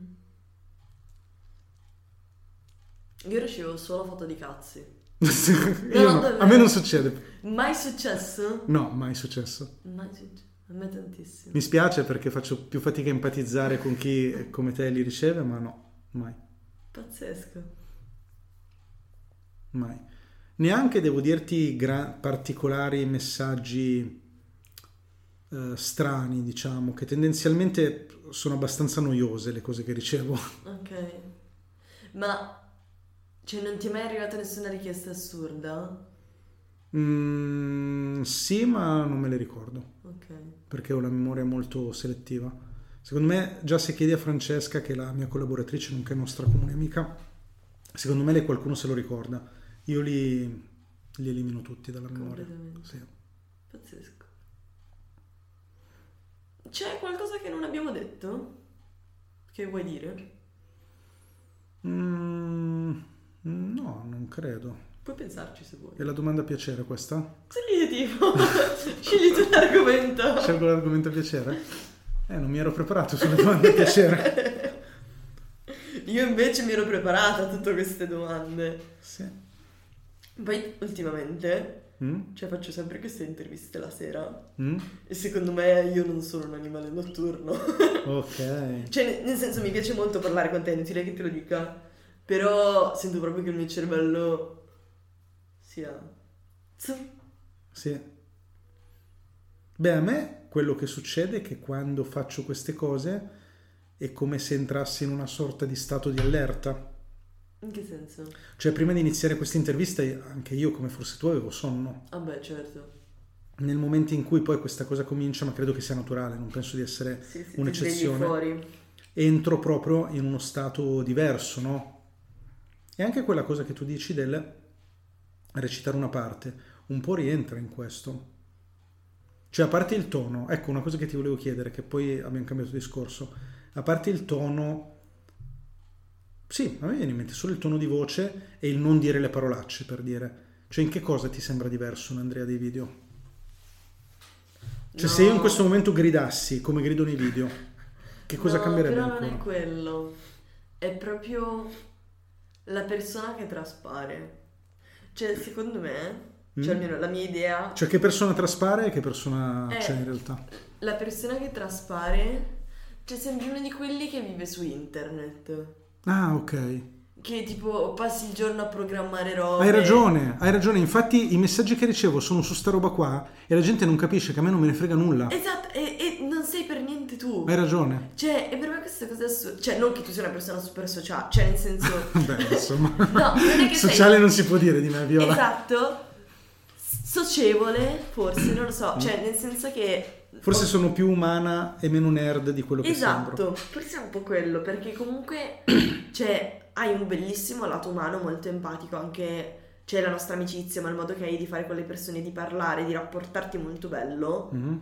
Io ricevo solo foto di cazzi. Io No, no, davvero. a me non succede. Mai successo? No, mai successo. Mai successo. A me tantissimo. Mi spiace perché faccio più fatica a empatizzare con chi come te li riceve, ma no, mai. Pazzesco. Mai. Neanche devo dirti gra- particolari messaggi eh, strani, diciamo, che tendenzialmente sono abbastanza noiose le cose che ricevo. Ok. Ma cioè non ti è mai arrivata nessuna richiesta assurda? Mm, sì, ma non me le ricordo. Ok. Perché ho la memoria molto selettiva. Secondo me, già se chiedi a Francesca, che è la mia collaboratrice, nonché nostra comune amica, secondo me lei qualcuno se lo ricorda. Io li, li elimino tutti dalla memoria. Completamente. Sì. Pazzesco. C'è qualcosa che non abbiamo detto? Che vuoi dire? Mm, no, non credo. Puoi pensarci se vuoi. È la domanda a piacere questa? Sì, tipo, scegli tu l'argomento. Scelgo l'argomento a piacere? Eh, non mi ero preparato sulle domande a piacere. Io invece mi ero preparata a tutte queste domande. Sì. Poi ultimamente, Mm? cioè faccio sempre queste interviste la sera Mm? e secondo me io non sono un animale notturno. Ok. Cioè nel senso mi piace molto parlare con te, è inutile che te lo dica, però sento proprio che il mio cervello sia... Sì. Beh, a me quello che succede è che quando faccio queste cose è come se entrassi in una sorta di stato di allerta. In che senso? Cioè, prima di iniziare questa intervista, anche io, come forse tu, avevo sonno. Ah beh, certo. Nel momento in cui poi questa cosa comincia, ma credo che sia naturale, non penso di essere Sì, sì, un'eccezione, ti svegli fuori. entro proprio in uno stato diverso, no? E anche quella cosa che tu dici del recitare una parte, un po' rientra in questo. Cioè, a parte il tono, ecco una cosa che ti volevo chiedere, che poi abbiamo cambiato discorso, a parte il tono, sì, a me viene in mente solo il tono di voce e il non dire le parolacce, per dire. Cioè, in che cosa ti sembra diverso un Andrea dei video? Cioè, No. se io in questo momento gridassi come grido nei video, che cosa No, cambierebbe però ancora? non è quello, è proprio la persona che traspare. Cioè, secondo me, cioè Mm? almeno la mia idea, Cioè, che persona traspare e che persona Eh. c'è in realtà? la persona che traspare, cioè sembri uno di quelli che vive su internet, Ah, ok. che tipo passi il giorno a programmare robe. Hai ragione, hai ragione. Infatti i messaggi che ricevo sono su sta roba qua e la gente non capisce che a me non me ne frega nulla. Esatto, e, e non sei per niente tu. Hai ragione. Cioè, e per me questa cosa è assurda. Cioè, non che tu sia una persona super sociale, cioè nel senso... Beh, insomma, No, non è che sei- sociale non si può dire di me, Viola. Esatto, socievole, forse, non lo so, cioè nel senso che... Forse sono più umana e meno nerd di quello che sembro. Esatto, forse è un po' quello, perché comunque, cioè, hai un bellissimo lato umano, molto empatico, anche, c'è la nostra amicizia, ma il modo che hai di fare con le persone, di parlare, di rapportarti è molto bello. Mhm.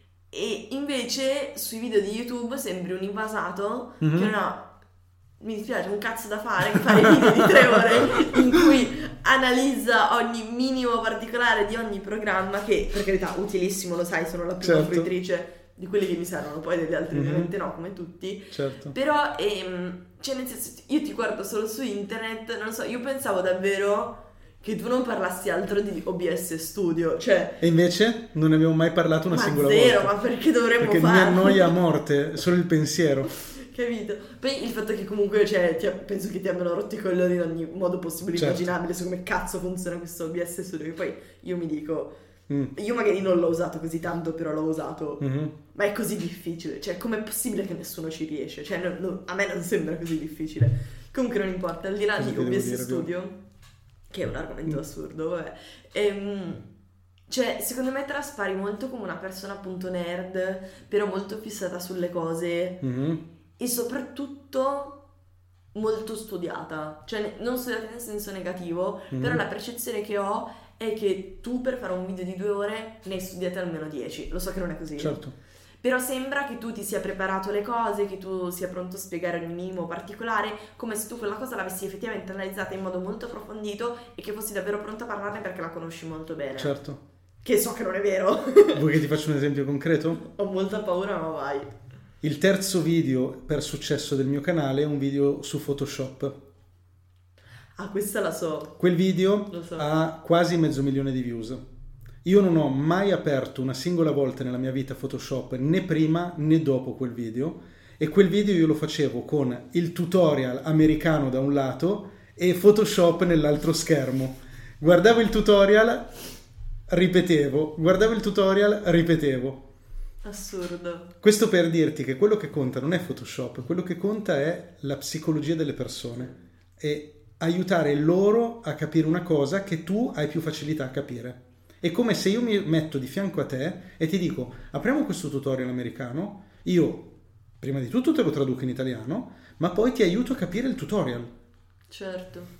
E invece sui video di YouTube sembri un invasato Mhm. che non ha, mi dispiace, un cazzo da fare, che fare video di tre ore in cui analizza ogni minimo particolare di ogni programma, che per carità utilissimo, lo sai, sono la prima Certo. fruitrice di quelli che mi servono, poi degli altri Mhm. ovviamente no, come tutti. Certo. Però, ehm, cioè nel senso, io ti guardo solo su internet, non lo so, io pensavo davvero che tu non parlassi altro di O B S Studio, cioè... E invece non ne abbiamo mai parlato una ma singola zero, volta. ma perché dovremmo Perché mi farlo? annoia a morte, solo il pensiero. Capito? Poi il fatto che comunque, cioè, ti- penso che ti abbiano rotto i coglioni in ogni modo possibile e Certo. immaginabile su come cazzo funziona questo O B S Studio, che poi io mi dico, Mm. io magari non l'ho usato così tanto, però l'ho usato, Mhm. ma è così difficile, cioè com'è possibile che nessuno ci riesce? Cioè no- no- a me non sembra così difficile. Comunque non importa, al di là Cosa di ti O B devo S dire, Studio, che è un argomento Mm. assurdo, vabbè, ehm, cioè secondo me traspari molto come una persona appunto nerd, però molto fissata sulle cose Mhm. e soprattutto molto studiata, cioè ne- non studiata nel senso negativo, Mhm. però la percezione che ho è che tu per fare un video di due ore ne hai studiate almeno dieci, lo so che non è così, Certo. però sembra che tu ti sia preparato le cose, che tu sia pronto a spiegare ogni minimo particolare, come se tu quella cosa l'avessi effettivamente analizzata in modo molto approfondito e che fossi davvero pronto a parlarne perché la conosci molto bene, Certo. che so che non è vero. Vuoi che ti faccia un esempio concreto? Ho molta paura, ma vai. Il terzo video per successo del mio canale è un video su Photoshop. Ah, questa la so. Quel video Lo so. ha quasi mezzo milione di views Io non ho mai aperto una singola volta nella mia vita Photoshop, né prima né dopo quel video, e quel video io lo facevo con il tutorial americano da un lato e Photoshop nell'altro schermo. Guardavo il tutorial, ripetevo, guardavo il tutorial, ripetevo. Assurdo. Questo per dirti che quello che conta non è Photoshop, quello che conta è la psicologia delle persone e aiutare loro a capire una cosa che tu hai più facilità a capire. È come se io mi metto di fianco a te e ti dico: apriamo questo tutorial americano, io prima di tutto te lo traduco in italiano, ma poi ti aiuto a capire il tutorial. Certo.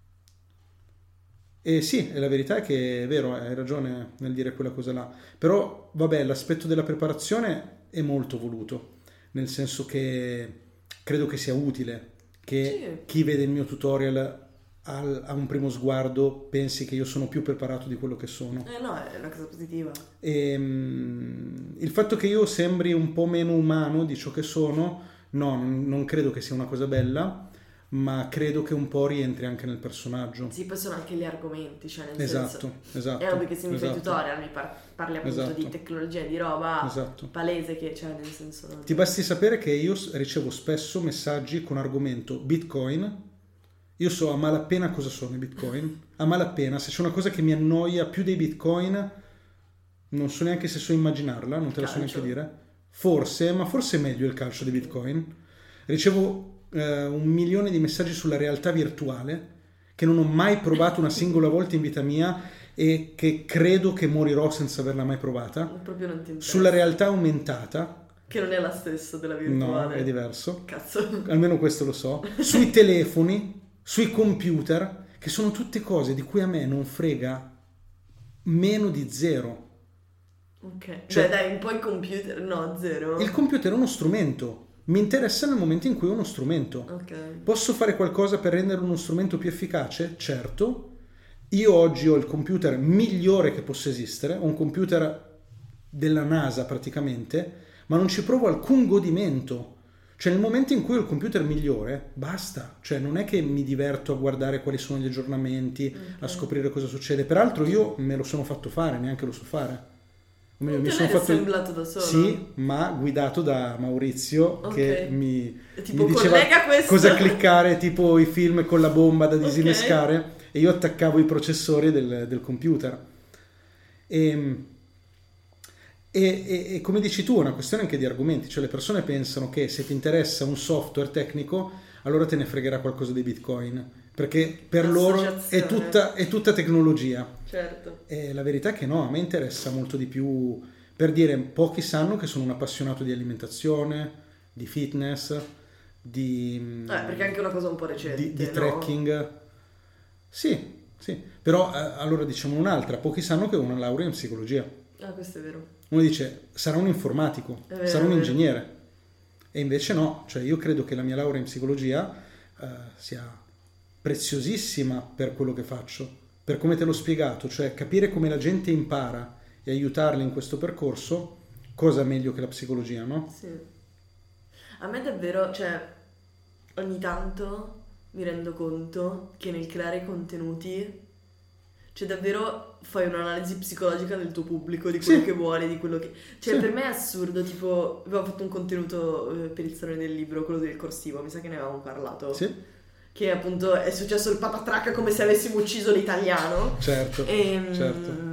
E sì, e la verità è che è vero, hai ragione nel dire quella cosa là, però vabbè, l'aspetto della preparazione è molto voluto, nel senso che credo che sia utile che Sì. chi vede il mio tutorial al- a un primo sguardo pensi che io sono più preparato di quello che sono. Eh no, è una cosa positiva. E, mm, il fatto che io sembri un po' meno umano di ciò che sono, no, non non credo che sia una cosa bella, ma credo che un po' rientri anche nel personaggio. Sì, poi sono anche gli argomenti, cioè nel Esatto, senso... esatto. È ovvio che se mi fai esatto. tutorial mi par- parli appunto Esatto. di tecnologia e di roba Esatto. palese che c'è, nel senso... non- Ti basti sapere che io s- ricevo spesso messaggi con argomento Bitcoin. Io so a malapena cosa sono i Bitcoin. A malapena, se c'è una cosa che mi annoia più dei Bitcoin, non so neanche se so immaginarla, non te la so Calcio. neanche dire. Forse, ma forse è meglio il calcio dei Bitcoin. Ricevo eh, un milione di messaggi sulla realtà virtuale, che non ho mai provato una singola volta in vita mia e che credo che morirò senza averla mai provata. Proprio non ti interessa. Sulla realtà aumentata, Che non è la stessa della no, virtuale. è diverso. Cazzo. Almeno questo lo so. Sui telefoni, sui computer, che sono tutte cose di cui a me non frega meno di zero. Ok. Cioè- Beh dai, un po' il computer... No, zero. Il computer è uno strumento. Mi interessa nel momento in cui è uno strumento. Ok. Posso fare qualcosa per rendere uno strumento più efficace? Certo. Io oggi ho il computer migliore che possa esistere, ho un computer della NASA praticamente, ma non ci provo alcun godimento. Cioè nel momento in cui ho il computer migliore, basta. Cioè non è che mi diverto a guardare quali sono gli aggiornamenti, a scoprire cosa succede. Peraltro io me lo sono fatto fare, neanche lo so fare. O meglio, Non mi te sono l'hai fatto assemblato da solo? Sì, ma guidato da Maurizio Ok. che mi, Tipo, mi diceva collega questo. cosa cliccare, tipo i film con la bomba da disinnescare, Ok. e io attaccavo i processori del, del computer. E, e, e- e come dici tu, è una questione anche di argomenti, cioè le persone pensano che se ti interessa un software tecnico, allora te ne fregherà qualcosa dei Bitcoin, perché per loro è Associazione. tutta, è tutta tecnologia. Certo. E la verità è che no, a me interessa molto di più. Per dire, pochi sanno che sono un appassionato di alimentazione, di fitness, di, Eh, perché è anche una cosa un po' recente, di, di no? trekking. Sì, sì. Però eh, allora diciamo un'altra, pochi sanno che ho una laurea in psicologia. Ah, questo è vero. Uno dice, sarà un informatico, È vero, sarà un è vero. ingegnere. E invece no, cioè io credo che la mia laurea in psicologia eh, sia preziosissima per quello che faccio, per come te l'ho spiegato, cioè capire come la gente impara e aiutarli in questo percorso, cosa meglio che la psicologia, no? Sì. A me davvero, cioè, ogni tanto mi rendo conto che nel creare contenuti, cioè davvero fai un'analisi psicologica del tuo pubblico, di quello Sì. che vuole, di quello che... Cioè Sì. per me è assurdo, tipo, avevo fatto un contenuto eh, per il Salone del Libro, quello del corsivo, mi sa che ne avevamo parlato. Sì, Che appunto è successo il patatrac come se avessimo ucciso l'italiano. certo, Ehm, certo.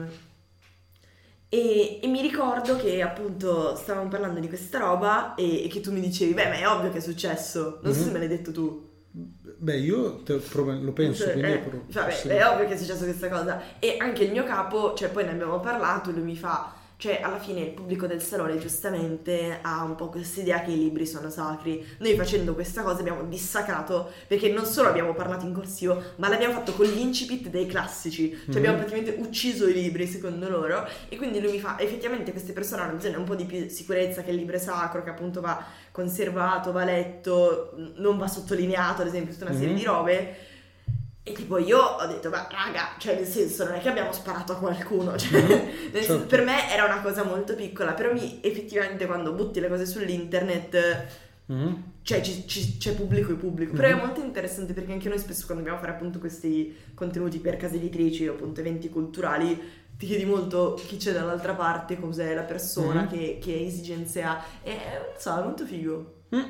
E, e mi ricordo che appunto stavamo parlando di questa roba e, e che tu mi dicevi, beh, ma è ovvio che è successo. Non so Mhm. se me l'hai detto tu. Beh, io te- prov- lo penso, Cioè, quindi eh, è pro- vabbè, sì. è ovvio che è successo questa cosa. E anche il mio capo, cioè poi ne abbiamo parlato e lui mi fa, cioè alla fine il pubblico del salone giustamente ha un po' questa idea che i libri sono sacri. Noi facendo questa cosa abbiamo dissacrato, perché non solo abbiamo parlato in corsivo, ma l'abbiamo fatto con gli incipit dei classici. Cioè Mhm. abbiamo praticamente ucciso i libri secondo loro. E quindi lui mi fa, effettivamente queste persone hanno bisogno un po' di più sicurezza, che il libro è sacro, che appunto va conservato, va letto, non va sottolineato, ad esempio, tutta una serie Mhm. di robe. E tipo io ho detto, ma raga, cioè nel senso non è che abbiamo sparato a qualcuno, cioè, nel senso, certo. per me era una cosa molto piccola, però mi, effettivamente quando butti le cose sull'internet, Mhm. cioè ci- ci- c'è pubblico e pubblico, però è Mhm. molto interessante perché anche noi spesso quando dobbiamo fare appunto questi contenuti per case editrici o appunto eventi culturali, ti chiedi molto chi c'è dall'altra parte, cos'è la persona, Mm. che, che esigenze ha, e non so, è molto figo. Mm.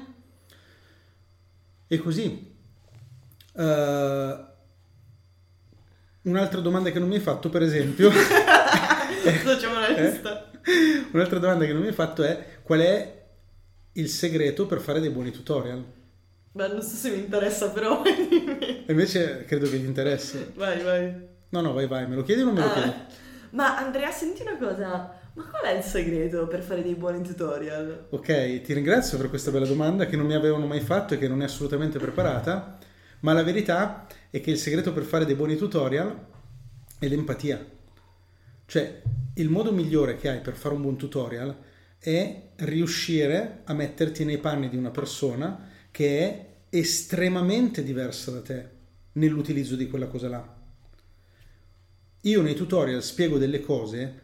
E così. Uh, un'altra domanda che non mi hai fatto, per esempio... Facciamo la eh? lista. Un'altra domanda che non mi hai fatto è: qual è il segreto per fare dei buoni tutorial? Beh, non so se mi interessa, però vai, E invece credo che gli interessi. vai. No, no, vai, vai, me lo chiedi o non me lo Ah, chiedi? ma Andrea, senti una cosa, ma qual è il segreto per fare dei buoni tutorial? Ok, ti ringrazio per questa bella domanda che non mi avevano mai fatto e che non è assolutamente preparata, ma la verità è che il segreto per fare dei buoni tutorial è l'empatia. Cioè, il modo migliore che hai per fare un buon tutorial è riuscire a metterti nei panni di una persona che è estremamente diversa da te nell'utilizzo di quella cosa là. Io nei tutorial spiego delle cose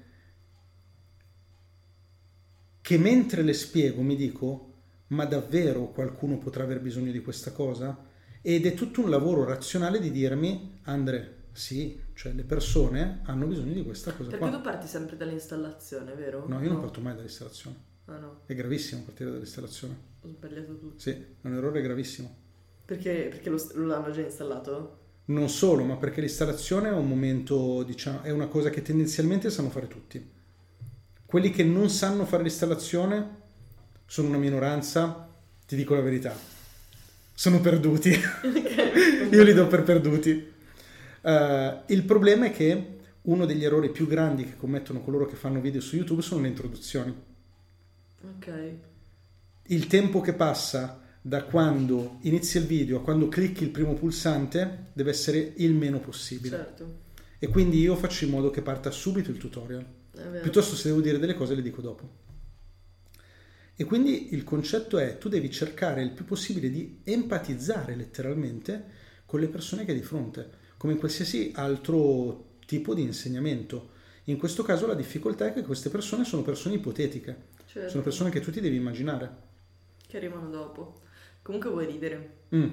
che mentre le spiego mi dico: ma davvero qualcuno potrà aver bisogno di questa cosa? Ed è tutto un lavoro razionale di dirmi: Andre, sì, cioè le persone hanno bisogno di questa cosa Perché qua. tu parti sempre dall'installazione, vero? No, io non parto mai dall'installazione. Ah no, È gravissimo partire dall'installazione. ho sbagliato tutto. Sì, è un errore gravissimo. Perché, perché lo, lo l'hanno già installato? Non solo, ma perché l'installazione è un momento, diciamo, è una cosa che tendenzialmente sanno fare tutti. Quelli che non sanno fare l'installazione sono una minoranza, ti dico la verità. Sono perduti. Io li do per perduti. Uh, il problema è che uno degli errori più grandi che commettono coloro che fanno video su YouTube sono le introduzioni. Ok. Il tempo che passa da quando inizi il video a quando clicchi il primo pulsante deve essere il meno possibile. Certo. E quindi io faccio in modo che parta subito il tutorial. È vero. Piuttosto, se devo dire delle cose le dico dopo. E quindi il concetto è: tu devi cercare il più possibile di empatizzare letteralmente con le persone che hai di fronte, come in qualsiasi altro tipo di insegnamento. In questo caso la difficoltà è che queste persone sono persone ipotetiche, Certo. sono persone che tu ti devi immaginare. Che arrivano dopo. Comunque vuoi ridere? Mm.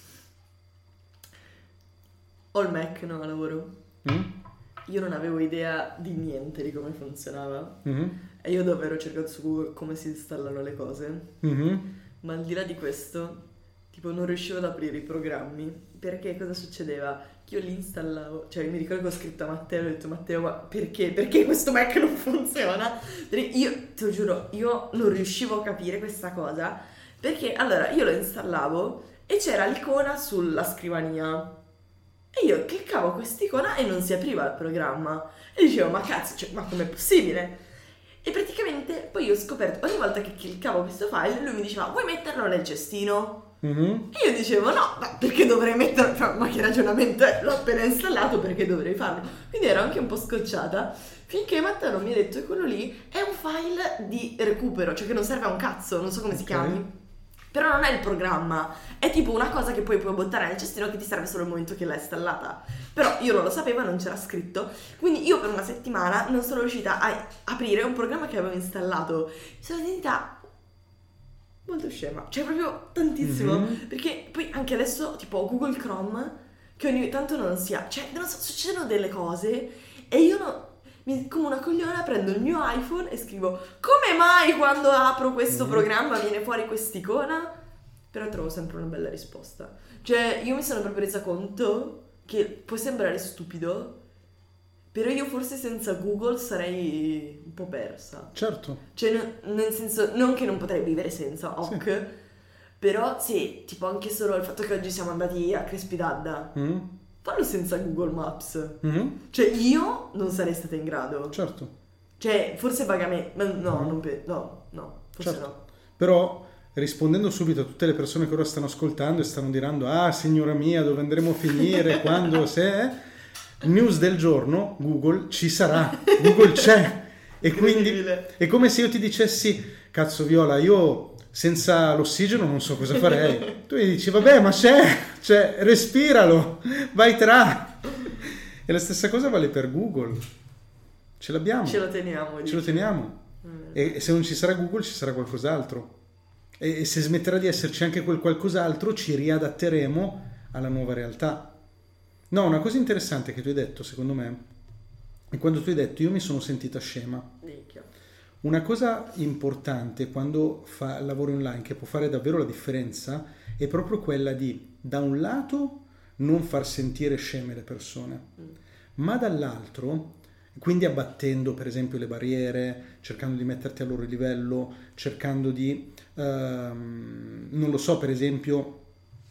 Ho il Mac, no, a lavoro. Mm? Io non avevo idea di niente di come funzionava. Mm-hmm. E io davvero ho cercato su Google come si installano le cose. Mm-hmm. Ma al di là di questo, tipo non riuscivo ad aprire i programmi. Perché cosa succedeva? Che io li installavo, cioè mi ricordo che ho scritto a Matteo e ho detto: Matteo, ma perché? Perché questo Mac non funziona? Perché io, te lo giuro, io non riuscivo a capire questa cosa. Perché allora io lo installavo e c'era l'icona sulla scrivania. E io cliccavo quest'icona e non si apriva il programma. E dicevo: ma cazzo, cioè, ma com'è possibile? E praticamente poi io ho scoperto, ogni volta che cliccavo questo file, lui mi diceva: vuoi metterlo nel cestino? Mm-hmm. E io dicevo: no, ma perché dovrei metterlo? Cioè, ma che ragionamento è? L'ho appena installato, perché dovrei farlo? Quindi ero anche un po' scocciata, finché Matteo non mi ha detto che quello lì è un file di recupero, cioè che non serve a un cazzo, non so come si Ok. chiami. Però non è il programma, è tipo una cosa che poi puoi buttare nel cestino che ti serve solo il momento che l'hai installata. Però io non lo sapevo e non c'era scritto. Quindi io per una settimana non sono riuscita a aprire un programma che avevo installato. Mi sono sentita molto scema, cioè proprio tantissimo. Mhm. Perché poi anche adesso tipo ho Google Chrome che ogni tanto non si ha. Cioè non so, succedono delle cose e io non... Mi, come una cogliona prendo il mio iPhone e scrivo: come mai quando apro questo Mm. programma viene fuori quest'icona? Però trovo sempre una bella risposta. Cioè io mi sono proprio resa conto che può sembrare stupido, però io forse senza Google sarei un po' persa. Certo. Cioè no- nel senso, non che non potrei vivere senza, ok, Sì. però sì, tipo anche solo il fatto che oggi siamo andati a Crespidadda, Mm. fallo senza Google Maps. Mm. Cioè io non sarei stata in grado. Certo. Cioè forse vagamente, ma no, Mm. non pe- no, no, forse Certo. no. Però, rispondendo subito a tutte le persone che ora stanno ascoltando e stanno dirando: ah, signora mia, dove andremo a finire? Quando? Se... News del giorno: Google ci sarà, Google c'è. E quindi Incredibile. è come se io ti dicessi: cazzo Viola, io senza l'ossigeno non so cosa farei. Tu mi dici: vabbè, ma c'è, cioè respiralo, vai tra. E la stessa cosa vale per Google. Ce l'abbiamo, Ce lo teniamo. ce dici. lo teniamo. Mm. E se non ci sarà Google ci sarà qualcos'altro. E se smetterà di esserci anche quel qualcos'altro, ci riadatteremo alla nuova realtà. No, una cosa interessante che tu hai detto, secondo me, è quando tu hai detto io mi sono sentita scema. Minchia. Una cosa importante quando fa, lavori online che può fare davvero la differenza è proprio quella di, da un lato, non far sentire sceme le persone, mm. ma dall'altro, quindi abbattendo per esempio le barriere, cercando di metterti al loro livello, cercando di, ehm, non lo so, per esempio,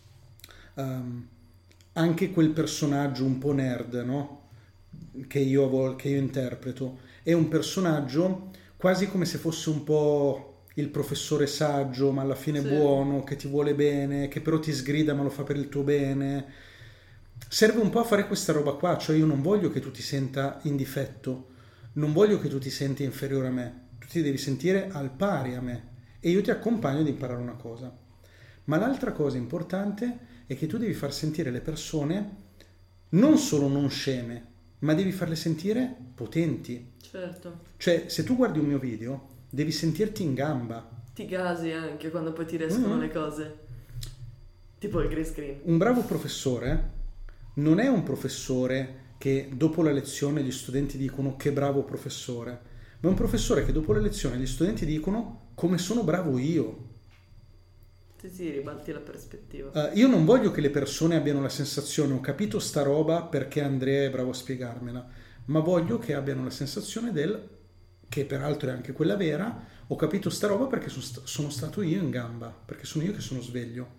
ehm, anche quel personaggio un po' nerd, no? Che io, che io interpreto, è un personaggio quasi come se fosse un po' il professore saggio, ma alla fine sì. buono, che ti vuole bene, che però ti sgrida ma lo fa per il tuo bene. Serve un po' a fare questa roba qua, cioè io non voglio che tu ti senta in difetto, non voglio che tu ti senti inferiore a me, tu ti devi sentire al pari a me e io ti accompagno ad imparare una cosa. Ma l'altra cosa importante è che tu devi far sentire le persone non solo non sceme, ma devi farle sentire potenti. Certo. Cioè, se tu guardi un mio video, devi sentirti in gamba. Ti gasi anche quando poi ti riescono mm-hmm. le cose. Tipo il green screen. Un bravo professore non è un professore che dopo la lezione gli studenti dicono che bravo professore, ma è un professore che dopo la lezione gli studenti dicono come sono bravo io. Sì, sì, ribalti la prospettiva. Uh, io non voglio che le persone abbiano la sensazione ho capito sta roba perché Andrea è bravo a spiegarmela, ma voglio che abbiano la sensazione del, che peraltro è anche quella vera, ho capito sta roba perché sono, st- sono stato io in gamba, perché sono io che sono sveglio.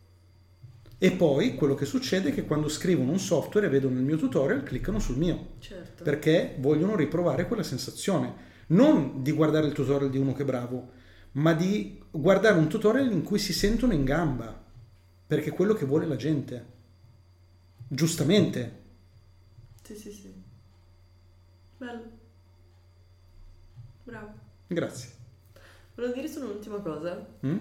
E poi quello che succede è che quando scrivono un software e vedono il mio tutorial cliccano sul mio, certo. perché vogliono riprovare quella sensazione, non di guardare il tutorial di uno che è bravo, ma di guardare un tutorial in cui si sentono in gamba, perché è quello che vuole la gente, giustamente. Sì, sì, sì. Bello. Bravo. Grazie. Volevo dire solo un'ultima cosa. Mm?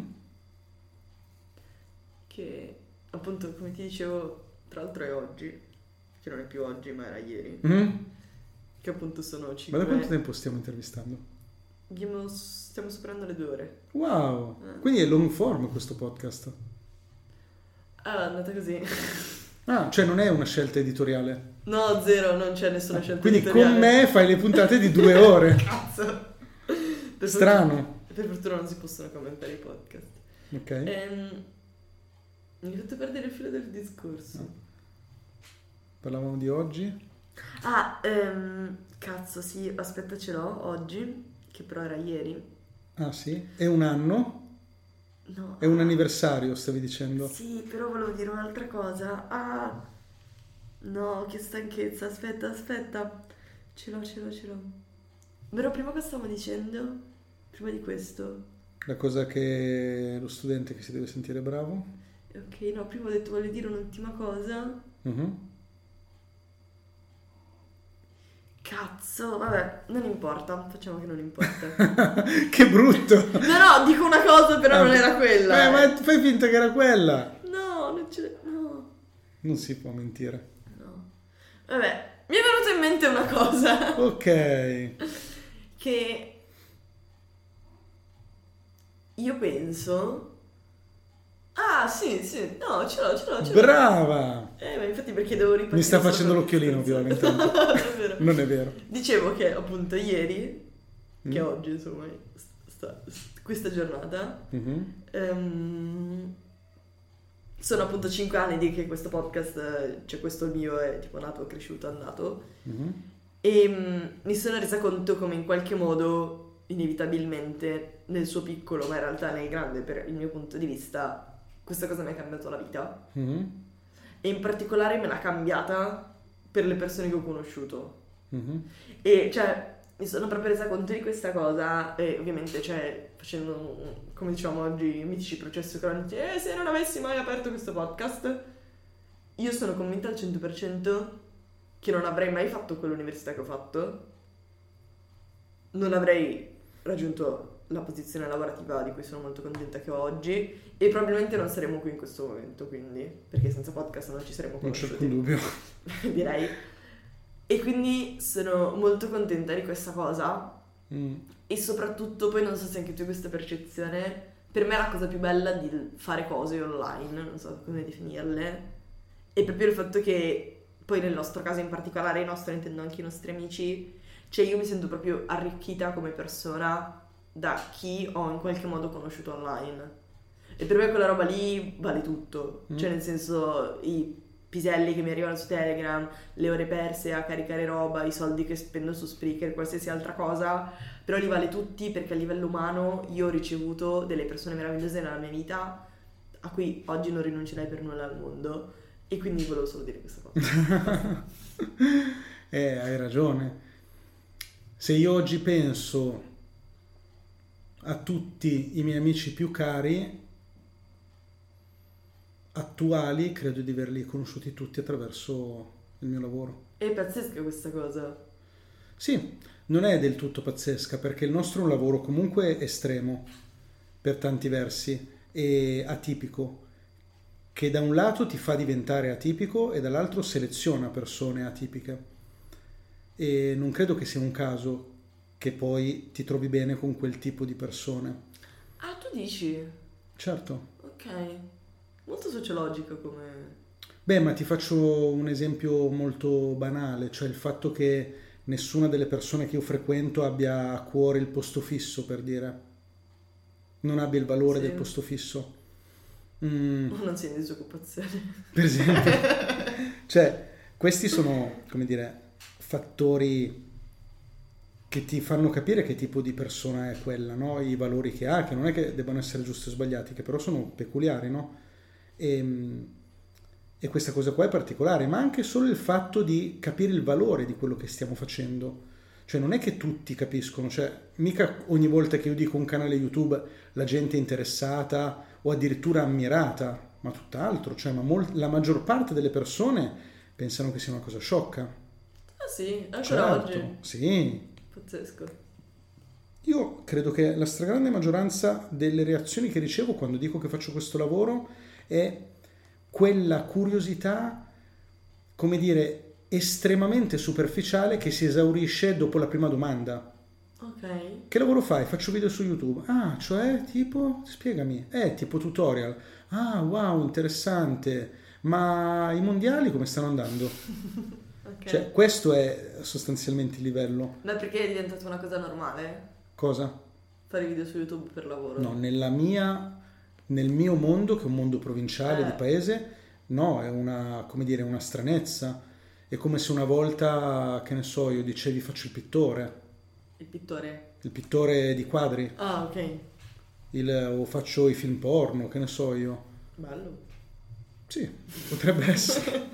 Che appunto, come ti dicevo, tra l'altro è oggi, che non è più oggi ma era ieri, Mm? che appunto sono cinque... Ma da quanto tempo stiamo intervistando? Abbiamo, stiamo superando le due ore. Wow, eh. Quindi è long form questo podcast. Ah, è andata così. Ah, cioè non è una scelta editoriale? No, zero, non c'è nessuna ah, scelta quindi editoriale. Quindi con me fai le puntate di due ore. Cazzo. Per Strano. Fortuna, per fortuna non si possono commentare i podcast. Ok. Ehm, mi hai fatto perdere il filo del discorso. No. Parlavamo di oggi? Ah, ehm, cazzo, sì, aspetta, ce l'ho oggi, che però era ieri. Ah sì? È un anno? No. È un anniversario, stavi dicendo? Sì, però volevo dire un'altra cosa. Ah, no, che stanchezza, aspetta, aspetta. Ce l'ho, ce l'ho, ce l'ho. Però prima cosa stavo dicendo? Prima di questo. La cosa che lo studente che si deve sentire bravo? Ok, no, prima ho detto voglio dire un'ultima cosa. Uh-huh. Cazzo, vabbè, non importa, facciamo che non importa. Che brutto! No, no, dico una cosa, però ah, non era quella. Eh, ma fai finta che era quella! No, non ce no. Non si può mentire. No. Vabbè, mi è venuta in mente una cosa. Ok. Che io penso... Ah, sì, sì, no, ce l'ho, ce l'ho, ce l'ho. Brava! Eh, ma infatti perché devo ripetere... Mi sta facendo l'occhiolino, Viola, intanto. Davvero. Non è vero. Dicevo che appunto ieri, mm. che oggi, insomma, sta, questa giornata, mm-hmm. um, sono appunto cinque anni di che questo podcast, cioè questo mio è tipo nato, cresciuto, andato, mm-hmm. e um, mi sono resa conto come in qualche modo, inevitabilmente, nel suo piccolo, ma in realtà nel grande, per il mio punto di vista, questa cosa mi ha cambiato la vita. Mm-hmm. E in particolare me l'ha cambiata per le persone che ho conosciuto. Mm-hmm. E cioè mi sono proprio resa conto di questa cosa, e ovviamente cioè facendo, come diciamo oggi, i mitici processi cronici, e se non avessi mai aperto questo podcast, io sono convinta al cento per cento che non avrei mai fatto quell'università che ho fatto, non avrei raggiunto la posizione lavorativa di cui sono molto contenta che ho oggi, e probabilmente non saremmo qui in questo momento, quindi, perché senza podcast non ci saremmo conosciuti. Non c'è alcun dubbio. Direi. E quindi sono molto contenta di questa cosa, mm. e soprattutto poi non so se anche tu hai questa percezione, per me la cosa più bella di fare cose online, non so come definirle, è proprio il fatto che poi nel nostro caso in particolare, il nostro intendo anche i nostri amici, cioè io mi sento proprio arricchita come persona da chi ho in qualche modo conosciuto online. E per me quella roba lì vale tutto, Mm. cioè nel senso i piselli che mi arrivano su Telegram, le ore perse a caricare roba, i soldi che spendo su Spreaker, qualsiasi altra cosa, però li vale tutti perché a livello umano io ho ricevuto delle persone meravigliose nella mia vita a cui oggi non rinuncerei per nulla al mondo, e quindi volevo solo dire questa cosa. Eh, hai ragione. Se io oggi penso a tutti i miei amici più cari attuali, credo di averli conosciuti tutti attraverso il mio lavoro. È pazzesca questa cosa. Sì, non è del tutto pazzesca perché il nostro è un lavoro comunque estremo per tanti versi e atipico, che da un lato ti fa diventare atipico e dall'altro seleziona persone atipiche. E non credo che sia un caso che poi ti trovi bene con quel tipo di persone. Ah, tu dici? Certo. Ok. Molto sociologico come... Beh, ma ti faccio un esempio molto banale, cioè il fatto che nessuna delle persone che io frequento abbia a cuore il posto fisso, per dire. Non abbia il valore Sì. del posto fisso. Mm, Non sia in disoccupazione. per esempio. Cioè, questi sono, come dire, fattori che ti fanno capire che tipo di persona è quella, no? I valori che ha, che non è che debbano essere giusti o sbagliati, che però sono peculiari, no? E, e questa cosa qua è particolare, ma anche solo il fatto di capire il valore di quello che stiamo facendo. Cioè non è che tutti capiscono, cioè mica ogni volta che io dico un canale YouTube la gente è interessata o addirittura ammirata, ma tutt'altro, cioè ma mol- la maggior parte delle persone pensano che sia una cosa sciocca. Ah sì, ancora Certo, oggi. sì. Pazzesco. Io credo che la stragrande maggioranza delle reazioni che ricevo quando dico che faccio questo lavoro è quella curiosità, come dire, estremamente superficiale che si esaurisce dopo la prima domanda. Ok. Che lavoro fai? Faccio video su YouTube. Ah, cioè tipo? Spiegami. Eh, tipo tutorial. Ah, wow, interessante. Ma i mondiali come stanno andando? Ok. Cioè, questo è sostanzialmente il livello. Ma perché è diventata una cosa normale? Cosa? Fare video su YouTube per lavoro? No, nella mia, nel mio mondo, che è un mondo provinciale Eh. di paese, no, è una, come dire, una stranezza. È come se una volta, che ne so, io dicevi faccio il pittore, Il pittore. il pittore di quadri, Ah, ok. il, o faccio i film porno, che ne so io. Bello. Sì, potrebbe essere.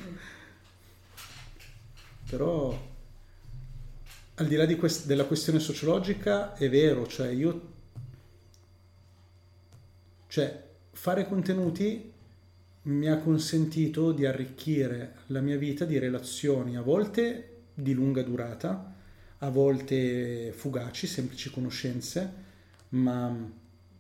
Però, al di là di quest- della questione sociologica, è vero, cioè io... Cioè, fare contenuti mi ha consentito di arricchire la mia vita di relazioni, a volte di lunga durata, a volte fugaci, semplici conoscenze, ma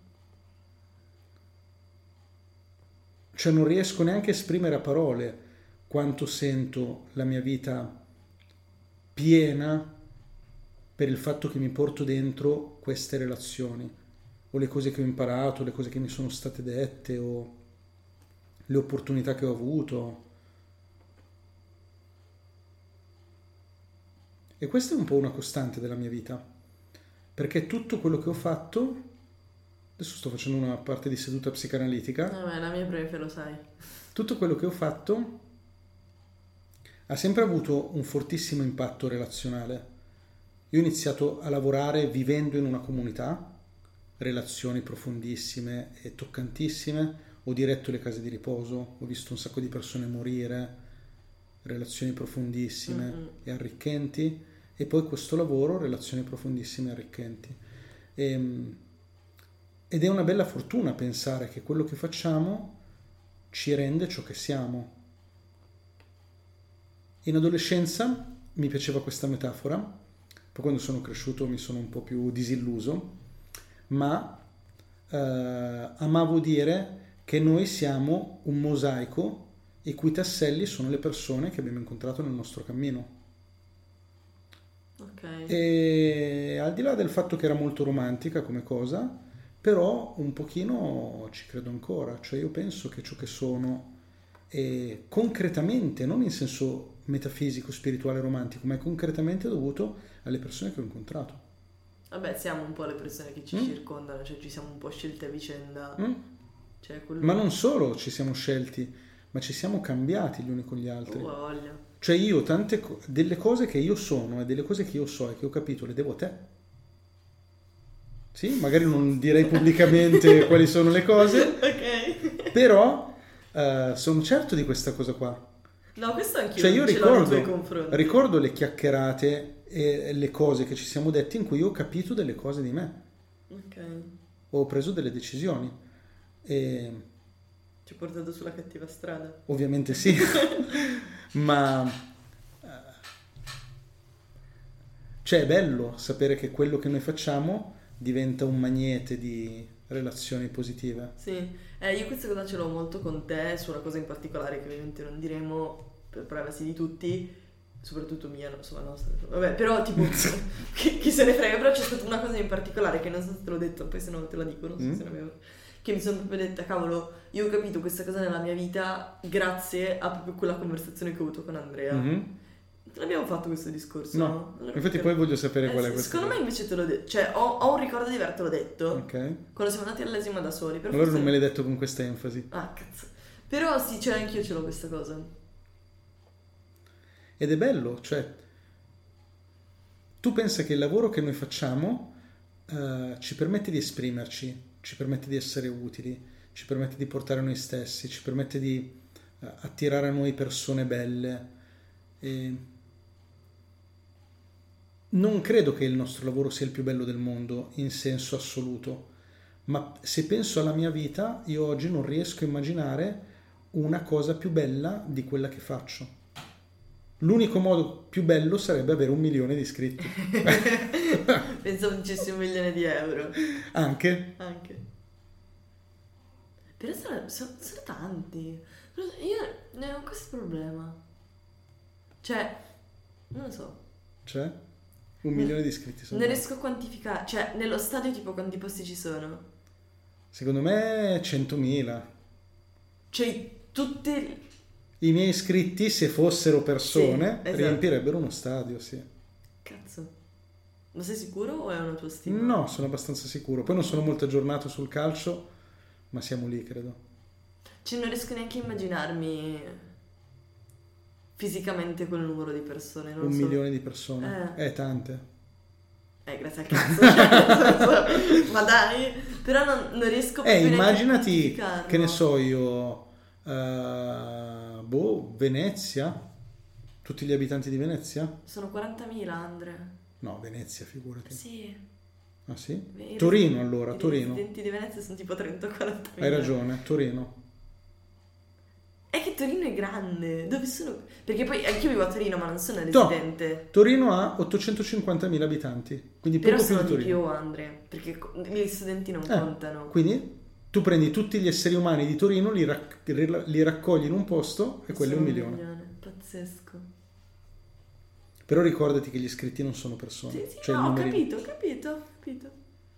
cioè non riesco neanche a esprimere a parole quanto sento la mia vita piena per il fatto che mi porto dentro queste relazioni, o le cose che ho imparato, le cose che mi sono state dette, o le opportunità che ho avuto. E questa è un po' una costante della mia vita, perché tutto quello che ho fatto, adesso sto facendo una parte di seduta psicanalitica, Vabbè, la mia prefe, lo sai. tutto quello che ho fatto ha sempre avuto un fortissimo impatto relazionale. Io ho iniziato a lavorare vivendo in una comunità, relazioni profondissime e toccantissime, ho diretto le case di riposo, ho visto un sacco di persone morire, relazioni profondissime Mm-mm. e arricchenti, e poi questo lavoro, relazioni profondissime e arricchenti. E, ed è una bella fortuna pensare che quello che facciamo ci rende ciò che siamo. In adolescenza mi piaceva questa metafora, poi quando sono cresciuto mi sono un po' più disilluso, ma eh, amavo dire che noi siamo un mosaico i cui tasselli sono le persone che abbiamo incontrato nel nostro cammino. Ok. E al di là del fatto che era molto romantica come cosa, però un pochino ci credo ancora, cioè io penso che ciò che sono e concretamente, non in senso metafisico, spirituale, romantico, ma è concretamente dovuto alle persone che ho incontrato. Vabbè, siamo un po' le persone che ci Mm. circondano, cioè ci siamo un po' scelte a vicenda. Mm? Cioè, quello... Ma non solo ci siamo scelti, ma ci siamo cambiati gli uni con gli altri. Oh, voglia. Cioè io tante co- delle cose che io sono e delle cose che io so e che ho capito le devo a te. Sì, magari non direi pubblicamente quali sono le cose, Ok. però eh, sono certo di questa cosa qua. No, questo anch'io Cioè io ce l'ho nei tuoi ricordo, confronti. ricordo le chiacchierate e le cose che ci siamo detti in cui io ho capito delle cose di me, Ok. ho preso delle decisioni e Ci ho portato sulla cattiva strada. ovviamente sì, ma eh, cioè è bello sapere che quello che noi facciamo diventa un magnete di relazioni positive. Sì, eh, io questa cosa ce l'ho molto con te, su una cosa in particolare che ovviamente non diremo per privacy di tutti, soprattutto mia, non so, nostra. Vabbè, però tipo, chi, chi se ne frega, però c'è stata una cosa in particolare che non so se te l'ho detto, poi se no te la dico, non so Mm. se ne avevo... Che mi sono proprio detta, cavolo, io ho capito questa cosa nella mia vita grazie a proprio quella conversazione che ho avuto con Andrea. Mhm. L'abbiamo fatto questo discorso? No, Non l'abbiamo infatti fatto. poi voglio sapere Eh, qual è sì, questa secondo me cosa. invece te l'ho detto, cioè ho, ho un ricordo di avertelo detto Ok, quando siamo andati all'esima da soli. Però allora forse- non me l'hai detto con questa enfasi. Ah, cazzo. Però sì, cioè anch'io ce l'ho questa cosa. Ed è bello, cioè tu pensa che il lavoro che noi facciamo eh, ci permette di esprimerci, ci permette di essere utili, ci permette di portare noi stessi, ci permette di eh, attirare a noi persone belle. E non credo che il nostro lavoro sia il più bello del mondo in senso assoluto, ma se penso alla mia vita, io oggi non riesco a immaginare una cosa più bella di quella che faccio. L'unico modo più bello sarebbe avere un milione di iscritti. Pensavo dicessi un milione di euro. Anche. Anche. Però sono, sono, sono tanti. Io ne ho questo problema. Cioè, non lo so. Cioè? Un milione di iscritti sono. Non riesco a quantificare. Cioè, nello stadio tipo quanti posti ci sono? Secondo me centomila. Cioè, tutti... I miei iscritti, se fossero persone, Sì, esatto. riempirebbero uno stadio, sì. Cazzo. Ma sei sicuro o è una tua stima? No, sono abbastanza sicuro. Poi non sono molto aggiornato sul calcio, ma siamo lì, credo. Cioè, non riesco neanche a immaginarmi fisicamente quel numero di persone. Non Un so. milione di persone. Eh. Eh, tante. Eh, grazie al cazzo. Cioè, nel senso, ma dai. Però non, non riesco Eh, proprio neanche a immaginati, quantificarlo. che ne so io, eh, boh, Venezia? Tutti gli abitanti di Venezia? Sono quarantamila, Andre. No, Venezia, figurati. Sì. Ah sì? I Torino resi- allora, I Torino. residenti di Venezia sono tipo trenta quarantamila. Hai ragione, Torino. È che Torino è grande. Dove sono? Perché poi anch'io vivo a Torino, ma non sono No. residente. Torino ha ottocentocinquantamila abitanti, quindi Però poco più sono di di Torino. più, Andre. Perché co- gli studenti non Eh, contano. Quindi tu prendi tutti gli esseri umani di Torino, li, rac- li raccogli in un posto e quello è un Sono milione. Pazzesco. Però ricordati che gli iscritti non sono persone. Sì, sì, cioè il no, ho numerino. capito, ho capito, ho capito.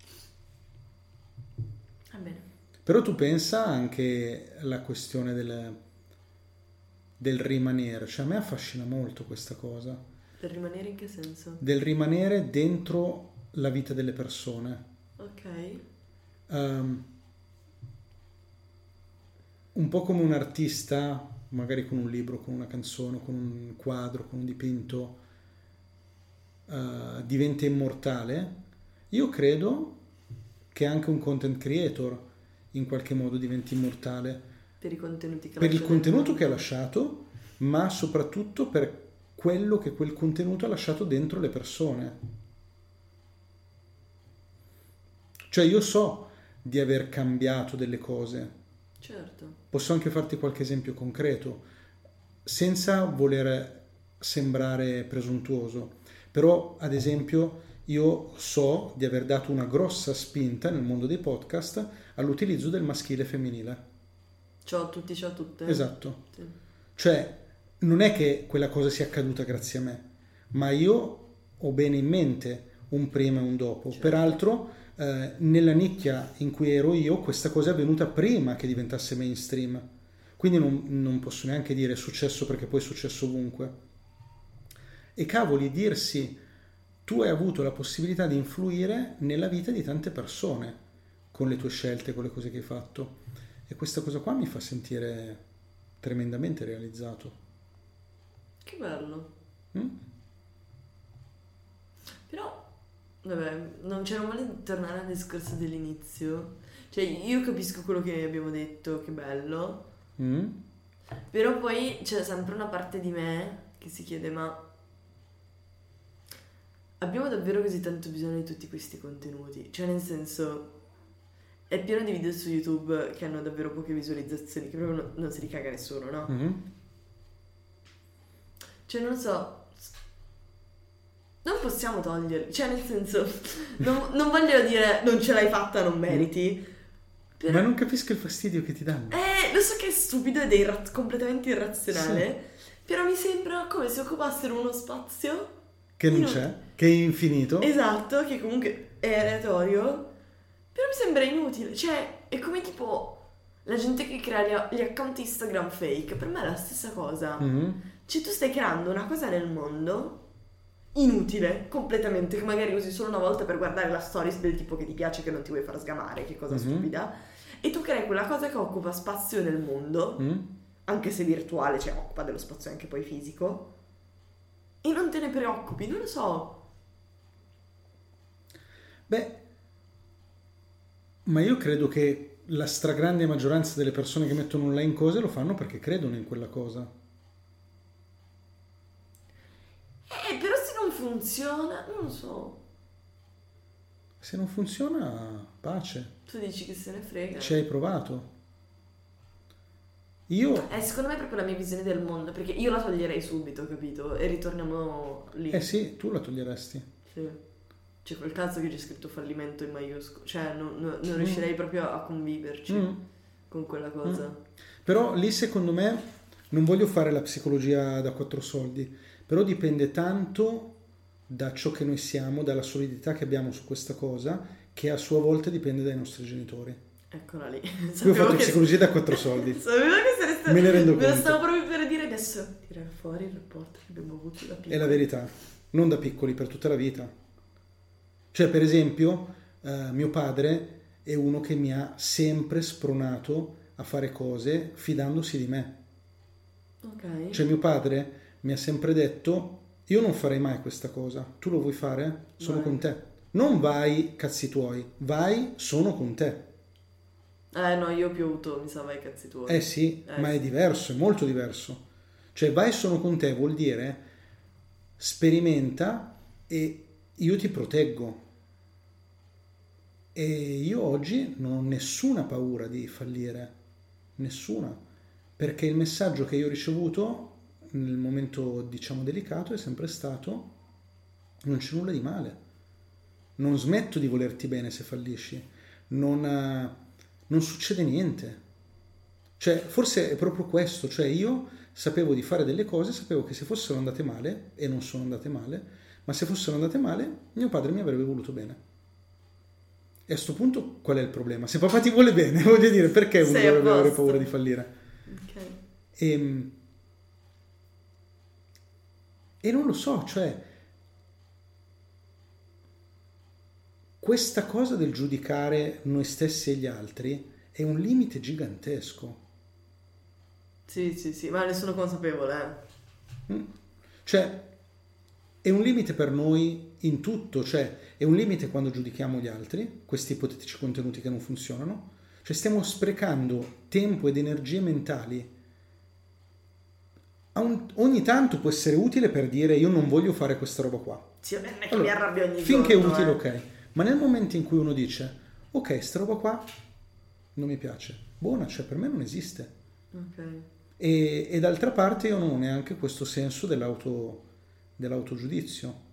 Va bene. Però tu pensa anche alla questione del, del rimanere, cioè a me affascina molto questa cosa, Per rimanere in che senso? del rimanere dentro la vita delle persone. Ok. Um, un po' come un artista, magari con un libro, con una canzone, con un quadro, con un dipinto, uh, diventa immortale. Io credo che anche un content creator in qualche modo diventi immortale Per i contenuti che per il lascia contenuto nel che ha mondo. lasciato, ma soprattutto per quello che quel contenuto ha lasciato dentro le persone. Cioè io so di aver cambiato delle cose, Certo. posso anche farti qualche esempio concreto, senza voler sembrare presuntuoso, però ad esempio io so di aver dato una grossa spinta nel mondo dei podcast all'utilizzo del maschile e femminile. Ciao a tutti, ciao a tutte. Esatto. Sì. Cioè, non è che quella cosa sia accaduta grazie a me, ma io ho bene in mente un prima e un dopo. Certo. Peraltro, eh, nella nicchia in cui ero io, questa cosa è avvenuta prima che diventasse mainstream. quindi non, non posso neanche dire è successo perché poi è successo ovunque. E cavoli, dirsi tu hai avuto la possibilità di influire nella vita di tante persone con le tue scelte, con le cose che hai fatto, e questa cosa qua mi fa sentire tremendamente realizzato. Che bello. Mm? Però, vabbè, non c'era male di tornare al discorso dell'inizio. Cioè, io capisco quello che abbiamo detto, che bello. Mm? Però poi c'è sempre una parte di me che si chiede, ma abbiamo davvero così tanto bisogno di tutti questi contenuti? Cioè, nel senso, è pieno di video su YouTube che hanno davvero poche visualizzazioni, che proprio non, non si ricaga nessuno, no? Mm-hmm. Cioè, non lo so, non possiamo toglierli, cioè nel senso, non, non voglio dire non ce l'hai fatta, non meriti. Però, ma non capisco il fastidio che ti danno. Eh, lo so che è stupido ed è irra- completamente irrazionale, sì. Però mi sembra come se occupassero uno spazio che non inut- c'è, che è infinito. Esatto, che comunque è aleatorio, però mi sembra inutile. Cioè, è come tipo la gente che crea gli, gli account Instagram fake, per me è la stessa cosa. Mm-hmm. Cioè, tu stai creando una cosa nel mondo inutile, completamente, che magari usi solo una volta per guardare la stories del tipo che ti piace, che non ti vuoi far sgamare, che cosa mm-hmm. stupida, e tu crei quella cosa che occupa spazio nel mondo, mm-hmm. anche se virtuale, cioè occupa dello spazio anche poi fisico, e non te ne preoccupi, non lo so. Beh, ma io credo che la stragrande maggioranza delle persone che mettono online cose lo fanno perché credono in quella cosa. Eh, però se non funziona, non lo so. Se non funziona, pace. Tu dici che se ne frega. Ci hai provato. Io... Eh, secondo me è proprio la mia visione del mondo, perché io la toglierei subito, capito? E ritorniamo lì. Eh sì, tu la toglieresti. Sì. C'è quel caso che c'è scritto fallimento in maiuscolo. Cioè, non, non, non riuscirei mm. proprio a conviverci mm. con quella cosa. Mm. Però lì, secondo me, non voglio fare la psicologia da quattro soldi, però dipende tanto da ciò che noi siamo, dalla solidità che abbiamo su questa cosa, che a sua volta dipende dai nostri genitori. Eccola lì. Io ho fatto psichologia da quattro soldi. Sapevo che sareste... Me ne rendo conto. Me lo conto. stavo proprio per dire adesso. Tirare fuori il rapporto che abbiamo avuto da piccoli. È la verità. Non da piccoli, per tutta la vita. Cioè, per esempio, eh, mio padre è uno che mi ha sempre spronato a fare cose fidandosi di me. Ok. Cioè, mio padre mi ha sempre detto: io non farei mai questa cosa, tu lo vuoi fare? Sono vai. Con te. Non vai cazzi tuoi, vai, sono con te. Eh no, io ho più avuto, mi sa, vai cazzi tuoi. Eh sì, eh, ma sì. È diverso, è molto diverso. Cioè, vai, sono con te vuol dire sperimenta e io ti proteggo. E io oggi non ho nessuna paura di fallire, nessuna, perché il messaggio che io ho ricevuto nel momento, diciamo, delicato è sempre stato: non c'è nulla di male, non smetto di volerti bene se fallisci, non, non succede niente. Cioè, forse è proprio questo, cioè io sapevo di fare delle cose, sapevo che se fossero andate male, e non sono andate male, ma se fossero andate male mio padre mi avrebbe voluto bene. E a sto punto qual è il problema? Se papà ti vuole bene, voglio dire, perché uno dovrebbe avere paura di fallire? Ok. E, e non lo so, cioè questa cosa del giudicare noi stessi e gli altri è un limite gigantesco. Sì, sì, sì, ma ne sono consapevole. Eh. Mm. Cioè è un limite per noi in tutto, cioè è un limite quando giudichiamo gli altri, questi ipotetici contenuti che non funzionano, cioè stiamo sprecando tempo ed energie mentali. Un, ogni tanto può essere utile per dire io non voglio fare questa roba qua. Sì, a me che allora, mi arrabbio ogni finché giorno. Finché è utile, eh. ok. Ma nel momento in cui uno dice ok, sta roba qua non mi piace, buona, cioè per me non esiste. Ok. E, e d'altra parte io non ho neanche questo senso dell'auto, dell'autogiudizio.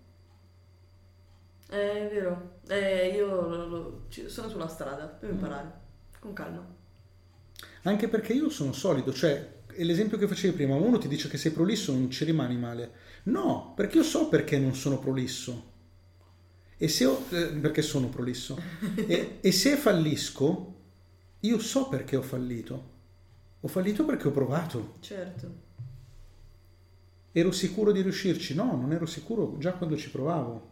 È vero, eh, io lo, lo, sono sulla strada, devo imparare, mm. con calma. Anche perché io sono solido, cioè l'esempio che facevi prima, uno ti dice che sei prolisso, non ci rimani male. No, perché io so perché non sono prolisso. E se ho, eh, perché sono prolisso. e, e se fallisco, io so perché ho fallito. Ho fallito perché ho provato. Certo. Ero sicuro di riuscirci? No, non ero sicuro già quando ci provavo.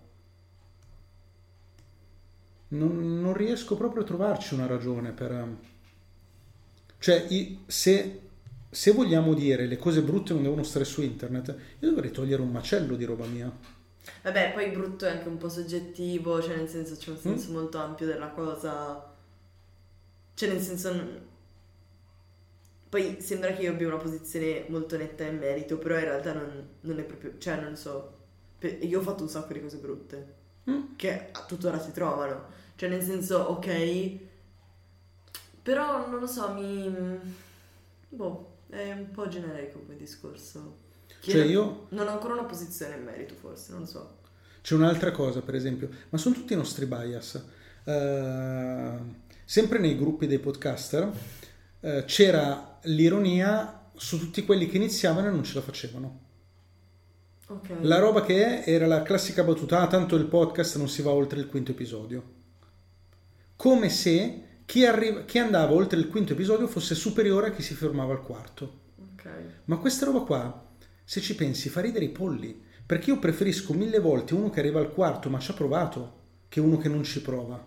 Non, non riesco proprio a trovarci una ragione per... Cioè, i- se, se vogliamo dire le cose brutte non devono stare su internet, io dovrei togliere un macello di roba mia. Vabbè, poi brutto è anche un po' soggettivo, cioè nel senso c'è un senso Mm? molto ampio della cosa. Cioè nel senso... n- Poi sembra che io abbia una posizione molto netta in merito, però in realtà non, non è proprio... Cioè non so... Pe- Io ho fatto un sacco di cose brutte, Mm? che a tuttora si trovano. Cioè nel senso, ok, però non lo so, mi... Boh, è un po' generico come discorso. Che Cioè non- io... Non ho ancora una posizione in merito, forse, non lo so. C'è un'altra cosa, per esempio, ma sono tutti i nostri bias. Eh, sempre nei gruppi dei podcaster eh, c'era l'ironia su tutti quelli che iniziavano e non ce la facevano. Ok. La roba che è era la classica battuta, ah, tanto il podcast non si va oltre il quinto episodio. Come se chi, arriva- chi andava oltre il quinto episodio fosse superiore a chi si fermava al quarto. Ok. Ma questa roba qua, se ci pensi, fa ridere i polli. Perché io preferisco mille volte uno che arriva al quarto ma ci ha provato che uno che non ci prova.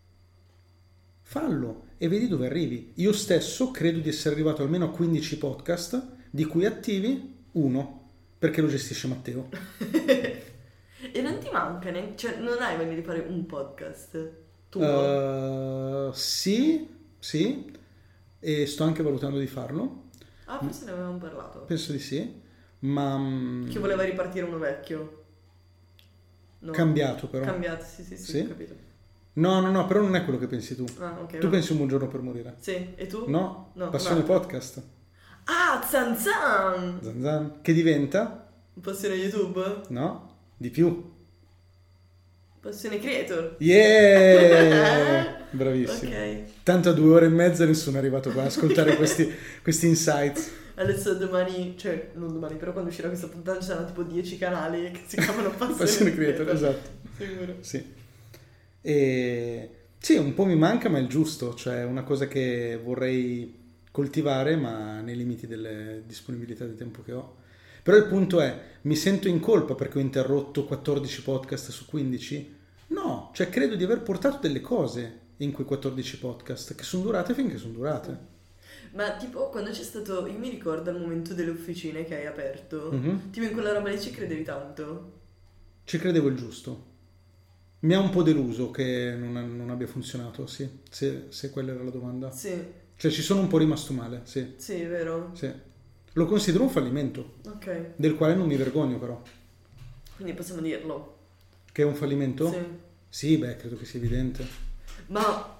Fallo e vedi dove arrivi. Io stesso credo di essere arrivato almeno a quindici podcast, di cui attivi uno, perché lo gestisce Matteo. E non ti manca neanche, cioè non hai voglia di fare un podcast tuo? Uh, sì, sì, e sto anche valutando di farlo. Ah, forse ne avevamo parlato. Penso di sì, ma mm, Che voleva ripartire uno vecchio. No. cambiato però. Cambiato, sì, sì, sì, Sì? ho capito. No, no, no, però non è quello che pensi tu. Ah, ok. Tu no. pensi un buon giorno per morire? Sì, e tu? No, No, Passione no. Podcast. Ah, Zan Zan! Zan zan. Che diventa? Passione YouTube? No, di più. Passione Creator? Yeah! Bravissimo. Ok. Tanto a due ore e mezza nessuno è arrivato qua a ascoltare questi, questi insights. Adesso domani, cioè non domani, però quando uscirà questa puntata ci saranno tipo dieci canali che si chiamano Passione, Passione Creator, esatto. Sicuro. Sì. E sì, un po' mi manca, ma è il giusto, cioè è una cosa che vorrei coltivare, ma nei limiti delle disponibilità di tempo che ho. Però il punto è, mi sento in colpa perché ho interrotto quattordici podcast su quindici? No, cioè credo di aver portato delle cose in quei quattordici podcast che sono durate finché sono durate. Ma tipo quando c'è stato, io mi ricordo al momento delle officine che hai aperto, Mhm. tipo in quella roba lì ci credevi tanto? Ci credevo il giusto. Mi ha un po' deluso che non, non abbia funzionato, sì, se, se quella era la domanda. Sì, Cioè ci sono un po' rimasto male, sì, sì, è vero. sì. Lo considero un fallimento, Ok, del quale non mi vergogno però. quindi possiamo dirlo. Che è un fallimento? Sì. Sì, beh, credo che sia evidente. Ma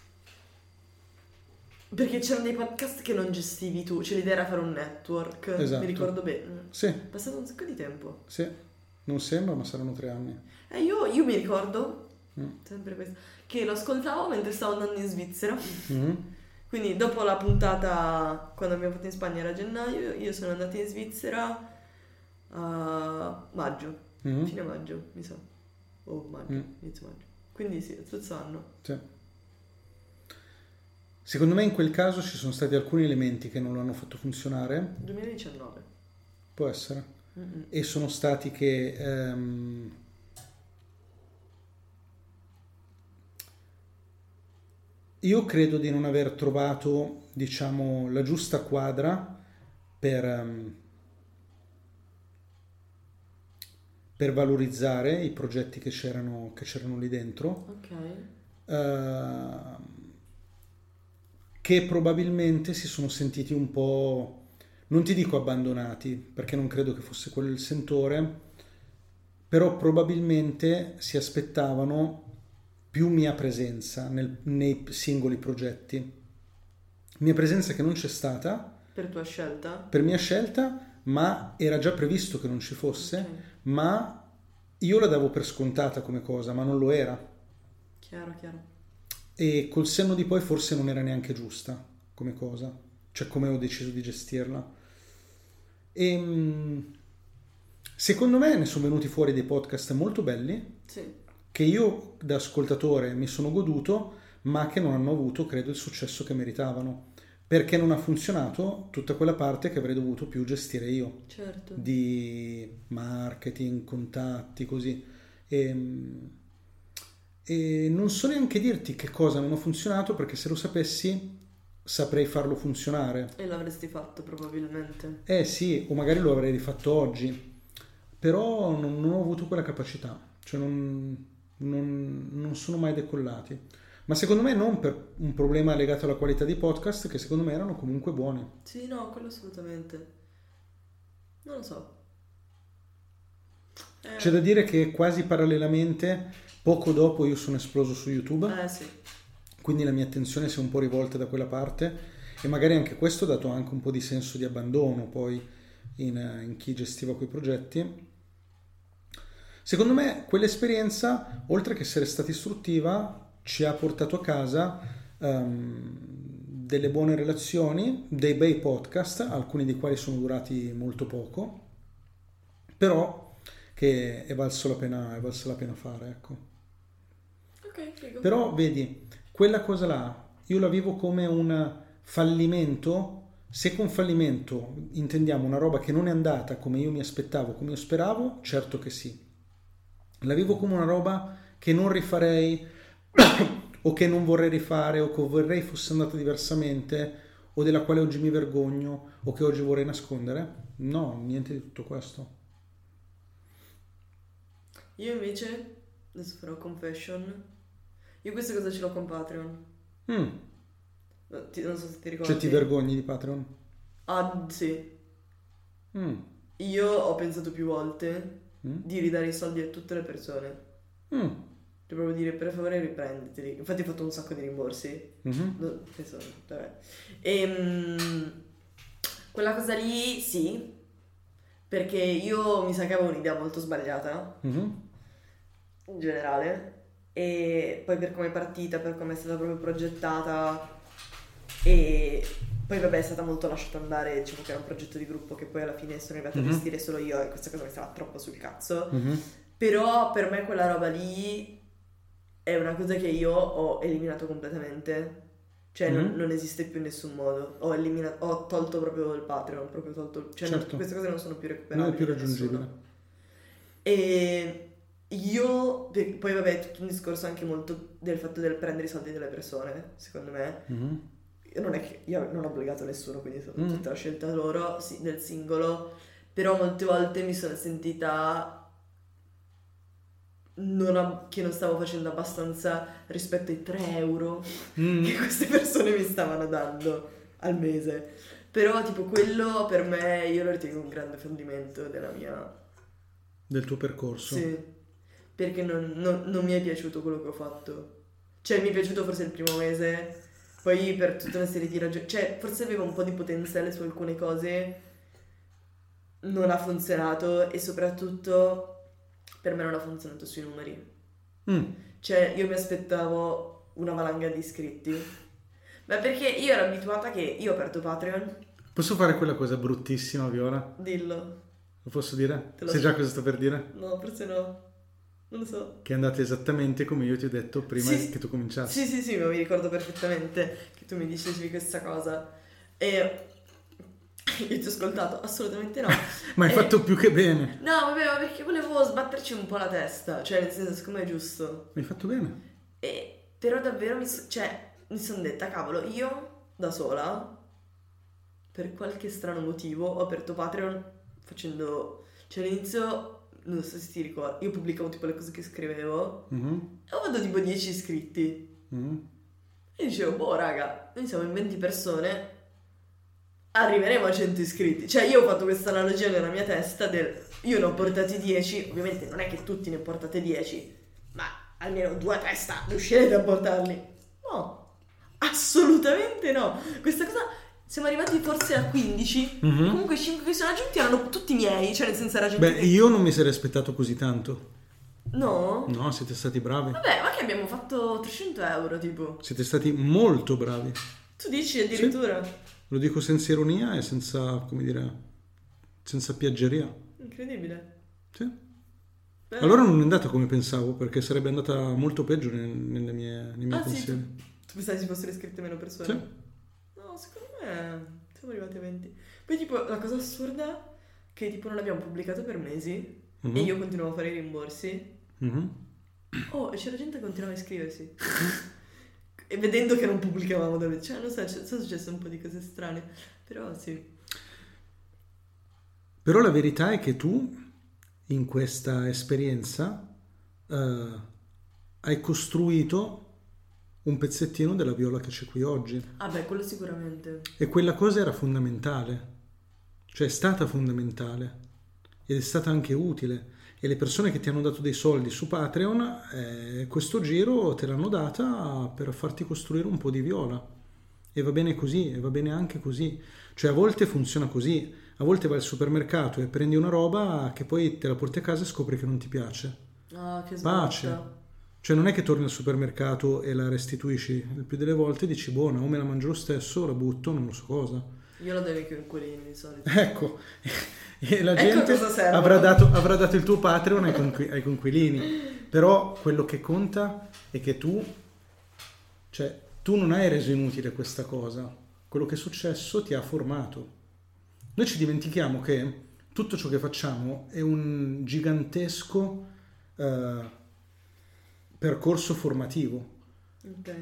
perché c'erano dei podcast che non gestivi tu, cioè l'idea era fare un network, Esatto. mi ricordo bene. Sì, È passato un sacco di tempo. sì, non sembra, ma saranno tre anni. E io, io mi ricordo, Mm. sempre questo, che lo ascoltavo mentre stavo andando in Svizzera. Mhm. Quindi dopo la puntata, quando abbiamo fatto in Spagna era gennaio, io sono andata in Svizzera a maggio, Mhm. fine maggio, mi sa. O maggio, Mm. inizio maggio. Quindi sì, stesso anno. Sì. Secondo me in quel caso ci sono stati alcuni elementi che non lo hanno fatto funzionare, duemiladiciannove. può essere, Mm-mm. e sono stati che ehm, io credo di non aver trovato, diciamo, la giusta quadra per, ehm, per valorizzare i progetti che c'erano, che c'erano lì dentro, Ok. ehm, che probabilmente si sono sentiti un po', non ti dico abbandonati, perché non credo che fosse quello il sentore, però probabilmente si aspettavano più mia presenza nel- nei singoli progetti. Mia presenza che non c'è stata, Per tua scelta? per mia scelta, ma era già previsto che non ci fosse, Ok. ma io la davo per scontata come cosa, ma non lo era. Chiaro, chiaro. E col senno di poi forse non era neanche giusta come cosa, cioè come ho deciso di gestirla. E mh, secondo me ne sono venuti fuori dei podcast molto belli Sì. che io da ascoltatore mi sono goduto, ma che non hanno avuto, credo, il successo che meritavano. perché non ha funzionato tutta quella parte che avrei dovuto più gestire io, Certo. di marketing, contatti, così. E, e non so neanche dirti che cosa non ha funzionato, perché se lo sapessi saprei farlo funzionare. E l'avresti fatto probabilmente. Eh sì, o magari lo avrei rifatto oggi, però non, non ho avuto quella capacità, cioè non, non, non sono mai decollati. Ma secondo me non per un problema legato alla qualità di podcast, che secondo me erano comunque buoni. Sì, no, quello assolutamente. Non lo so. Eh, C'è da dire che quasi parallelamente, poco dopo io sono esploso su YouTube, eh sì. quindi la mia attenzione si è un po' rivolta da quella parte, e magari anche questo ha dato anche un po' di senso di abbandono poi in, in chi gestiva quei progetti. Secondo me quell'esperienza, oltre che essere stata istruttiva, ci ha portato a casa um, delle buone relazioni, dei bei podcast, alcuni dei quali sono durati molto poco, però che è valso la pena, è valsa la pena fare, ecco. Ok, figo. Però vedi, quella cosa là, io la vivo come un fallimento. Se con fallimento intendiamo una roba che non è andata come io mi aspettavo, come io speravo, certo che sì. La vivo come una roba che non rifarei o che non vorrei rifare o che vorrei fosse andata diversamente o della quale oggi mi vergogno o che oggi vorrei nascondere. No, niente di tutto questo. Io invece, adesso farò confession, io questa cosa ce l'ho con Patreon. Mm. No, ti- non so se ti ricordi. Cioè ti vergogni di Patreon? Ah, sì. Mm. Io ho pensato più volte Mm. di ridare i soldi a tutte le persone. Mm. Cioè proprio dire per favore riprenditeli. Infatti ho fatto un sacco di rimborsi. Mhm. No, penso, vabbè. Ehm, quella cosa lì sì, perché io mi sa che avevo un'idea molto sbagliata Mhm. in generale, e poi per come è partita, per come è stata proprio progettata, e poi vabbè è stata molto lasciata andare, diciamo che era un progetto di gruppo che poi alla fine sono arrivata Mhm. a gestire solo io, e questa cosa mi stava troppo sul cazzo. Mhm. Però per me quella roba lì è una cosa che io ho eliminato completamente. Cioè non, Mhm. non esiste più in nessun modo. Ho eliminato, ho tolto proprio il Patreon, proprio tolto. Cioè non- Certo. queste cose non sono più Non recuperabili. è più da raggiungibile. nessuno. E io, poi vabbè, è tutto un discorso anche molto del fatto del prendere i soldi delle persone, secondo me. Mhm. Io non è che io non ho obbligato nessuno, quindi è Mm. tutta la scelta loro, sì, del singolo. Però molte volte mi sono sentita non ab- che non stavo facendo abbastanza rispetto ai tre euro Mm. che queste persone mi stavano dando al mese. Però tipo quello per me io lo ritengo un grande fallimento della mia... Del tuo percorso. Sì, perché non, non- non mi è piaciuto quello che ho fatto. Cioè mi è piaciuto forse il primo mese, poi per tutta una serie di ragioni, cioè forse aveva un po' di potenziale su alcune cose, non ha funzionato, e soprattutto per me non ha funzionato sui numeri. Mm. Cioè io mi aspettavo una valanga di iscritti, ma perché io ero abituata che io ho aperto Patreon, Posso fare quella cosa bruttissima, Viola? dillo, Lo posso dire? Te lo Sai so. già cosa sto per dire? no forse no, non lo so. Che è andata esattamente come io ti ho detto prima Sì, che tu cominciassi. Sì, sì, sì, ma mi ricordo perfettamente che tu mi dicevi questa cosa. E io ti ho ascoltato, assolutamente no. Ma hai E- fatto più che bene. No, vabbè, ma perché volevo sbatterci un po' la testa, cioè nel senso, secondo me è giusto. Mi hai fatto bene. E però davvero mi, so- cioè, mi sono detta, cavolo, io da sola, per qualche strano motivo, ho aperto Patreon facendo... Cioè all'inizio, non so se ti ricordi, io pubblicavo tipo le cose che scrivevo Mhm. e ho avuto tipo dieci iscritti. Mhm. E dicevo, boh raga, noi siamo in venti persone, arriveremo a cento iscritti. Cioè io ho fatto questa analogia nella mia testa del, io ne ho portati dieci, ovviamente non è che tutti ne portate dieci, ma almeno due a testa riuscirete a portarli. No, assolutamente no. Questa cosa, siamo arrivati forse a quindici, Mhm. comunque i cinque che sono aggiunti erano tutti miei, cioè nel senso era gente Beh, che... io non mi sarei aspettato così tanto. No? No, siete stati bravi. Vabbè, ma che abbiamo fatto trecento euro tipo. Siete stati molto bravi. Tu dici addirittura? Lo dico senza ironia e senza, come dire, senza piaggeria. Incredibile. Sì. Beh. Allora non è andata come pensavo, perché sarebbe andata molto peggio nel- nelle mie, nei miei Ah sì, tu, pensieri. tu pensavi si fossero iscritte meno persone? Sì. No, No, secondo me siamo arrivati a venti. Poi tipo la cosa assurda che tipo non abbiamo pubblicato per mesi mm-hmm. e io continuavo a fare i rimborsi. Mm-hmm. Oh, e c'era gente che continuava a iscriversi. E vedendo che non pubblicavamo da cioè non so, sono successe un po' di cose strane, però sì. Però la verità è che tu in questa esperienza uh, hai costruito un pezzettino della Viola che c'è qui oggi. Ah beh, quello sicuramente. E quella cosa era fondamentale, cioè è stata fondamentale ed è stata anche utile. E le persone che ti hanno dato dei soldi su Patreon, eh, questo giro te l'hanno data per farti costruire un po' di Viola. E va bene così, e va bene anche così. Cioè a volte funziona così, a volte vai al supermercato e prendi una roba che poi te la porti a casa e scopri che non ti piace. Ah, che Pace. sbatta. Cioè non è che torni al supermercato e la restituisci, il più delle volte dici buona, o me la mangio lo stesso, o la butto, non lo so cosa. Io la do ai coinquilini di solito. Ecco, e la ecco gente avrà dato, avrà dato il tuo Patreon ai, conqu- ai coinquilini. Però quello che conta è che tu, cioè tu non hai reso inutile questa cosa. Quello che è successo ti ha formato. Noi ci dimentichiamo che tutto ciò che facciamo è un gigantesco uh, percorso formativo. Ok.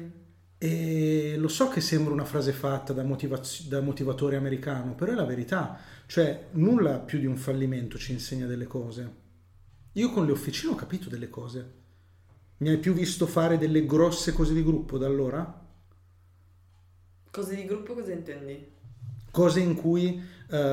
E lo so che sembra una frase fatta da, motivaz- da motivatore americano, però è la verità. Cioè, nulla più di un fallimento ci insegna delle cose. Io con le officine ho capito delle cose. Mi hai più visto fare delle grosse cose di gruppo da allora? Cose di gruppo cosa intendi? Cose in cui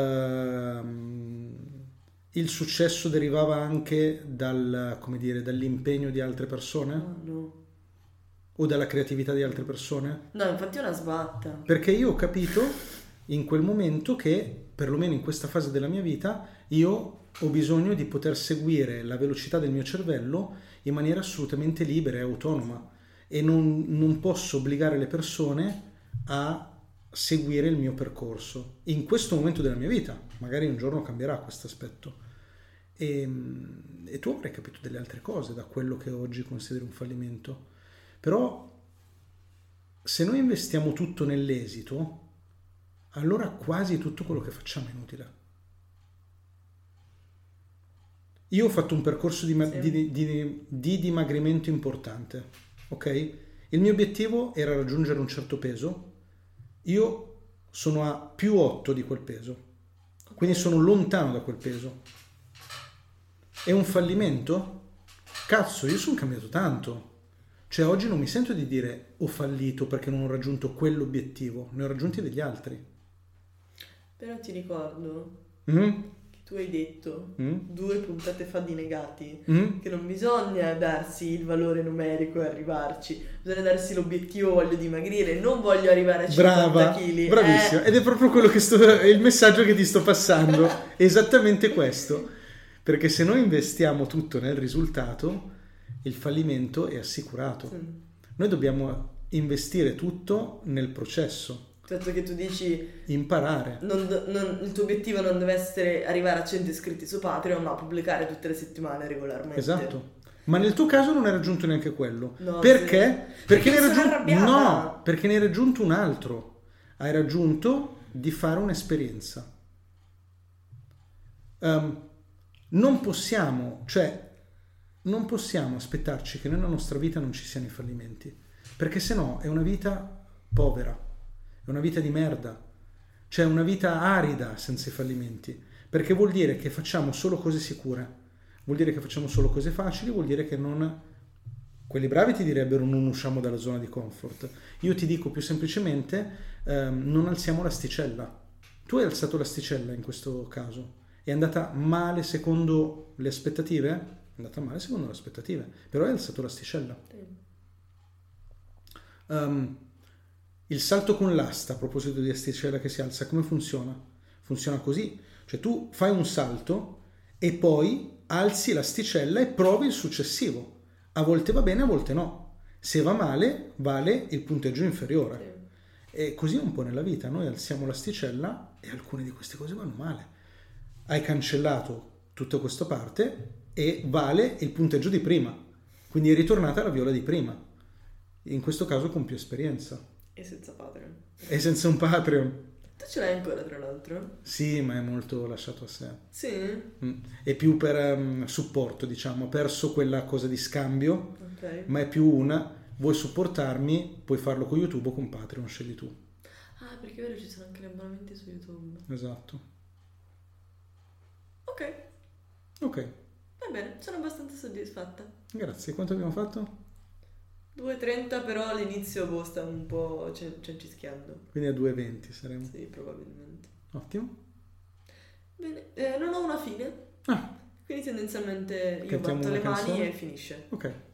ehm, il successo derivava anche dal, come dire, dall'impegno di altre persone? Oh, no. O dalla creatività di altre persone? No, infatti è una sbatta. Perché io ho capito in quel momento che, perlomeno in questa fase della mia vita, io ho bisogno di poter seguire la velocità del mio cervello in maniera assolutamente libera e autonoma e non, non posso obbligare le persone a seguire il mio percorso. In questo momento della mia vita, magari un giorno cambierà questo aspetto. E, e tu avrai capito delle altre cose da quello che oggi consideri un fallimento. Però se noi investiamo tutto nell'esito, allora quasi tutto quello che facciamo è inutile. Io ho fatto un percorso di, sì. di, di, di dimagrimento importante, ok? Il mio obiettivo era raggiungere un certo peso, io sono a più otto di quel peso, okay. Quindi sono lontano da quel peso. È un fallimento? Cazzo, io sono cambiato tanto. Cioè oggi non mi sento di dire ho fallito perché non ho raggiunto quell'obiettivo, ne ho raggiunti degli altri. Però ti ricordo mm? che tu hai detto mm? due puntate fa di negati mm? che non bisogna darsi il valore numerico e arrivarci, bisogna darsi l'obiettivo, voglio dimagrire, non voglio arrivare a cinquanta chili. Bravissima, eh. Ed è proprio quello che sto, è il messaggio che ti sto passando, è esattamente questo, perché se noi investiamo tutto nel risultato, il fallimento è assicurato. Sì. Noi dobbiamo investire tutto nel processo. Certo che tu dici imparare. Non, non, il tuo obiettivo non deve essere arrivare a cento iscritti su Patreon, ma pubblicare tutte le settimane regolarmente. Esatto. Ma nel tuo caso non hai raggiunto neanche quello. No, perché? Sì. Perché, perché ne hai raggiunto arrabbiata. No, perché ne hai raggiunto un altro. Hai raggiunto di fare un'esperienza. Um, non possiamo, cioè non possiamo aspettarci che nella nostra vita non ci siano i fallimenti, perché se no è una vita povera, è una vita di merda, cioè una vita arida senza i fallimenti, perché vuol dire che facciamo solo cose sicure, vuol dire che facciamo solo cose facili, vuol dire che non... Quelli bravi ti direbbero non usciamo dalla zona di comfort. Io ti dico più semplicemente ehm, non alziamo l'asticella. Tu hai alzato l'asticella in questo caso. È andata male secondo le aspettative? È andata male secondo le aspettative, però hai alzato l'asticella. Um, il salto con l'asta, a proposito di asticella che si alza, come funziona? Funziona così, cioè tu fai un salto e poi alzi l'asticella e provi il successivo. A volte va bene, a volte no. Se va male, vale il punteggio inferiore. E così un po' nella vita, noi alziamo l'asticella e alcune di queste cose vanno male. Hai cancellato tutta questa parte e vale il punteggio di prima, quindi è ritornata la Viola di prima, in questo caso con più esperienza. E senza Patreon. E senza un Patreon. Tu ce l'hai ancora, tra l'altro? Sì, ma è molto lasciato a sé. Sì? Mm. È più per um, supporto, diciamo. Ho perso quella cosa di scambio, Ok. ma è più una. Vuoi supportarmi? Puoi farlo con YouTube o con Patreon, scegli tu. Ah, perché è vero, ci sono anche gli abbonamenti su YouTube. Esatto. Ok, Ok, va bene, sono abbastanza soddisfatta. grazie. Quanto abbiamo fatto? due e trenta, però all'inizio boh, sta un po' cen- cencischiando. Quindi a due e venti saremo. Sì, probabilmente. Ottimo. Bene, eh, non ho una fine, Ah, quindi tendenzialmente io Cantiamo batto una le mani canzone? e finisce. ok.